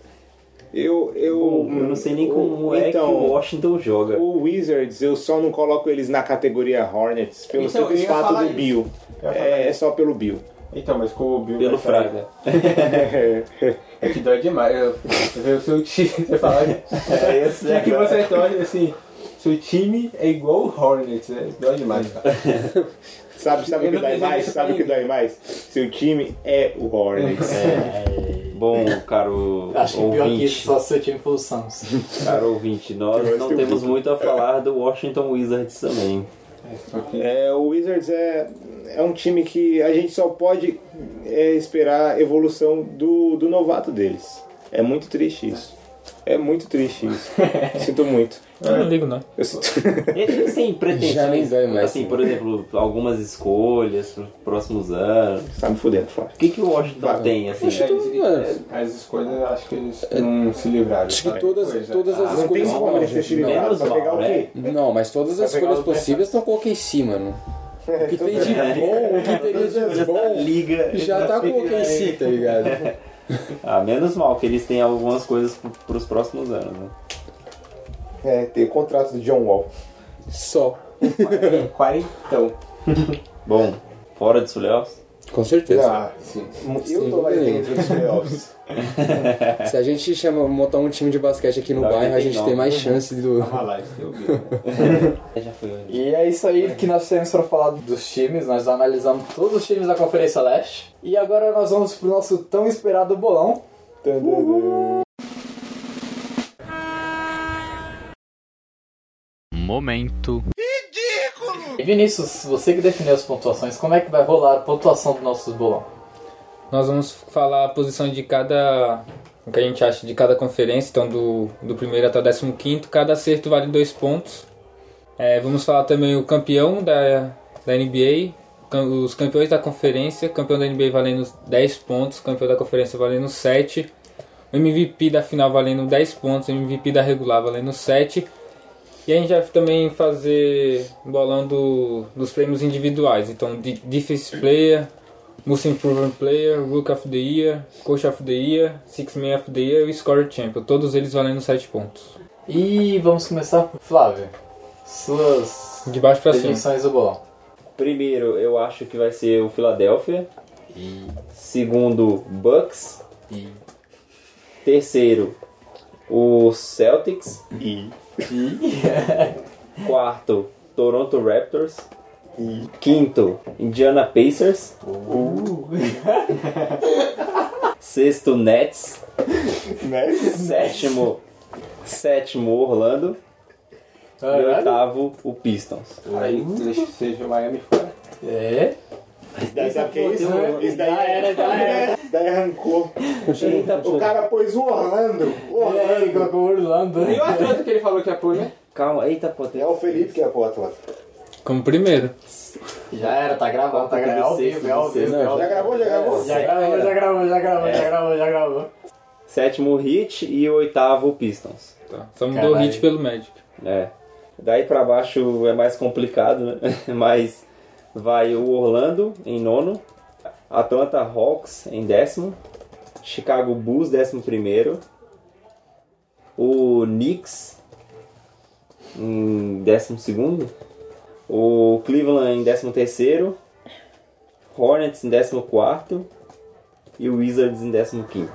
Eu, eu, Bom, eu não sei nem como é que então, o Washington joga. O Wizards, eu só não coloco eles na categoria Hornets pelo Então, eu simples ia fato falar do isso. Bill. Eu ia falar É, é isso. só pelo Bill. Então, mas com o Bill. Pelo vai sair. Fraga. É que dói demais. Eu, eu ver o seu time. Você falar. É, esse É que você torce assim. Seu time é igual o Hornets, né? Dói demais, cara. Sabe, sabe o Eu que não dói desejo mais? isso Sabe o pra que dói mais? Seu time é o Hornets. Bom, caro Acho que pior que isso, ouvinte, só se seu time for o Suns. caro ouvinte, nós não temos muito a falar do Washington Wizards também. É, só que. É, o Wizards é, é um time que a gente só pode é, esperar a evolução do, do novato deles. É muito triste isso. É muito triste isso. Sinto muito. Eu não ligo, não. Eu sinto... Eles têm pretensões, Já nem dói mais, assim, sim. por exemplo, algumas escolhas para os próximos anos. Tá me fudendo, Flávio. O que, que o Washington Vai. tem, assim? É, mano. eles- as escolhas, eu acho que eles não se livraram. Acho que sabe? todas, Coisa. todas as Não tem escolhas como eles terem se não, livrado Menos pra pegar mal, o né? quê? não, mas todas as Vai pegar escolhas os possíveis estão com o O K C, mano. O que tem de bom, o que teria de bom, Liga. já tá com o O K C, tá ligado? Ah, menos mal que eles têm algumas coisas para os próximos anos, né? É, tem o contrato do John Wall. Só. Quarentão. Bom, fora dos playoffs. Com certeza. Ah, sim. Eu tô lá dentro dos playoffs. Se a gente chama, montar um time de basquete aqui no Não, bairro, a tem gente não. tem mais chance do... Tava lá, isso que eu vi. Né? Já foi. E é isso aí que nós temos pra falar dos times. Nós analisamos todos os times da Conferência Leste. E agora nós vamos pro nosso tão esperado bolão. Momento. E Vinícius, você que definiu as pontuações, como é que vai rolar a pontuação do nosso bolão? Nós vamos falar a posição de cada... O que a gente acha de cada conferência, então do, do primeiro até o décimo quinto. Cada acerto vale dois pontos. É, vamos falar também o campeão da, da N B A, cam- os campeões da conferência, campeão da N B A valendo dez pontos, campeão da conferência valendo sete, o M V P da final valendo dez pontos, o M V P da regular valendo sete. E a gente vai também fazer um bolão do, dos prêmios individuais, então de Defensive Player, Most Improved Player, Rook of the Year, Coach of the Year, Six Man of the Year e Scorer Champion, todos eles valendo sete pontos. E vamos começar por Flávio. Suas De baixo pra cima. definições do bolão. Primeiro, eu acho que vai ser o Philadelphia. Segundo, Bucks. Terceiro, o Celtics. E Quarto, Toronto Raptors. Quinto, Indiana Pacers. Sexto, Nets. né? Sétimo, sétimo Orlando. E oitavo, o Pistons. Aí deixa que seja o Miami fora. É. Isso daí sabe o que é isso? né? Isso daí, Já era, já era. isso daí arrancou. O cara pôs o Orlando. Orlando. com o Orlando. E o Atlanta que ele falou que é pôr, né? Calma, eita, pô, tem É o Felipe que é pro Atlanta. Como primeiro. Já era, tá gravado, tá gravado. É ao vivo, é ao vivo. é ao Já vivo. gravou, já gravou? Já gravou, já gravou, já gravou, já gravou, já gravou. sétimo Heat e o oitavo Pistons. Tá. Só mudou o Caralho. hit pelo Magic. É. Daí pra baixo é mais complicado, né? Mas vai o Orlando em nono, Atlanta Hawks em décimo, Chicago Bulls décimo primeiro, o Knicks em décimo segundo, o Cleveland em décimo terceiro, Hornets em décimo quarto e o Wizards em décimo quinto.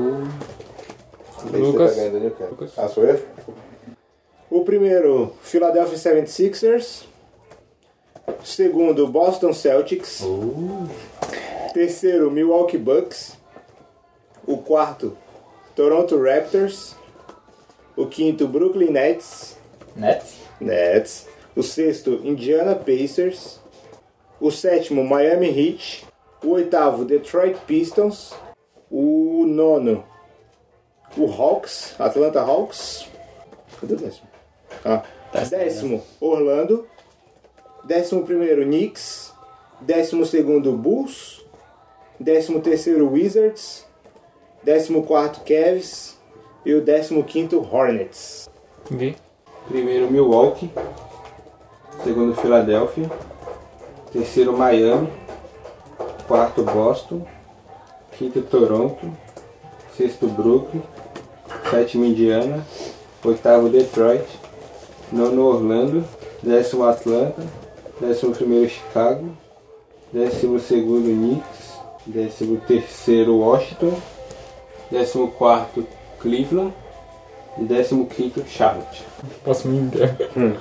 Lucas. Tá ganhando, cara. Lucas. Ah, sou eu? O primeiro, Philadelphia setenta e seis ers. Segundo, Boston Celtics. Terceiro, Milwaukee Bucks. O quarto, Toronto Raptors. O quinto, Brooklyn Nets. Nets? Nets. O sexto, Indiana Pacers. O sétimo, Miami Heat. O oitavo, Detroit Pistons. O nono, o Hawks, Atlanta Hawks. Cadê o décimo? Ah, décimo, Orlando. Décimo primeiro, Knicks. Décimo segundo, Bulls. Décimo terceiro, Wizards. Décimo quarto, Cavs. E o décimo quinto, Hornets. Vi. Primeiro Milwaukee, segundo Filadélfia, terceiro Miami, quarto Boston, quinto Toronto, sexto Brooklyn, sétimo Indiana, oitavo Detroit, nono Orlando, décimo Atlanta, décimo primeiro Chicago, décimo segundo Knicks, décimo terceiro Washington, décimo quarto Cleveland e décimo quinto Charlotte. Posso me enganar.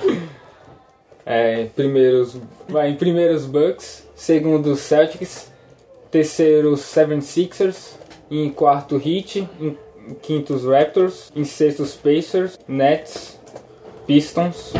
É, primeiros, vai em primeiros Bucks, segundo Celtics, terceiro seventy sixers, em quarto Heat, em quintos Raptors, em sextos Pacers, Nets, Pistons.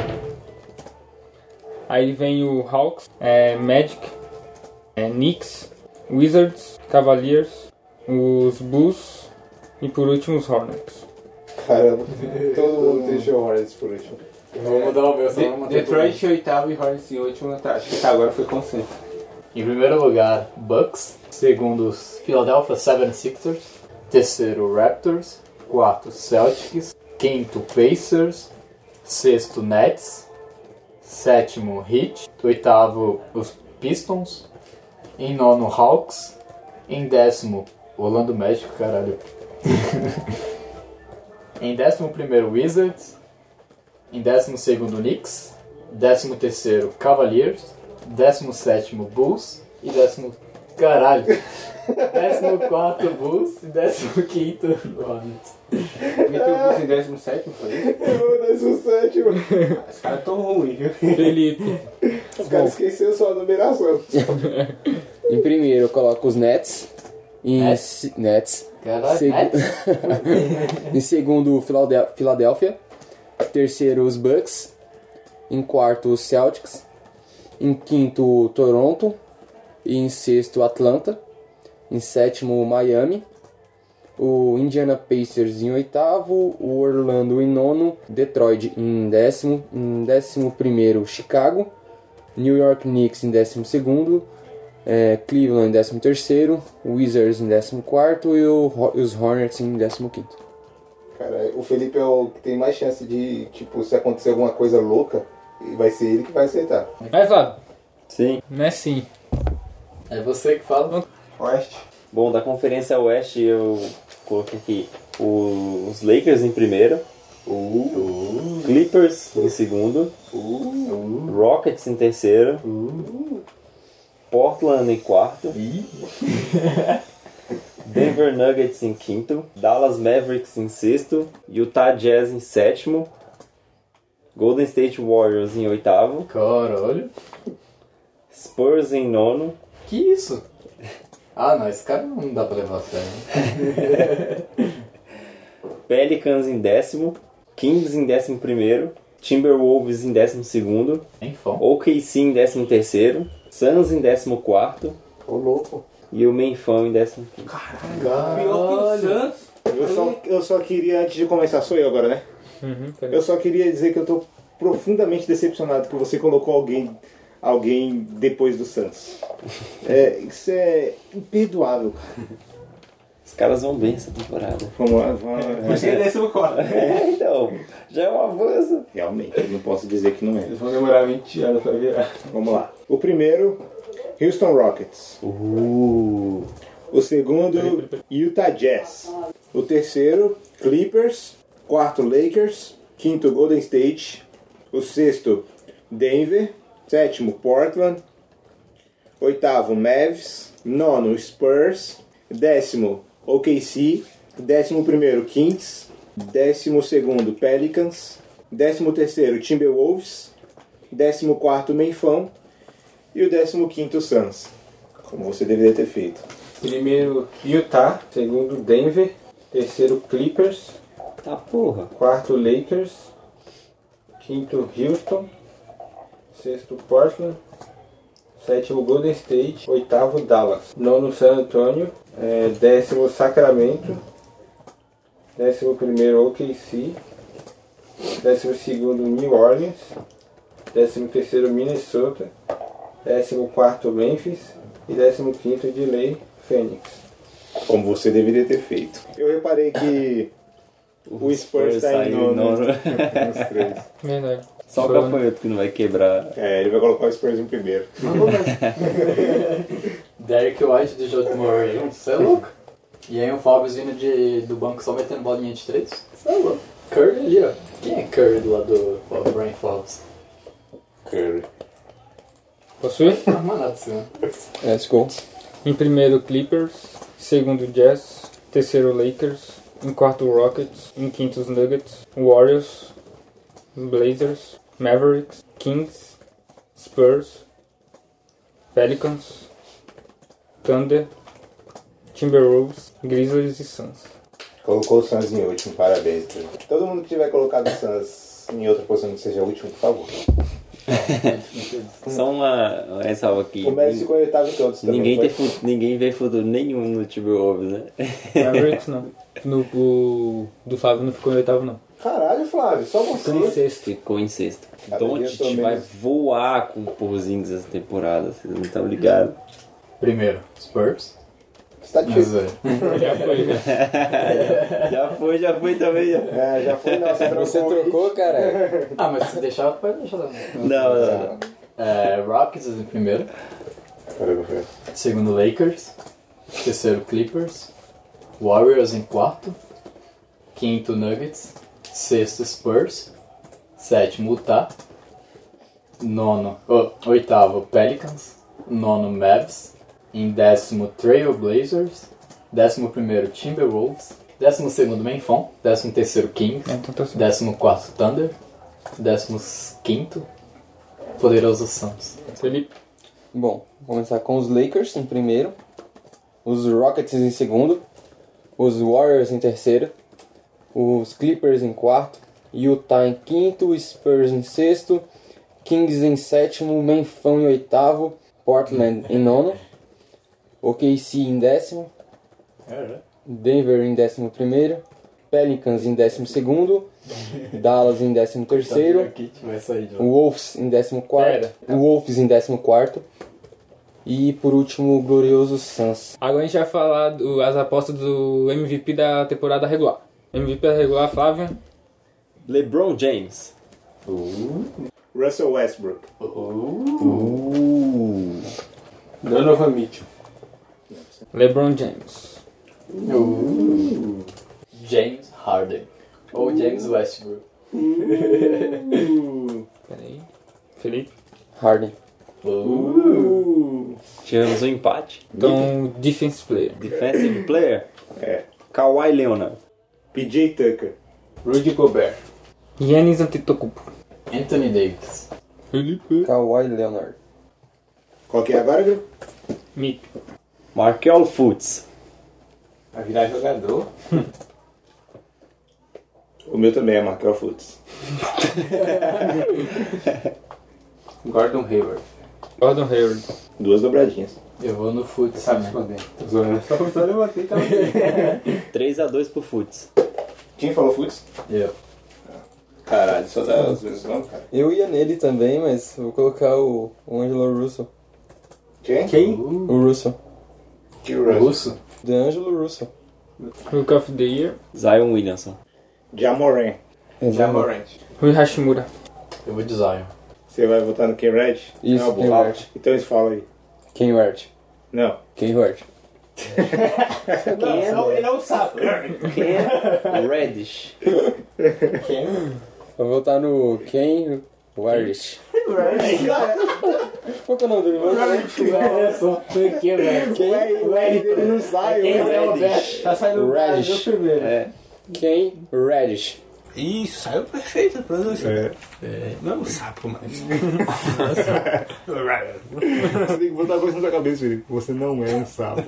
Aí vem o Hawks, é, Magic, é, Knicks, Wizards, Cavaliers, os Bulls e por último os Hornets. Caramba, todo mundo deixou o Hornets por último. Vou mudar o meu, só De- vou manter por Detroit em oitavo e Hornets em último. Tá, acho que tá, agora foi consenso. Em primeiro lugar, Bucks. Segundo, os Philadelphia setenta e seis ers. Terceiro, Raptors. Quarto, Celtics. Quinto, Pacers. Sexto, Nets. Sétimo, Heat. Oitavo, os Pistons. Em nono, Hawks. Em décimo, Orlando Magic, caralho. Em décimo primeiro, Wizards. Em décimo segundo, Knicks. Décimo terceiro, Cavaliers. Décimo sétimo, Bulls. E décimo... Caralho. Décimo quarto, Bulls. E décimo quinto, Hornets. Meteu o Bulls em décimo sétimo, foi isso? Eu, décimo sétimo. Os caras tão ruins, viu? Felipe. Os caras esqueceram só a numeração. Em primeiro eu coloco os Nets. Em Nets? se- Nets. Caralho, Segu- Nets? Em segundo, Philadel- Philadelphia. Terceiro, os Bucks. Em quarto, os Celtics. Em quinto, Toronto. E em sexto, Atlanta. Em sétimo, Miami. O Indiana Pacers em oitavo. O Orlando em nono. Detroit em décimo. Em décimo primeiro, Chicago. New York Knicks em décimo segundo. É, Cleveland em décimo terceiro. Wizards em décimo quarto. E o Ho- os Hornets em décimo quinto. Cara, o Felipe é o que tem mais chance de, tipo, se acontecer alguma coisa louca, vai ser ele que vai acertar. Vai, Flávio. Sim. Não é sim. É você que fala. Oeste. Bom, da Conferência Oeste eu coloquei aqui o- os Lakers em primeiro, Clippers em segundo, Rockets em terceiro, Denver Nuggets em quinto, Dallas Mavericks em sexto, Utah Jazz em sétimo, Golden State Warriors em oitavo, Caralho. Spurs em nono, Que isso? Ah, não, esse cara não dá pra levar a sério. Pelicans em décimo, Kings em décimo primeiro, Timberwolves em décimo segundo, Enfim. O K C em décimo terceiro, Suns em décimo quarto Ô, louco. e o Memphis em décimo quinto. Pior que o Santos. Eu só, eu só queria, antes de começar, sou eu agora, né? Uhum, peraí. Eu só queria dizer que eu tô profundamente decepcionado que você colocou alguém, alguém depois do Santos. É, isso é imperdoável, cara. Os caras vão bem essa temporada. Vamos lá, vamos lá. Mas é décimo quarto. É, então, já é um avanço. Realmente, eu não posso dizer que não é. Eles vão demorar vinte anos pra virar. Vamos lá. O primeiro, Houston Rockets. Uh, O segundo, Utah Jazz. O terceiro, Clippers. Quarto, Lakers. Quinto, Golden State. O sexto, Denver. Sétimo, Portland. Oitavo, Mavs. Nono, Spurs. Décimo, O K C. Décimo primeiro, Kings. Décimo segundo, Pelicans. Décimo terceiro, Timberwolves. Décimo quarto, Memphis. E o décimo quinto, Suns. Como você deveria ter feito. Primeiro, Utah. Segundo, Denver. Terceiro, Clippers. tá porra. Quarto, Lakers. Quinto, Houston. Sexto, Portland. Sétimo, Golden State. Oitavo, Dallas. Nono, San Antonio. É, décimo, Sacramento. Décimo primeiro, O K C. Décimo segundo, New Orleans. Décimo terceiro, Minnesota. Décimo quarto, Memphis. E décimo quinto, Delay, Phoenix. Como você deveria ter feito. Eu reparei que o Spurs está em nono. Os três. Verdade. Só o Foi- gafanhoto que não vai quebrar. É, ele vai colocar o Spurs em primeiro. Derek White de Joe Murray. Você é louco? E aí um Forbes vindo de, do banco só metendo bolinha de três? Você é louco? Curry ali, ó. Quem é Curry do lado do do Brian Forbes? Curry. Posso ir? Não arruma nada assim, né? Let's go. Em primeiro, Clippers. Segundo, Jazz. Terceiro, Lakers. Em quarto, Rockets. Em quinto, os Nuggets. Warriors. Blazers. Mavericks. Kings. Spurs. Pelicans. Thunder. Timberwolves. Grizzlies e Suns. Colocou o Suns em último, parabéns. Todo mundo que tiver colocado o Suns em outra posição que seja o último, por favor. Só uma, uma ressalva aqui. O Messi ficou em oitavo em todos também. Ninguém, foi? tem fu- ninguém vê futuro nenhum no Timberwolves, né? Mavericks não. No, o do Flávio não ficou em oitavo não. Caralho, Flávio, só Ficou em você. sexto. Ficou em sexto. Cada dia eu tô Doncic vai menos- voar com o Porzingis essa temporada, vocês não estão ligados. Primeiro, Spurs. Você tá Mas, difícil. é, Já foi, já. Já foi, já foi também. Já. É, já foi, não, você trocou. Você trocou, cara? Ah, mas se deixar, pode deixar também. Não, não, não. É, Rockets em primeiro. Peraí, vou ver. Segundo, Lakers. Terceiro, Clippers. Warriors em quarto. Quinto, Nuggets. Sexto, Spurs. Sétimo, Utah. Nono, oh, oitavo, Pelicans. Nono, Mavs. Em décimo, Trail Blazers. Décimo primeiro, Timberwolves. Décimo segundo, Memphis. Décimo terceiro, Kings. Então tá certo. Décimo quarto, Thunder. Décimo quinto, Poderoso Suns. Felipe. Bom, vou começar com os Lakers em primeiro, os Rockets em segundo, os Warriors em terceiro, os Clippers em quarto, Utah em quinto, Spurs em sexto, Kings em sétimo, Memphis em oitavo, Portland em nono, O K C em décimo, Denver em décimo primeiro, Pelicans em décimo segundo, Dallas em décimo terceiro, Vai sair de lá. Wolves em décimo quarto, Wolves em décimo quarto e por último o glorioso Suns. Agora a gente vai falar das apostas do M V P da temporada regular. M V P da regular, Flávio. LeBron James. Russell Westbrook. Donovan Mitchell. LeBron James. James Harden. Ou James Westbrook. Peraí. Felipe. Harden. Uh. Tivemos um empate. Então, defense player. Defensive player. É. Kawhi Leonard. P J Tucker. Rudy Gobert. Giannis Antetokounmpo. Anthony Davis. Kawhi Leonard. Qual que é agora, Gru? Mip. Markel Fultz. Vai virar jogador. O meu também é Markel Fultz. Gordon Hayward. Gordon Hayward. Duas dobradinhas. Eu vou no Fultz Sabe também. esconder. Tô zoando. Só só levantei e tava três a dois pro Fultz. Quem falou Fultz? Eu. Caralho, só dá as vezes não, cara. Eu ia nele também, mas vou colocar o, o Angelo Russell. Quem? Quem? O Russell. Que Russell? Russo? De Angelo Russell. Rookie of the Year. Zion Williamson. Jamoran. Jamorant. Rui Hashimura. Eu vou de Zion. Você vai votar no Ken Red? Isso, Não, Ken bom. Red. Então eles falam aí. Ken Ward. Não. Ken Ward. Não, ele é um sapo. Ken Reddish. Vou votar no Ken Wardish. Qual que é o nome dele? Olha só, foi o que, velho? O R dele não sai. Tá saindo o Radish. Brasil primeiro. É. Ken Reddish. Isso, saiu perfeito a pronúncia. É. Não é um sapo, mas. Você tem que botar a coisa na sua cabeça, Felipe. Você não é um sapo.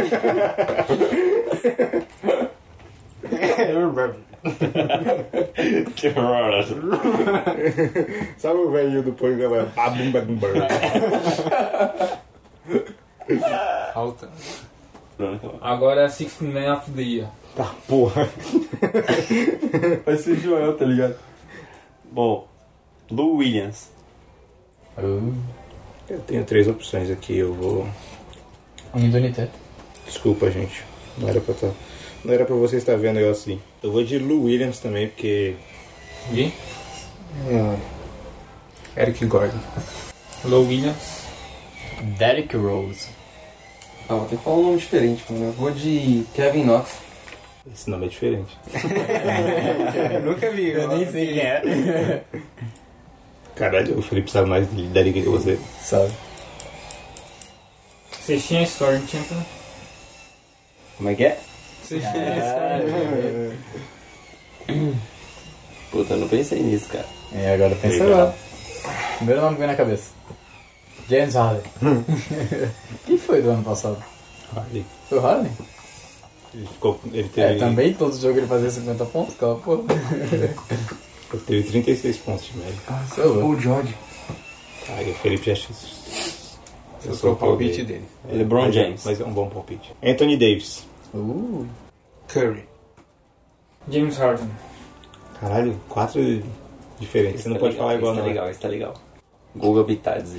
Que horror. Sabe o velhinho do põe que vai babum babum babum. Alta. Agora sixth Man of the Year. Tá, porra. Vai ser Joel, tá ligado? Bom, Lou Williams. Eu tenho três opções aqui, eu vou... Um do Nintendo. Desculpa, gente. Não era pra tá... Não era pra você estar vendo eu assim. Eu vou de Lou Williams também, porque... E? Ah, Eric Gordon. Lou Williams. Derrick Rose. Ah, vou ter que falar um nome diferente, mano. Eu vou de Kevin Knox. esse nome é diferente. Eu nunca vi. Eu nem sei quem é. Caralho, o Felipe sabe mais da liga que você. Sabe? Cestinha Scoring Champion. Como é que é? Cestinha Scoring Champion. Puta, eu não pensei nisso, cara. É, agora pensa Legal. agora. Primeiro nome que vem na cabeça. James Harden. Quem foi do ano passado? Harden. Foi o Harden? Ele ficou. Ele teve, É, também todos os jogos ele fazia cinquenta pontos, aquela porra. ele teve trinta e seis pontos de média. Sei lá. O George. Aí o Felipe já. Eu sou o palpite dele. É, LeBron mas é- James. Mas é um bom palpite. Anthony Davis. Uh, Curry. James Harden. Caralho, quatro diferentes. Você não Esse tá pode legal, falar igual esse não. tá legal, esse tá legal. Guga Bitadze.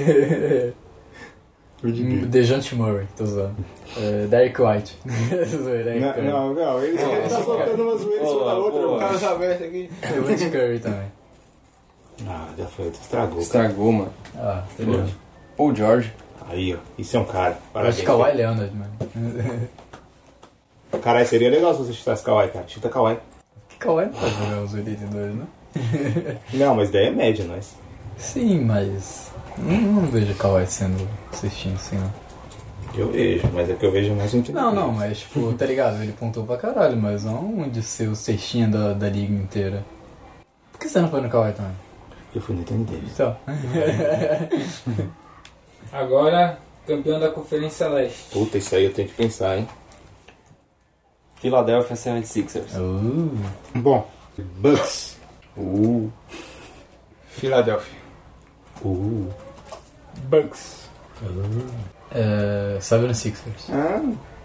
Dejante Murray, tô usando. Uh, Derek White. Zoeira, Derek Não, Curry. não, não, ele ele tá soltando umas zoeiras sobre a outra, Boa, mano. sabendo aqui. Eu vou de Curry também. Ah, já foi, estragou. Estragou, mano. Ah, entendeu? O George. Aí, ó, isso é um cara. Eu acho Parabéns. que Kawhi Leonard, mano. Caralho, seria legal se você chutasse Kawhi, cara. Chuta Kawhi. Kawhi não pode jogar os oitenta e dois, né? Não, mas daí é média, nós. Sim, mas... Não, não vejo Kawhi sendo cestinho assim, não. Eu vejo, mas é que eu vejo mais um time. Não, não, mas tipo, tá ligado? Ele pontou pra caralho, mas não de ser o cestinha da, da liga inteira. Por que você não foi no Kawhi também? Eu fui no Anthony Davis. Então. Agora, campeão da Conferência Leste. Puta, isso aí eu tenho que pensar, hein. Philadelphia setenta e seis ers. Uh, Bom, Bucks. Uh. Filadélfia. Uh. Bucks. é, setenta e seis ers. Ah,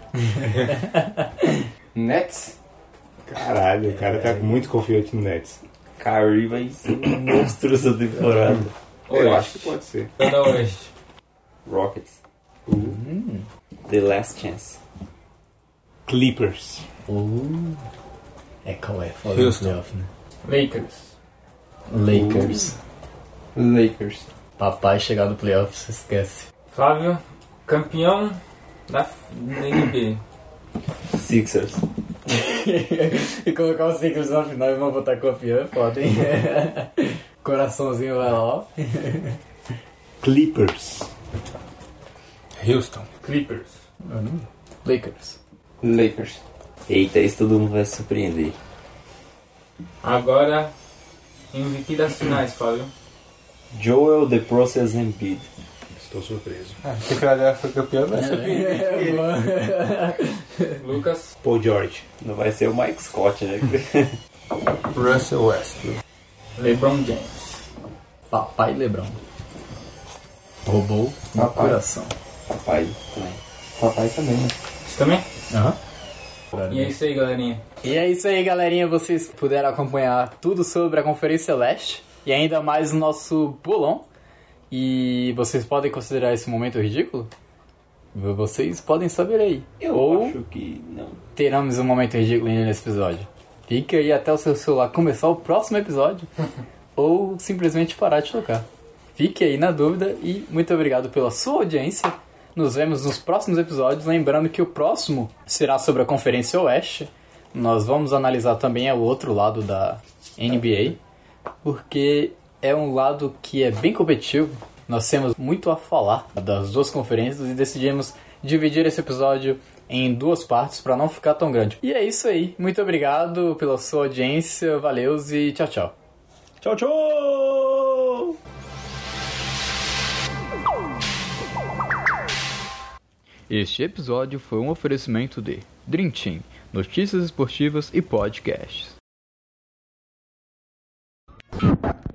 Nets. caralho, o cara tá muito confiante no Nets. Kyrie vai ser um monstro essa temporada. Eu acho que pode ser. Da Oeste. Rockets. The Last Chance. Clippers. Uh, é Kawhi, foda no Houston. playoff, né? Lakers. Lakers. Lakers. Papai chegar no playoff, você esquece. Flávio, campeão da N B A. Sixers. E colocar os Lakers na final e vão botar campeão, foda, hein? Coraçãozinho vai lá, ó. Clippers. Houston. Clippers. Lakers. Lakers. Eita, isso todo mundo vai se surpreender. Agora, M V P das finais, Fábio. Joel The Process Embiid. Estou surpreso. Se o Philadelphia foi campeão, vai surpreender. Lucas. Paul George. Não vai ser o Mike Scott, né? Russell Westbrook. LeBron James. Papai LeBron. Roubou meu Papai. coração. Papai também. Papai também, né? Você também? Aham. E é isso aí, galerinha. E é isso aí, galerinha. Vocês puderam acompanhar tudo sobre a Conferência Leste e ainda mais o nosso bolão. E vocês podem considerar esse momento ridículo? Vocês podem saber aí. Eu Ou acho que não. teremos um momento ridículo ainda nesse episódio. Fique aí até o seu celular começar o próximo episódio ou simplesmente parar de tocar. Fique aí na dúvida e muito obrigado pela sua audiência. Nos vemos nos próximos episódios. Lembrando que o próximo será sobre a Conferência Oeste. Nós vamos analisar também o outro lado da N B A, porque é um lado que é bem competitivo. Nós temos muito a falar das duas conferências e decidimos dividir esse episódio em duas partes para não ficar tão grande. E é isso aí. Muito obrigado pela sua audiência. Valeus e tchau, tchau. Tchau, tchau! Este episódio foi um oferecimento de Dream Team, notícias esportivas e podcasts.